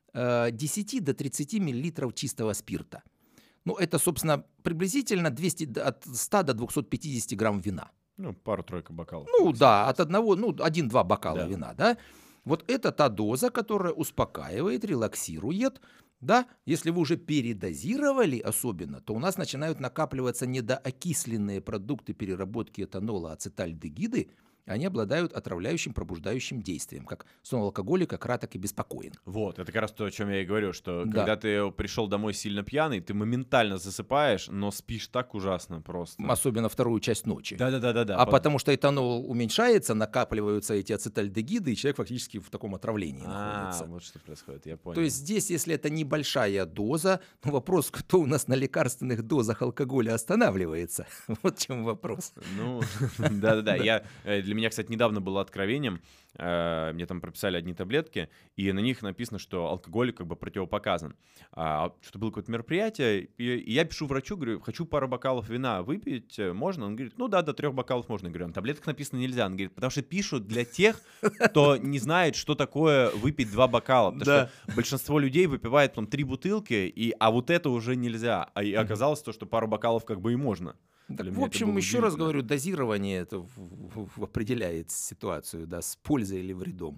10 до 30 мл чистого спирта. Ну, это, собственно, приблизительно от 100 до 250 грамм вина. Ну, пару-тройку бокалов. Ну, да, от одного, ну, 1-2 бокала Да. вина, да. Вот это та доза, которая успокаивает, релаксирует, да. Если вы уже передозировали особенно, то у нас начинают накапливаться недоокисленные продукты переработки этанола, ацетальдегиды, они обладают отравляющим, пробуждающим действием, как сон алкоголика краток и беспокоен. Вот, это как раз то, о чем я и говорю, что Да. когда ты пришел домой сильно пьяный, ты моментально засыпаешь, но спишь так ужасно просто. Особенно вторую часть ночи. Да-да-да. А потому что этанол уменьшается, накапливаются эти ацетальдегиды, и человек фактически в таком отравлении находится. Вот что происходит, я понял. То есть здесь, если это небольшая доза, ну вопрос, кто у нас на лекарственных дозах алкоголя останавливается. Вот в чем вопрос. Ну, да-да-да. Для меня, кстати, недавно было откровением. Мне там прописали одни таблетки, и на них написано, что алкоголь как бы противопоказан. Что-то было какое-то мероприятие, и я пишу врачу, говорю, хочу пару бокалов вина выпить, можно? Он говорит, ну да, до 3 бокалов можно. Я говорю, на таблетках написано нельзя. Он говорит, потому что пишут для тех, кто не знает, что такое выпить 2 бокала. Потому что большинство людей выпивает потом 3 бутылки, а вот это уже нельзя. И оказалось то, что пару бокалов как бы и можно. Так, в общем, еще раз говорю, дозирование это определяет ситуацию, да, с пользой или вредом.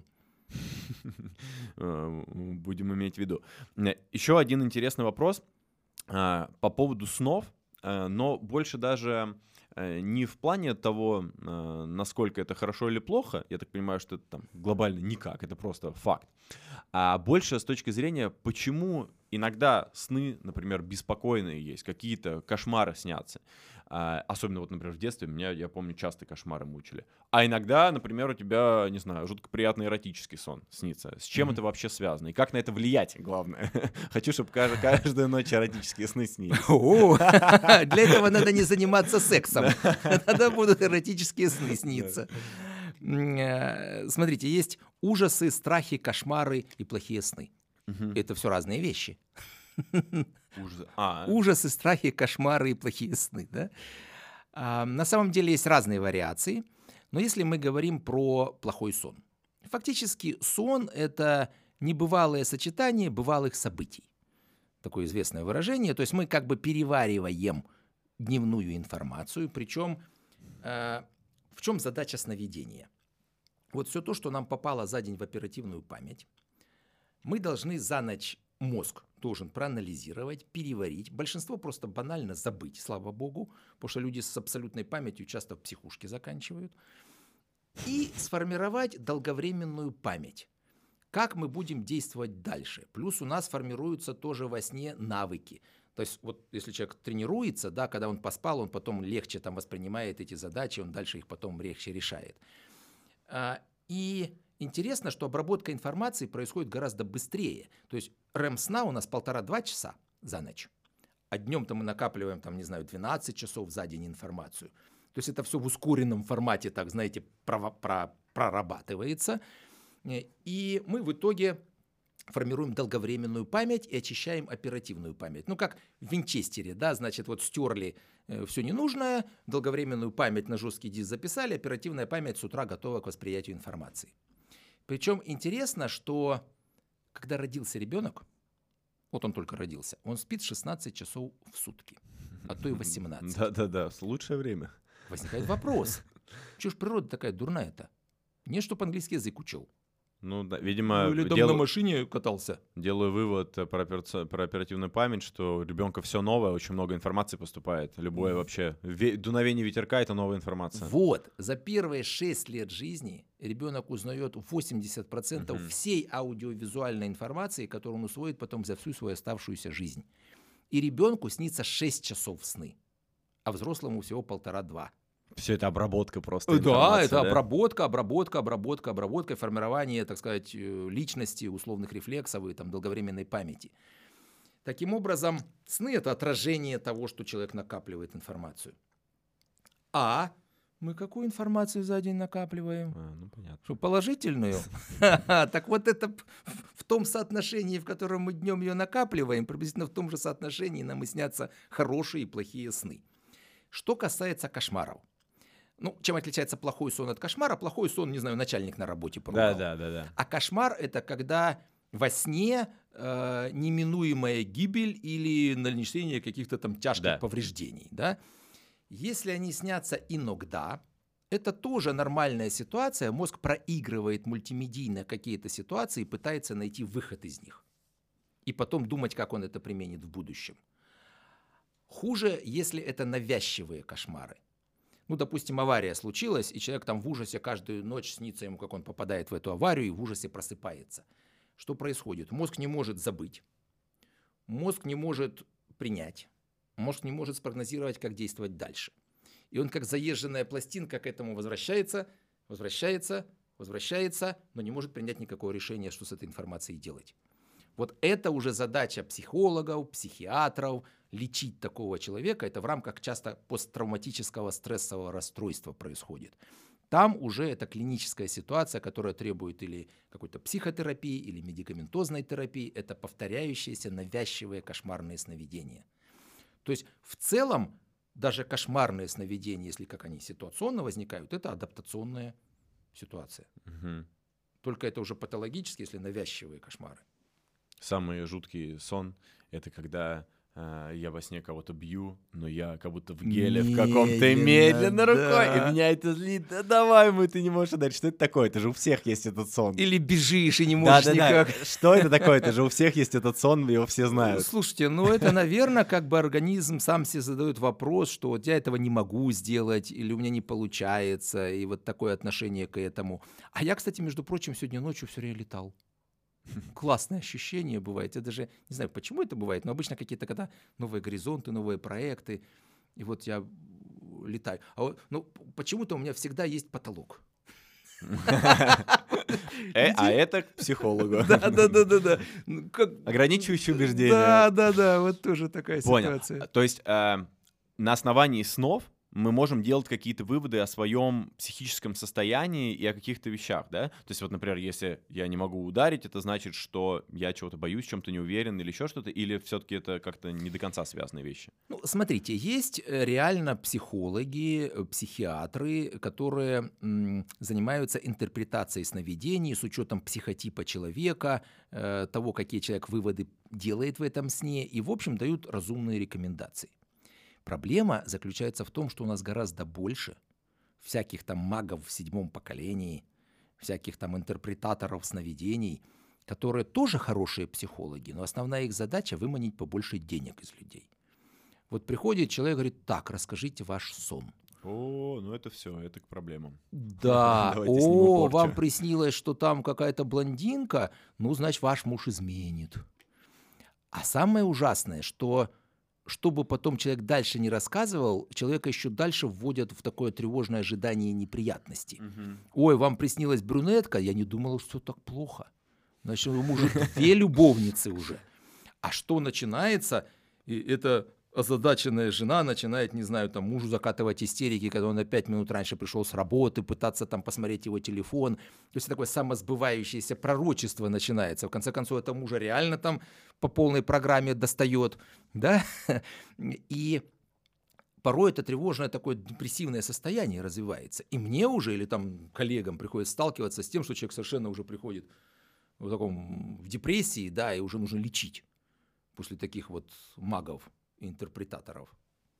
Будем иметь в виду. Еще один интересный вопрос по поводу снов, но больше даже не в плане того, насколько это хорошо или плохо, я так понимаю, что это там глобально никак, это просто факт, а больше с точки зрения, почему иногда сны, например, беспокойные есть, какие-то кошмары снятся. Особенно вот, например, в детстве меня, я помню, часто кошмары мучили. А иногда, например, у тебя, не знаю, жутко приятный эротический сон снится. С чем это вообще связано? И как на это влиять, главное? Хочу, чтобы каждую ночь эротические сны снились. Для этого надо не заниматься сексом. Тогда будут эротические сны сниться. Смотрите, есть ужасы, страхи, кошмары и плохие сны. Это все разные вещи. Ужасы, страхи, кошмары и плохие сны. Да? На самом деле есть разные вариации, но если мы говорим про плохой сон, фактически сон – это небывалое сочетание бывалых событий. Такое известное выражение. То есть мы как бы перевариваем дневную информацию, причем в чем задача сновидения? Вот все то, что нам попало за день в оперативную память, мы должны за ночь, мозг должен проанализировать, переварить. Большинство просто банально забыть, слава богу, потому что люди с абсолютной памятью часто в психушке заканчивают. И сформировать долговременную память. Как мы будем действовать дальше? Плюс у нас формируются тоже во сне навыки. То есть вот если человек тренируется, да, когда он поспал, он потом легче там воспринимает эти задачи, он дальше их потом легче решает. И интересно, что обработка информации происходит гораздо быстрее. То есть REM-сна у нас 1,5-2 часа за ночь, а днем-то мы накапливаем, там, не знаю, 12 часов за день информацию. То есть это все в ускоренном формате, так, знаете, прорабатывается. И мы в итоге формируем долговременную память и очищаем оперативную память. Ну, как в Винчестере, да, значит, вот стерли все ненужное, долговременную память на жесткий диск записали, оперативная память с утра готова к восприятию информации. Причем интересно, что когда родился ребенок, вот он только родился, он спит 16 часов в сутки, а то и 18. Да-да-да, лучшее время. Возникает вопрос, чего ж природа такая дурная-то? Не, чтоб английский язык учил. Ну, да, видимо, или там на машине катался. Делаю вывод про оперативную память, что у ребенка все новое, очень много информации поступает. Любое вообще дуновение ветерка — это новая информация. Вот, за первые 6 лет жизни ребенок узнает 80% всей аудиовизуальной информации, которую он усвоит потом за всю свою оставшуюся жизнь. И ребенку снится 6 часов сны, а взрослому всего 1,5-2. Все это обработка просто информации. Да, это да? обработка, формирование, так сказать, личности, условных рефлексов и там, долговременной памяти. Таким образом, сны – это отражение того, что человек накапливает информацию. А мы какую информацию за день накапливаем? Ну, понятно. Что, положительную? Так вот это в том соотношении, в котором мы днем ее накапливаем, приблизительно в том же соотношении нам и снятся хорошие и плохие сны. Что касается кошмаров. Ну, чем отличается плохой сон от кошмара? Плохой сон, не знаю, начальник на работе поругал. Да. А кошмар – это когда во сне неминуемая гибель или нанесение каких-то там тяжких повреждений. Да? Если они снятся иногда, это тоже нормальная ситуация. Мозг проигрывает мультимедийно какие-то ситуации и пытается найти выход из них. И потом думать, как он это применит в будущем. Хуже, если это навязчивые кошмары. Ну, допустим, авария случилась, и человек там в ужасе каждую ночь снится ему, как он попадает в эту аварию, и в ужасе просыпается. Что происходит? Мозг не может забыть, мозг не может принять, мозг не может спрогнозировать, как действовать дальше. И он как заезженная пластинка к этому возвращается, но не может принять никакого решения, что с этой информацией делать. Вот это уже задача психологов, психиатров, лечить такого человека. Это в рамках часто посттравматического стрессового расстройства происходит. Там уже это клиническая ситуация, которая требует или какой-то психотерапии, или медикаментозной терапии. Это повторяющиеся навязчивые кошмарные сновидения. То есть в целом даже кошмарные сновидения, если как они ситуационно возникают, это адаптационная ситуация. Угу. Только это уже патологически, если навязчивые кошмары. Самый жуткий сон — это когда я во сне кого-то бью, но я как будто в геле в каком-то медленно рукой, и меня это злит. Да давай, ты не можешь отдать. Что это такое? Это же у всех есть этот сон. Или бежишь и не можешь никак. Что это такое? Это же у всех есть этот сон, его все знают. Слушайте, это, наверное, как бы организм сам себе задает вопрос, что вот я этого не могу сделать, или у меня не получается, и вот такое отношение к этому. А я, кстати, между прочим, сегодня ночью все время летал. Классное ощущение бывает. Я даже не знаю, почему это бывает, но обычно какие-то когда новые горизонты, новые проекты, и вот я летаю. Почему-то у меня всегда есть потолок. А это к психологу. Да. Ограничивающее убеждение. Да, вот тоже такая ситуация. Понял. То есть на основании снов мы можем делать какие-то выводы о своем психическом состоянии и о каких-то вещах, да? То есть вот, например, если я не могу ударить, это значит, что я чего-то боюсь, в чем-то не уверен или еще что-то, или все-таки это как-то не до конца связанные вещи? Ну, смотрите, есть реально психологи, психиатры, которые занимаются интерпретацией сновидений с учетом психотипа человека, того, какие человек выводы делает в этом сне, и, в общем, дают разумные рекомендации. Проблема заключается в том, что у нас гораздо больше всяких там магов в 7-м поколении, всяких там интерпретаторов сновидений, которые тоже хорошие психологи, но основная их задача — выманить побольше денег из людей. Вот приходит человек и говорит: так, расскажите ваш сон. Это все, это к проблемам. Да, вам приснилось, что там какая-то блондинка, значит, ваш муж изменит. А самое ужасное, что чтобы потом человек дальше не рассказывал, человека еще дальше вводят в такое тревожное ожидание неприятностей. Ой, вам приснилась брюнетка? Я не думала, что так плохо. Значит, у мужа 2 любовницы уже. А что начинается? И это озадаченная жена начинает, не знаю, там мужу закатывать истерики, когда он на 5 минут раньше пришел с работы, пытаться там посмотреть его телефон. То есть такое самосбывающееся пророчество начинается. В конце концов, это мужа реально там по полной программе достает, да? И порой это тревожное такое депрессивное состояние развивается. И мне уже или там коллегам приходится сталкиваться с тем, что человек совершенно уже приходит в депрессии, да, и уже нужно лечить после таких вот магов, интерпретаторов.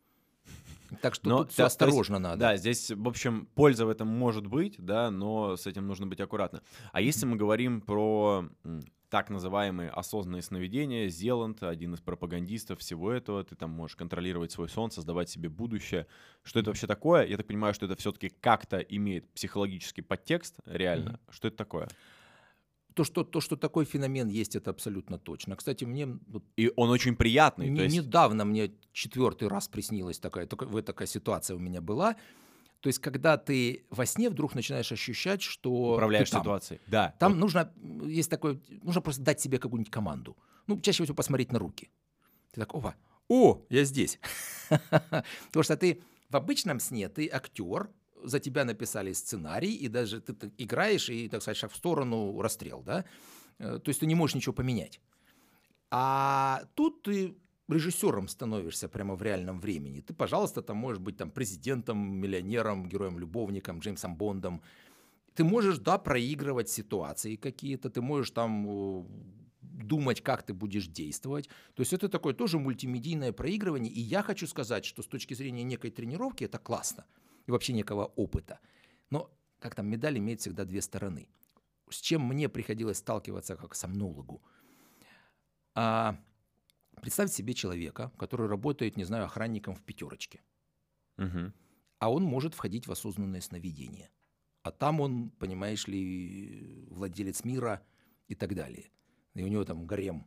Так что тут все осторожно надо. Да, здесь, в общем, польза в этом может быть, да, но с этим нужно быть аккуратно. А если мы говорим про так называемые осознанные сновидения, Зеланд, один из пропагандистов всего этого, ты там можешь контролировать свой сон, создавать себе будущее. Что это вообще такое? Я так понимаю, что это все-таки как-то имеет психологический подтекст, реально. Что это такое? То, что такой феномен есть, это абсолютно точно. Кстати, мне... И он очень приятный. Недавно мне 4-й раз приснилась такая ситуация у меня была. То есть, когда ты во сне вдруг начинаешь ощущать, что управляешь ты там. Ситуацией. Да. Там нужно просто дать себе какую-нибудь команду. Чаще всего посмотреть на руки. Ты так: я здесь. Потому что ты в обычном сне, ты актер, за тебя написали сценарий, и даже ты играешь, и, так сказать, шаг в сторону, расстрел, да? То есть ты не можешь ничего поменять. А тут ты режиссером становишься прямо в реальном времени. Ты, пожалуйста, там можешь быть там президентом, миллионером, героем-любовником, Джеймсом Бондом. Ты можешь, да, проигрывать ситуации какие-то, ты можешь там думать, как ты будешь действовать. То есть это такое тоже мультимедийное проигрывание. И я хочу сказать, что с точки зрения некой тренировки это классно. И вообще некого опыта. Но, как там, медаль имеет всегда 2 стороны. С чем мне приходилось сталкиваться как сомнологу? Представьте себе человека, который работает, не знаю, охранником в 5. а он может входить в осознанное сновидение. А там он, понимаешь ли, владелец мира и так далее. И у него там гарем.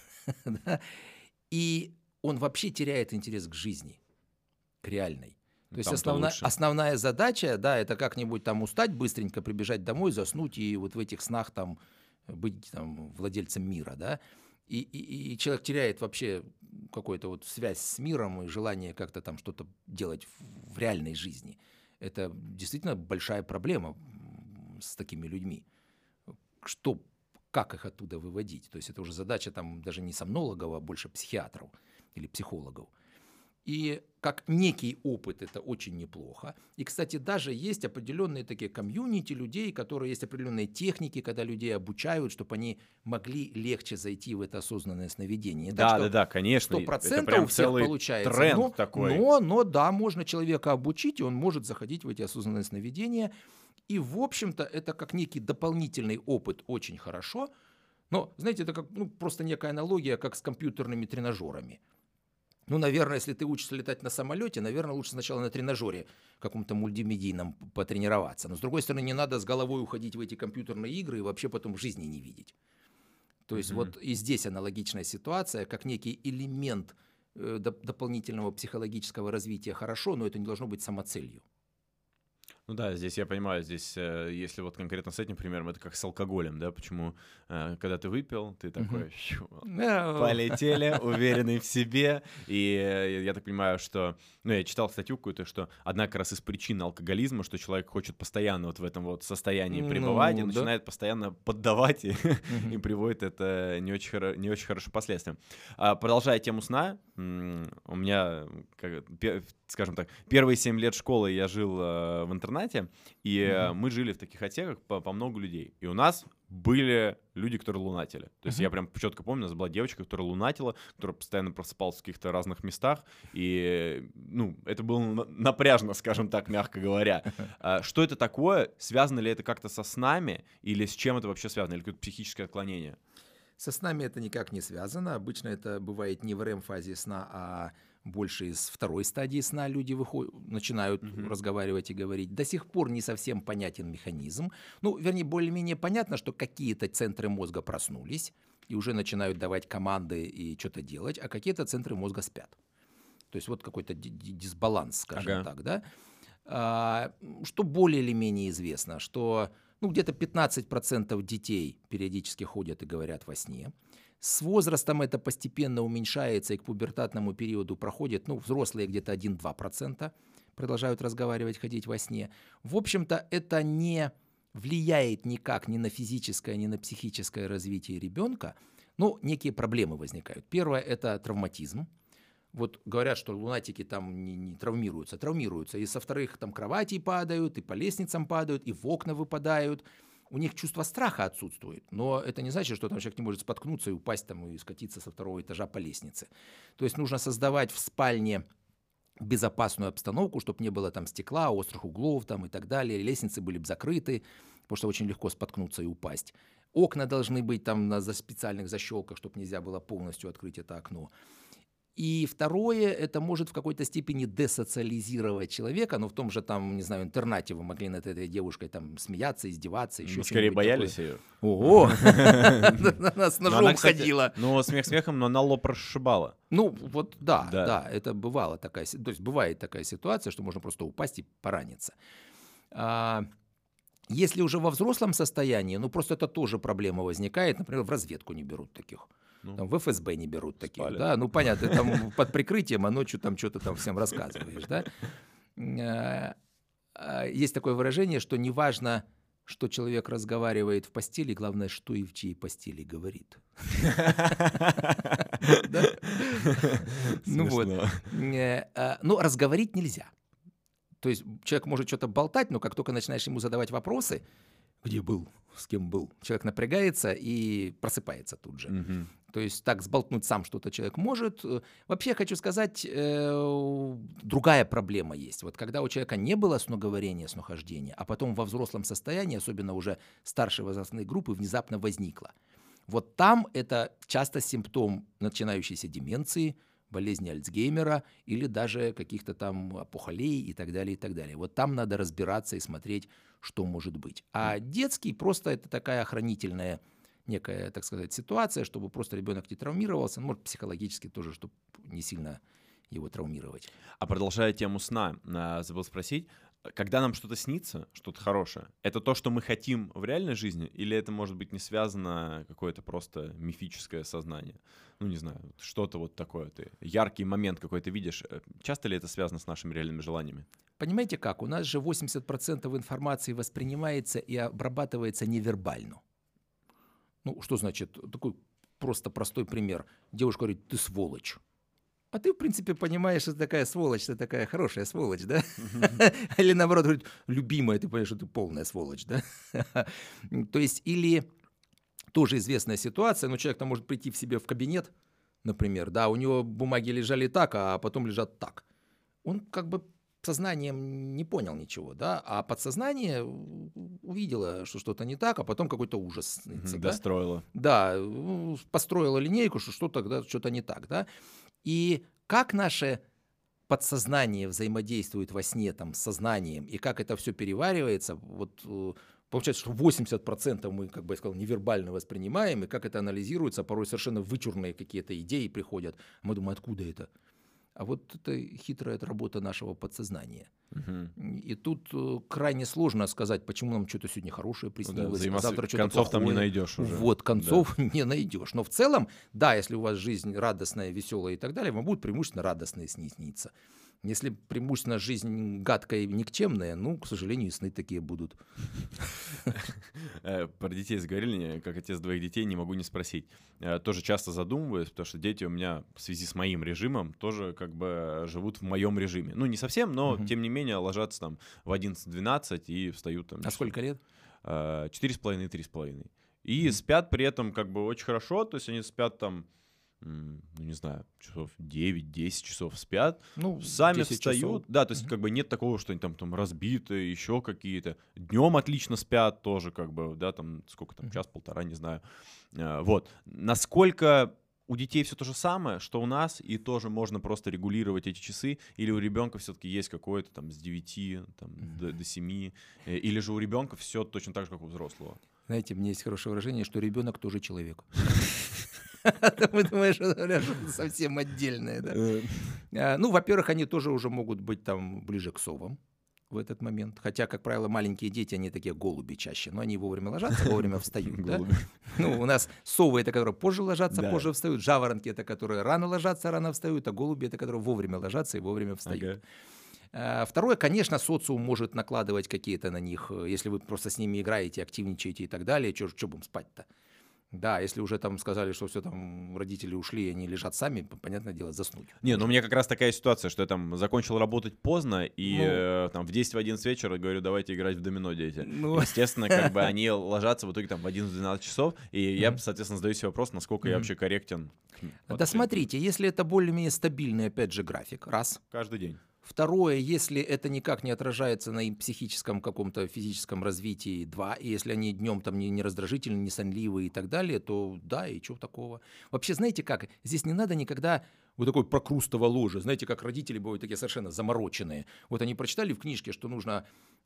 И он вообще теряет интерес к жизни, к реальной. То есть основная задача, да, это как-нибудь там устать, быстренько прибежать домой, заснуть и вот в этих снах там быть там владельцем мира, да. И человек теряет вообще какую-то вот связь с миром и желание как-то там что-то делать в реальной жизни. Это действительно большая проблема с такими людьми. Как их оттуда выводить? То есть это уже задача там даже не сомнологов, а больше психиатров или психологов. И как некий опыт это очень неплохо. И, кстати, даже есть определенные такие комьюнити людей, которые есть определенные техники, когда людей обучают, чтобы они могли легче зайти в это осознанное сновидение. Да, конечно. 100% у всех получается. Тренд такой. Но да, можно человека обучить, и он может заходить в эти осознанные сновидения. И, в общем-то, это как некий дополнительный опыт очень хорошо. Но, знаете, это как просто некая аналогия, как с компьютерными тренажерами. Наверное, если ты учишься летать на самолете, наверное, лучше сначала на тренажере каком-то мультимедийном потренироваться. Но, с другой стороны, не надо с головой уходить в эти компьютерные игры и вообще потом в жизни не видеть. То есть вот и здесь аналогичная ситуация, как некий элемент дополнительного психологического развития хорошо, но это не должно быть самоцелью. Ну да, здесь я понимаю, здесь, если вот конкретно с этим примером, это как с алкоголем, да, почему, когда ты выпил, ты такой, полетели, уверенный в себе, и я так понимаю, что, я читал статью какую-то, что одна как раз из причин алкоголизма, что человек хочет постоянно вот в этом вот состоянии пребывать и начинает постоянно поддавать, и приводит это не очень хорошим последствиям. Продолжая тему сна, у меня, скажем так, первые 7 лет школы я жил в интернате, и мы жили в таких отсеках по много людей. И у нас были люди, которые лунатили. То есть я прям четко помню, у нас была девочка, которая лунатила, которая постоянно просыпалась в каких-то разных местах. И, это было напряжно, скажем так, мягко говоря. Что это такое? Связано ли это как-то со снами? Или с чем это вообще связано? Или какое-то психическое отклонение? Со снами это никак не связано. Обычно это бывает не в REM-фазе сна, а больше из второй стадии сна люди начинают разговаривать и говорить. До сих пор не совсем понятен механизм. Вернее, более-менее понятно, что какие-то центры мозга проснулись и уже начинают давать команды и что-то делать, а какие-то центры мозга спят. То есть вот какой-то дисбаланс, скажем так, да? Что более или менее известно, что где-то 15% детей периодически ходят и говорят во сне. С возрастом это постепенно уменьшается и к пубертатному периоду проходит, взрослые где-то 1-2% продолжают разговаривать, ходить во сне. В общем-то, это не влияет никак ни на физическое, ни на психическое развитие ребенка, но некие проблемы возникают. Первое – это травматизм. Вот говорят, что лунатики там не травмируются. И со вторых там кровати падают, и по лестницам падают, и в окна выпадают. У них чувство страха отсутствует, но это не значит, что там человек не может споткнуться и упасть там и скатиться со 2-го этажа по лестнице. То есть нужно создавать в спальне безопасную обстановку, чтобы не было там стекла, острых углов там и так далее, лестницы были бы закрыты, потому что очень легко споткнуться и упасть. Окна должны быть там на специальных защелках, чтобы нельзя было полностью открыть это окно. И второе, это может в какой-то степени десоциализировать человека, в том же там, не знаю, интернате вы могли над этой девушкой там смеяться, издеваться, еще что-нибудь. Скорее боялись такое. Ее. Ого! Она с ножом ходила. Смех смехом, но она лоб расшибала. Да, это бывало такая, то есть бывает такая ситуация, что можно просто упасть и пораниться. Если уже во взрослом состоянии, просто это тоже проблема возникает, например, в разведку не берут таких. Там в ФСБ не берут таких, спали. да, понятно, там под прикрытием, а ночью там что-то там всем рассказываешь, да. Есть такое выражение, что неважно, что человек разговаривает в постели, главное, что и в чьей постели говорит. Разговорить нельзя. То есть человек может что-то болтать, но как только начинаешь ему задавать вопросы, где был, с кем был, человек напрягается и просыпается тут же. То есть так сболтнуть сам что-то человек может. Вообще, хочу сказать, другая проблема есть. Вот когда у человека не было сноговорения, снохождения, а потом во взрослом состоянии, особенно уже старшей возрастной группы, внезапно возникло. Вот там это часто симптом начинающейся деменции, болезни Альцгеймера или даже каких-то там опухолей и так далее, и так далее. Вот там надо разбираться и смотреть, что может быть. А детский просто это такая охранительная некая, так сказать, ситуация, чтобы просто ребенок не травмировался, может, психологически тоже, чтобы не сильно его травмировать. А продолжая тему сна, забыл спросить, когда нам что-то снится, что-то хорошее, это то, что мы хотим в реальной жизни, или это может быть не связано какое-то просто мифическое сознание? Ну, не знаю, что-то вот такое, ты яркий момент какой-то видишь. Часто ли это связано с нашими реальными желаниями? Понимаете как? У нас же 80% информации воспринимается и обрабатывается невербально. Ну, что значит? Такой просто простой пример. Девушка говорит, ты сволочь. А ты, в принципе, понимаешь, что ты такая сволочь, ты такая хорошая сволочь, да? Или наоборот, говорит, любимая, ты понимаешь, что ты полная сволочь, да? То есть, или тоже известная ситуация, но человек там может прийти в себе в кабинет, например, да, у него бумаги лежали так, а потом лежат так. Он как бы сознанием не понял ничего, да, а подсознание увидело, что что-то не так, а потом какой-то ужас снится, да? Достроила. Да, построила линейку, что что-то не так, да? И как наше подсознание взаимодействует во сне там, с сознанием, и как это все переваривается, вот получается, что 80% мы, как бы я сказал, невербально воспринимаем, и как это анализируется, порой совершенно вычурные какие-то идеи приходят. Мы думаем, откуда это? А вот это хитрая работа нашего подсознания. И тут крайне сложно сказать, почему нам что-то сегодня хорошее приснилось, а завтра что-то концов плохое. там не найдешь уже. Вот, концов не найдешь. Но в целом, да, если у вас жизнь радостная, веселая и так далее, вам будут преимущественно радостные сны сниться. Если преимущественно жизнь гадкая и никчемная, ну, к сожалению, и сны такие будут. Про детей заговорили, как отец двоих детей, не могу не спросить. Тоже часто задумываюсь, потому что дети у меня в связи с моим режимом тоже как бы живут в моем режиме. Ну, не совсем, но тем не менее ложатся там в 11-12 и встают там. А сколько лет? 4,5 и 3,5. И спят при этом как бы очень хорошо, то есть они спят там, ну, не знаю, часов 9-10 часов спят, ну, сами встают. Часов. Да, то есть как бы нет такого, что они там разбиты, еще какие-то. Днем отлично спят тоже, как бы, да, там сколько там, час-полтора, не знаю. Вот. Насколько у детей все то же самое, что у нас, и тоже можно просто регулировать эти часы, или у ребенка все-таки есть какое-то там с 9 там, до 7, или же у ребенка все точно так же, как у взрослого? Знаете, у меня есть хорошее выражение, что ребенок тоже человек. Ты думаешь, что совсем отдельное, да? Ну, во-первых, они тоже уже могут быть там ближе к совам в этот момент. Хотя, как правило, маленькие дети, они такие голуби чаще, но они вовремя ложатся, вовремя встают. Да? Ну, у нас совы — это которые позже ложатся, позже встают. Жаворонки — это которые рано ложатся, рано встают, а голуби — это которые вовремя ложатся и вовремя встают. Второе, конечно, социум может накладывать какие-то на них, если вы просто с ними играете, активничаете и так далее, что будем спать-то? Да, если уже там сказали, что все, там родители ушли, и они лежат сами, понятное дело, заснуть. Не, ну у меня как раз такая ситуация, что я там закончил работать поздно, и там в 10-11 вечера говорю, давайте играть в домино, дети. Естественно, как бы они ложатся в итоге там в 11-12 часов, и я, соответственно, задаю себе вопрос, насколько я вообще корректен. Да смотрите, если это более-менее стабильный, опять же, график, раз. Каждый день. Второе, если это никак не отражается на их психическом каком-то физическом развитии, два, и если они днем там не раздражительны, не сонливые и так далее, то да, и чего такого. Вообще, знаете как, здесь не надо никогда вот такой прокрустово ложе, знаете, как родители бывают такие совершенно замороченные. Вот они прочитали в книжке, что нужно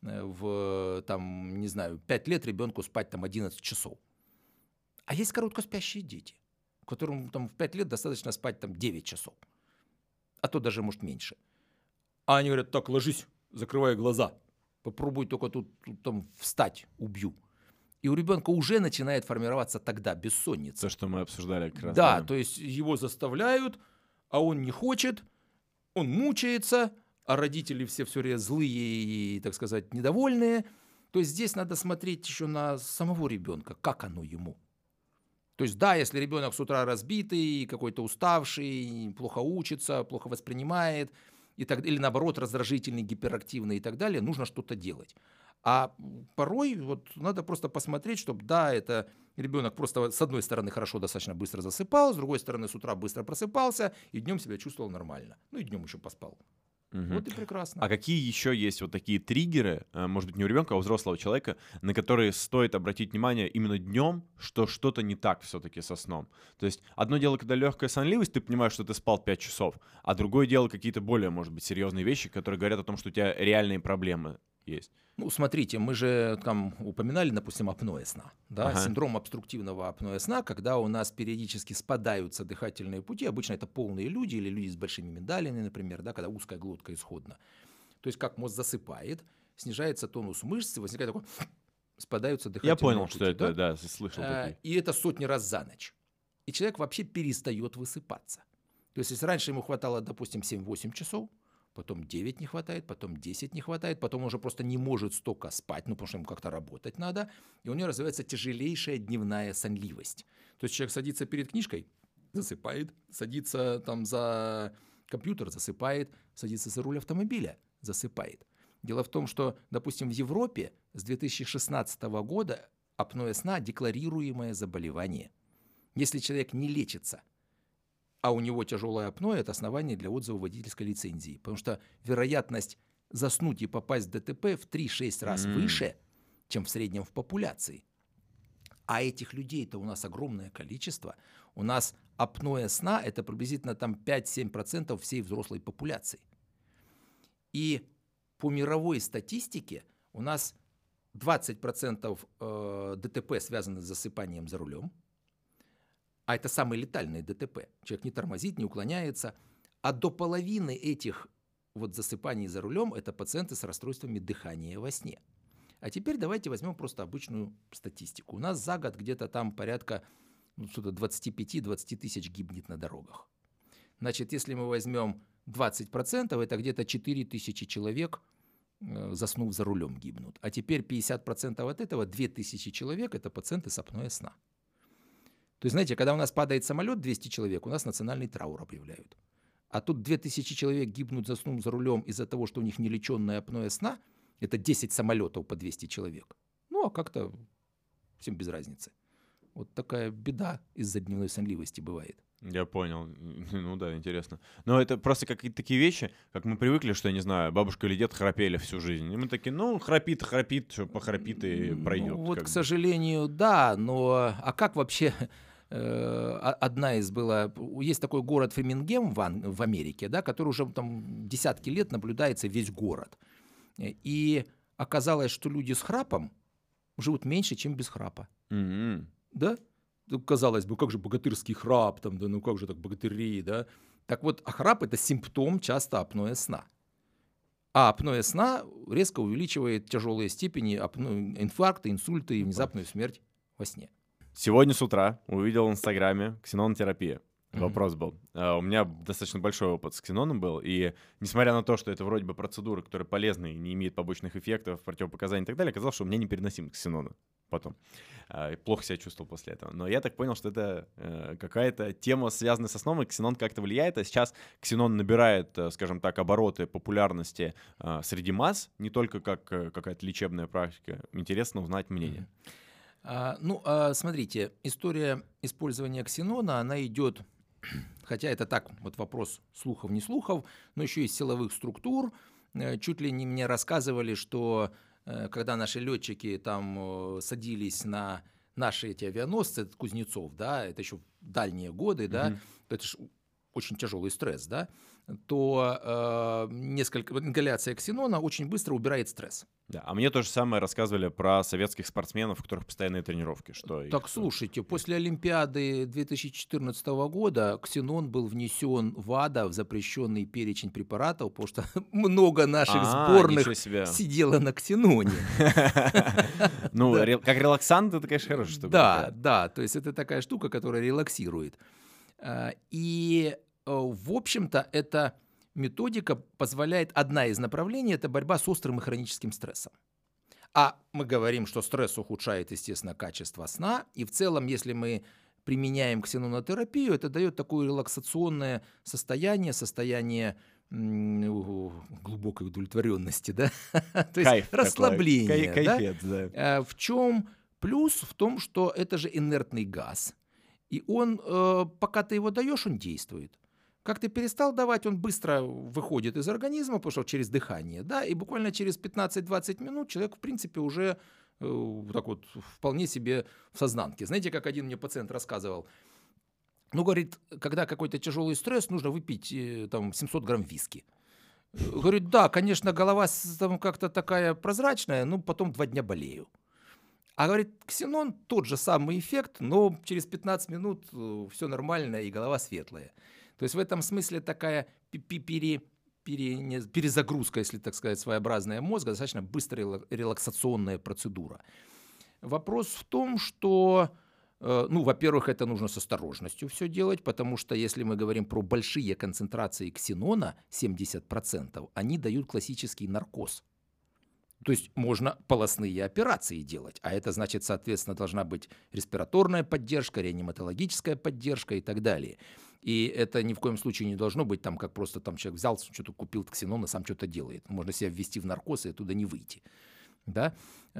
в, там, не знаю, 5 лет ребенку спать там 11 часов. А есть короткоспящие дети, которым там в 5 лет достаточно спать там 9 часов, а то даже, может, меньше. А они говорят, так, ложись, закрывай глаза, попробуй только тут там встать, убью. И у ребенка уже начинает формироваться тогда бессонница. То, что мы обсуждали как раз. Да, то есть его заставляют, а он не хочет, он мучается, а родители все время злые и, так сказать, недовольные. То есть здесь надо смотреть еще на самого ребенка, как оно ему. То есть да, если ребенок с утра разбитый, какой-то уставший, плохо учится, плохо воспринимает, и так, или наоборот раздражительный, гиперактивный и так далее, нужно что-то делать. А порой вот надо просто посмотреть, чтобы, да, это ребенок просто с одной стороны хорошо достаточно быстро засыпал, с другой стороны с утра быстро просыпался и днем себя чувствовал нормально. Ну и днем еще поспал. Вот и прекрасно. А какие еще есть вот такие триггеры, может быть, не у ребенка, а у взрослого человека, на которые стоит обратить внимание именно днем, что что-то не так все-таки со сном? То есть одно дело, когда легкая сонливость, ты понимаешь, что ты спал 5 часов, а другое дело какие-то более, может быть, серьезные вещи, которые говорят о том, что у тебя реальные проблемы есть. Ну, смотрите, мы же там упоминали, допустим, апноэ сна, да, синдром обструктивного апноэ сна, когда у нас периодически спадаются дыхательные пути, обычно это полные люди или люди с большими миндалинами, например, да, когда узкая глотка исходна. То есть как мозг засыпает, снижается тонус мышц, возникает такой, спадаются дыхательные пути. Я понял, что это, да, слышал такие. И это сотни раз за ночь. И человек вообще перестает высыпаться. То есть если раньше ему хватало, допустим, 7-8 часов, потом 9 не хватает, потом 10 не хватает, потом он уже просто не может столько спать, ну, потому что ему как-то работать надо, и у него развивается тяжелейшая дневная сонливость. То есть человек садится перед книжкой, засыпает, садится там за компьютер, засыпает, садится за руль автомобиля, засыпает. Дело в том, что, допустим, в Европе с 2016 года апноэ сна – декларируемое заболевание. Если человек не лечится, а у него тяжелое апноэ – это основание для отзыва водительской лицензии. Потому что вероятность заснуть и попасть в ДТП в 3-6 раз выше, чем в среднем в популяции. А этих людей-то у нас огромное количество. У нас апноэ сна – это приблизительно там 5-7% всей взрослой популяции. И по мировой статистике у нас 20% ДТП связаны с засыпанием за рулем. А это самые летальные ДТП. Человек не тормозит, не уклоняется. А до половины этих вот засыпаний за рулем – это пациенты с расстройствами дыхания во сне. А теперь давайте возьмем просто обычную статистику. У нас за год где-то там порядка 25-20 тысяч гибнет на дорогах. Значит, если мы возьмем 20%, это где-то 4 тысячи человек, заснув за рулем, гибнут. А теперь 50% от этого, 2000 человек – это пациенты с апноэ сна. То есть, знаете, когда у нас падает самолет, 200 человек, у нас национальный траур объявляют. А тут 2000 человек гибнут, заснув за рулем из-за того, что у них нелеченное апноэ сна. Это 10 самолетов по 200 человек. Ну, а как-то всем без разницы. Вот такая беда из-за дневной сонливости бывает. Я понял. Ну да, интересно. Но это просто какие-то такие вещи, как мы привыкли, что, я не знаю, бабушка или дед храпели всю жизнь. И мы такие, ну, храпит, что похрапит и пройдет. Ну, вот, к сожалению, да, но а как вообще... Одна из была... Есть такой город Фремингем в Америке, да, который уже там десятки лет наблюдается весь город. И оказалось, что люди с храпом живут меньше, чем без храпа. Да? Казалось бы, как же богатырский храп, там, да, ну как же так богатыри, да? Так вот, а храп – это симптом часто апноэ сна. А апноэ сна резко увеличивает тяжелые степени инфаркта, инсульта и внезапную смерть во сне. Сегодня с утра увидел в Инстаграме ксенонотерапия. Вопрос был. У меня достаточно большой опыт с ксеноном был, и несмотря на то, что это вроде бы процедура, которая полезна и не имеет побочных эффектов, противопоказаний и так далее, оказалось, что у меня непереносим ксенона потом. Плохо себя чувствовал после этого. Но я так понял, что это какая-то тема, связанная со сном, и ксенон как-то влияет. А сейчас ксенон набирает, скажем так, обороты популярности среди масс, не только как какая-то лечебная практика. Интересно узнать мнение. Смотрите, история использования ксенона, она идет, хотя это так, вот вопрос слухов, не слухов, но еще из силовых структур. Чуть ли не мне рассказывали, что когда наши летчики там садились на наши эти авианосцы, Кузнецов, да, это еще дальние годы, да, то это же очень тяжелый стресс, да, то ингаляция ксенона очень быстро убирает стресс. Да, а мне то же самое рассказывали про советских спортсменов, у которых постоянные тренировки. Так, слушайте, после Олимпиады 2014 года ксенон был внесен в АДА, в запрещенный перечень препаратов, потому что много наших сборных сидело на ксеноне. Ну, как релаксант, это, конечно, хорошая штука. Да, то есть это такая штука, которая релаксирует. И, в общем-то, эта методика позволяет, одна из направлений – это борьба с острым и хроническим стрессом. А мы говорим, что стресс ухудшает, естественно, качество сна, и в целом, если мы применяем ксенонотерапию, это дает такое релаксационное состояние глубокой удовлетворенности, да? То есть расслабление. Кайфец, да. В чем плюс? В том, что это же инертный газ. И он, пока ты его даешь, он действует. Как ты перестал давать, он быстро выходит из организма, потому что через дыхание, да, и буквально через 15-20 минут человек, в принципе, уже так вот вполне себе в сознанке. Знаете, как один мне пациент рассказывал, ну, говорит, когда какой-то тяжелый стресс, нужно выпить там 700 грамм виски. Говорит, да, конечно, голова там как-то такая прозрачная, но потом 2 дня болею. А говорит, ксенон тот же самый эффект, но через 15 минут все нормально и голова светлая. То есть в этом смысле такая перезагрузка, если так сказать, своеобразная мозга, достаточно быстрая релаксационная процедура. Вопрос в том, что, ну, во-первых, это нужно с осторожностью все делать, потому что если мы говорим про большие концентрации ксенона, 70%, они дают классический наркоз. То есть можно полостные операции делать, а это значит, соответственно, должна быть респираторная поддержка, реаниматологическая поддержка и так далее. И это ни в коем случае не должно быть там, как просто там человек взял, что-то купил ксенон и сам что-то делает. Можно себя ввести в наркоз и оттуда не выйти. Да?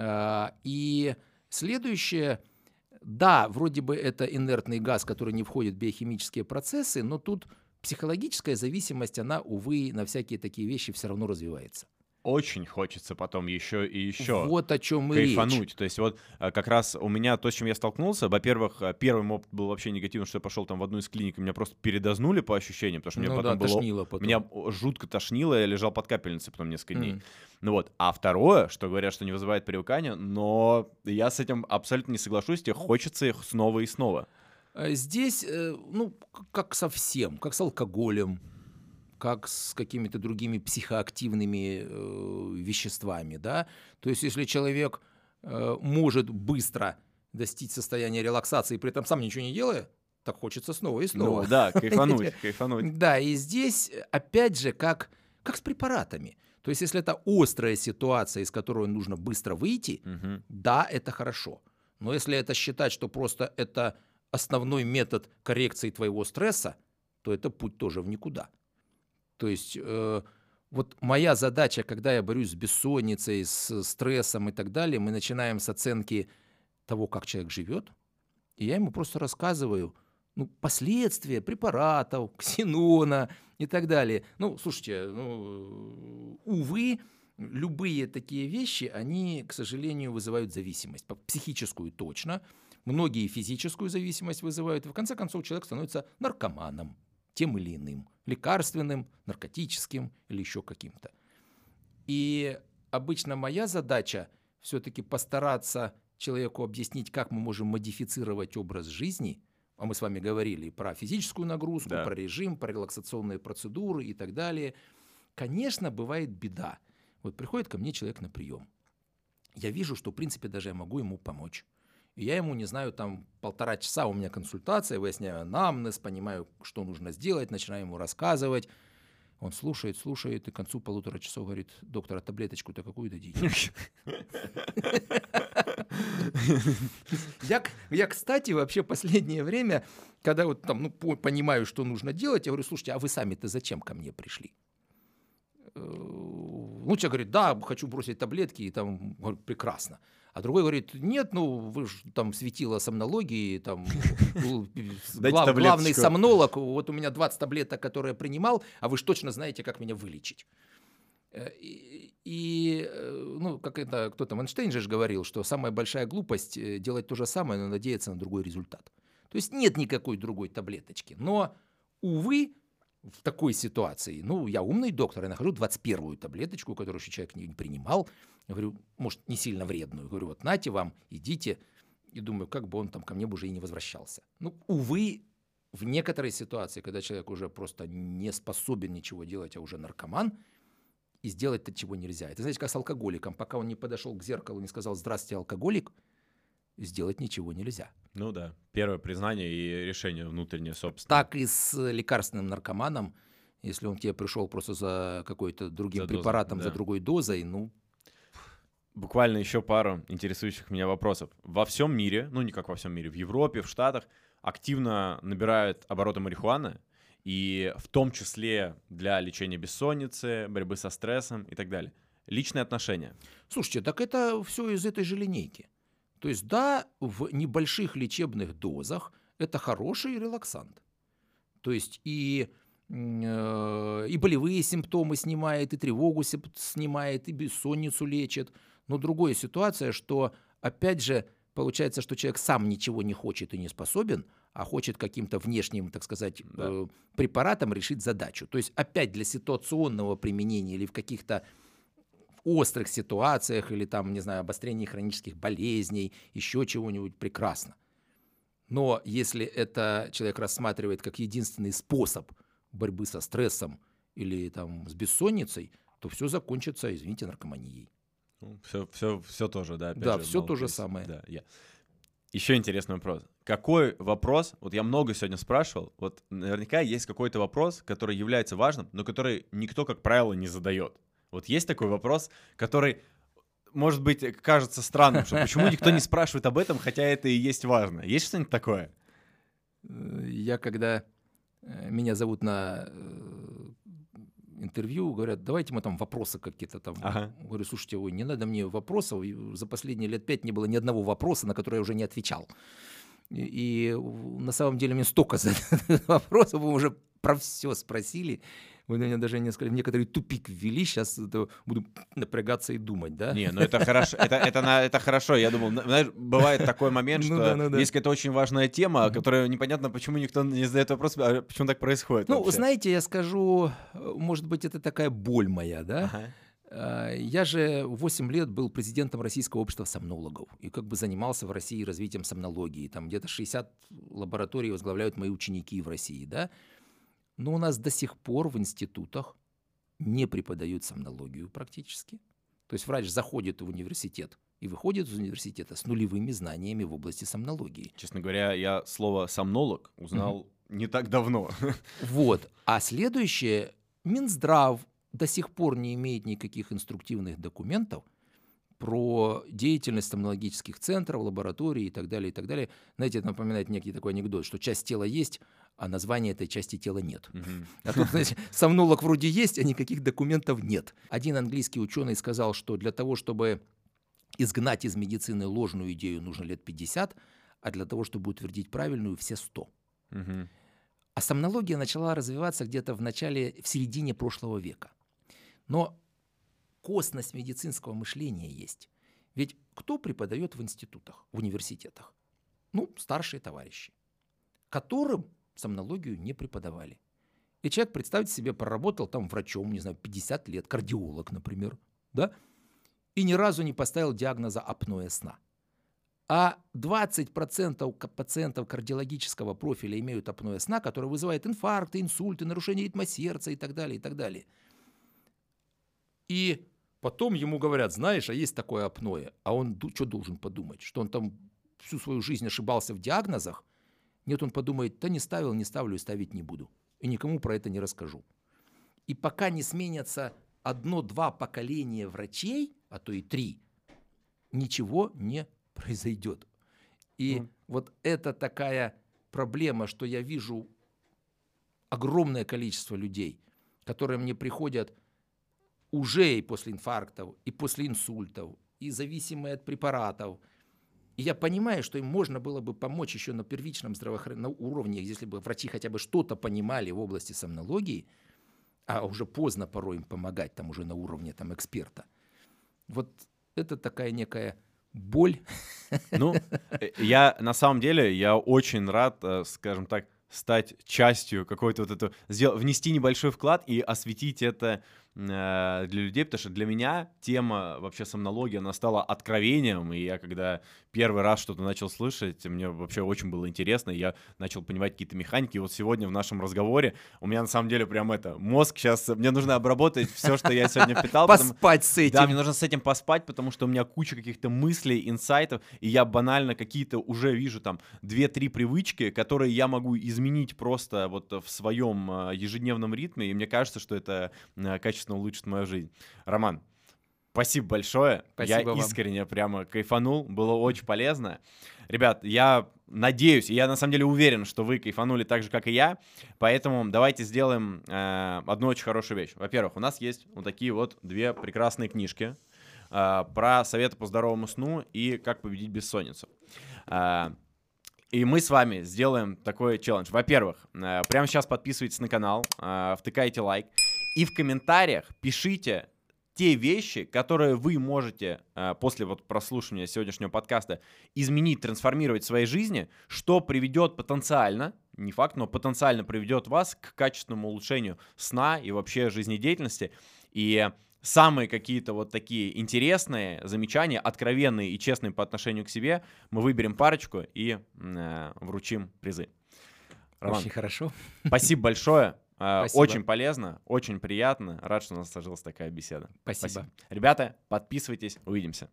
И следующее, да, вроде бы это инертный газ, который не входит в биохимические процессы, но тут психологическая зависимость, она, увы, на всякие такие вещи все равно развивается. Очень хочется потом еще и еще вот о чем и речь. Кайфануть. То есть вот как раз у меня то, с чем я столкнулся, во-первых, первый опыт был вообще негативный, что я пошел там в одну из клиник, и меня просто передознули по ощущениям, потому что мне потом было... тошнило потом. Меня жутко тошнило, я лежал под капельницей потом несколько дней. Ну вот. А второе, что говорят, что не вызывает привыкания, но я с этим абсолютно не соглашусь, тебе хочется их снова и снова. Здесь, ну, как со всем, как с алкоголем, как с какими-то другими психоактивными веществами, да. То есть если человек может быстро достичь состояния релаксации, при этом сам ничего не делая, так хочется снова и снова. Ну да, кайфануть. Да, и здесь опять же как с препаратами. То есть если это острая ситуация, из которой нужно быстро выйти, да, это хорошо. Но если это считать, что просто это основной метод коррекции твоего стресса, то это путь тоже в никуда. То есть вот моя задача, когда я борюсь с бессонницей, с стрессом и так далее, мы начинаем с оценки того, как человек живет, и я ему просто рассказываю последствия препаратов, ксенона и так далее. Ну, слушайте, увы, любые такие вещи, они, к сожалению, вызывают зависимость. Психическую точно, многие физическую зависимость вызывают. И в конце концов человек становится наркоманом. Тем или иным, лекарственным, наркотическим или еще каким-то. И обычно моя задача все-таки постараться человеку объяснить, как мы можем модифицировать образ жизни, а мы с вами говорили про физическую нагрузку, да, про режим, про релаксационные процедуры и так далее. Конечно, бывает беда. Вот приходит ко мне человек на прием. Я вижу, что, в принципе, даже я могу ему помочь. И я ему, не знаю, там 1,5 часа у меня консультация, выясняю анамнез, понимаю, что нужно сделать, начинаю ему рассказывать. Он слушает, и к концу 1,5 часа говорит: доктор, а таблеточку-то какую дадите? Я, кстати, вообще последнее время, когда вот там, понимаю, что нужно делать, я говорю: слушайте, а вы сами-то зачем ко мне пришли? Человек говорит: да, хочу бросить таблетки, и там, говорю, прекрасно. А другой говорит: нет, вы же там светило сомнологии, там главный сомнолог, вот у меня 20 таблеток, которые я принимал, а вы же точно знаете, как меня вылечить. И как это кто-то, Эйнштейн же говорил, что самая большая глупость делать то же самое, но надеяться на другой результат. То есть нет никакой другой таблеточки. Но, увы, в такой ситуации, я умный доктор, я нахожу 21-ю таблеточку, которую еще человек не принимал. Я говорю, может, не сильно вредную. Говорю, вот нате вам, идите. И думаю, как бы он там ко мне уже и не возвращался. Увы, в некоторой ситуации, когда человек уже просто не способен ничего делать, а уже наркоман, и сделать-то чего нельзя. Это, знаете, как с алкоголиком. Пока он не подошел к зеркалу и не сказал: здравствуйте, алкоголик, сделать ничего нельзя. Ну да, первое признание и решение внутреннее, собственно. Так и с лекарственным наркоманом, если он к тебе пришел просто за какой-то другим препаратом, да, за другой дозой, Буквально еще пару интересующих меня вопросов. Во всем мире, не как во всем мире, в Европе, в Штатах активно набирают обороты марихуаны, и в том числе для лечения бессонницы, борьбы со стрессом и так далее. Личные отношения. Слушайте, так это все из этой же линейки. То есть, да, в небольших лечебных дозах это хороший релаксант. То есть и и болевые симптомы снимает, и тревогу снимает, и бессонницу лечит. Но другая ситуация, что, опять же, получается, что человек сам ничего не хочет и не способен, а хочет каким-то внешним, так сказать, препаратом решить задачу. То есть опять для ситуационного применения или в каких-то острых ситуациях, или там, не знаю, обострении хронических болезней, еще чего-нибудь, прекрасно. Но если это человек рассматривает как единственный способ борьбы со стрессом или там с бессонницей, то все закончится, извините, наркоманией. Все тоже, да? Да, все то же самое. Да, Еще интересный вопрос. Какой вопрос, вот я много сегодня спрашивал, вот наверняка есть какой-то вопрос, который является важным, но который никто, как правило, не задает. Вот есть такой вопрос, который, может быть, кажется странным, что почему никто не спрашивает об этом, хотя это и есть важно. Есть что-нибудь такое? Я когда меня зовут на интервью, говорят, давайте мы там вопросы какие-то там. Говорю, слушайте, ой, не надо мне вопросов. За последние лет 5 не было ни одного вопроса, на который я уже не отвечал. И на самом деле мне столько вопросов, вы уже про все спросили. Вы меня даже некоторый тупик ввели, сейчас буду напрягаться и думать, да? Не, ну это хорошо, это хорошо. Я думал, знаешь, бывает такой момент, что есть какая-то очень важная тема, которая непонятно, почему никто не задает вопрос, а почему так происходит. Ну, знаете, я скажу, может быть, это такая боль моя, да? Я же 8 лет был президентом Российского общества сомнологов и как бы занимался в России развитием сомнологии. Там где-то 60 лабораторий возглавляют мои ученики в России, да? Но у нас до сих пор в институтах не преподают сомнологию практически. То есть врач заходит в университет и выходит из университета с нулевыми знаниями в области сомнологии. Честно говоря, я слово «сомнолог» узнал не так давно. Вот. А следующее, Минздрав до сих пор не имеет никаких инструктивных документов про деятельность сомнологических центров, лабораторий и так далее, и так далее. Знаете, это напоминает некий такой анекдот, что часть тела есть, а названия этой части тела нет. А тут, знаете, сомнолог вроде есть, а никаких документов нет. Один английский ученый сказал, что для того, чтобы изгнать из медицины ложную идею, нужно лет 50, а для того, чтобы утвердить правильную, все 100. А сомнология начала развиваться где-то в середине прошлого века. Но косность медицинского мышления есть. Ведь кто преподает в институтах, в университетах? Ну, старшие товарищи, которым сомнологию не преподавали. И человек, представьте себе, проработал там врачом, не знаю, 50 лет, кардиолог, например, да? И ни разу не поставил диагноза апноэ сна. А 20% пациентов кардиологического профиля имеют апноэ сна, которое вызывает инфаркты, инсульты, нарушение ритма сердца и так далее, и так далее. И потом ему говорят, знаешь, а есть такое апноэ. А он что должен подумать? Что он там всю свою жизнь ошибался в диагнозах? Нет, он подумает, да не ставил, не ставлю и ставить не буду. И никому про это не расскажу. И пока не сменятся 1-2 поколения врачей, а то и 3, ничего не произойдет. И вот это такая проблема, что я вижу огромное количество людей, которые мне приходят уже и после инфарктов, и после инсультов, и зависимые от препаратов. И я понимаю, что им можно было бы помочь еще на первичном здравоохранительном уровне, если бы врачи хотя бы что-то понимали в области сомнологии, а уже поздно порой им помогать там уже на уровне там, эксперта. Вот это такая некая боль. Ну, я на самом деле, я очень рад, скажем так, стать частью какой-то вот этого, внести небольшой вклад и осветить это для людей, потому что для меня тема вообще сомнологии, она стала откровением, и я когда первый раз что-то начал слышать, мне вообще очень было интересно, и я начал понимать какие-то механики, и вот сегодня в нашем разговоре у меня на самом деле прям мозг сейчас, мне нужно обработать все, что я сегодня впитал. Поспать с этим. Да, мне нужно с этим поспать, потому что у меня куча каких-то мыслей, инсайтов, и я банально какие-то уже вижу там 2-3 привычки, которые я могу изменить просто вот в своем ежедневном ритме, и мне кажется, что это качественно улучшит мою жизнь. Роман, спасибо большое. Спасибо я искренне прямо кайфанул, было очень полезно. Ребят, я надеюсь, и я на самом деле уверен, что вы кайфанули так же, как и я, поэтому давайте сделаем одну очень хорошую вещь. Во-первых, у нас есть вот такие вот 2 прекрасные книжки про советы по здоровому сну и как победить бессонницу. И мы с вами сделаем такой челлендж. Во-первых, прямо сейчас подписывайтесь на канал, втыкайте лайк. И в комментариях пишите те вещи, которые вы можете после вот прослушивания сегодняшнего подкаста изменить, трансформировать в своей жизни, что приведет потенциально, не факт, но потенциально приведет вас к качественному улучшению сна и вообще жизнедеятельности. И самые какие-то вот такие интересные замечания, откровенные и честные по отношению к себе, мы выберем парочку и вручим призы. Роман, очень хорошо. Спасибо большое. Спасибо. Очень полезно, очень приятно. Рад, что у нас сложилась такая беседа. Спасибо. Ребята, подписывайтесь, увидимся.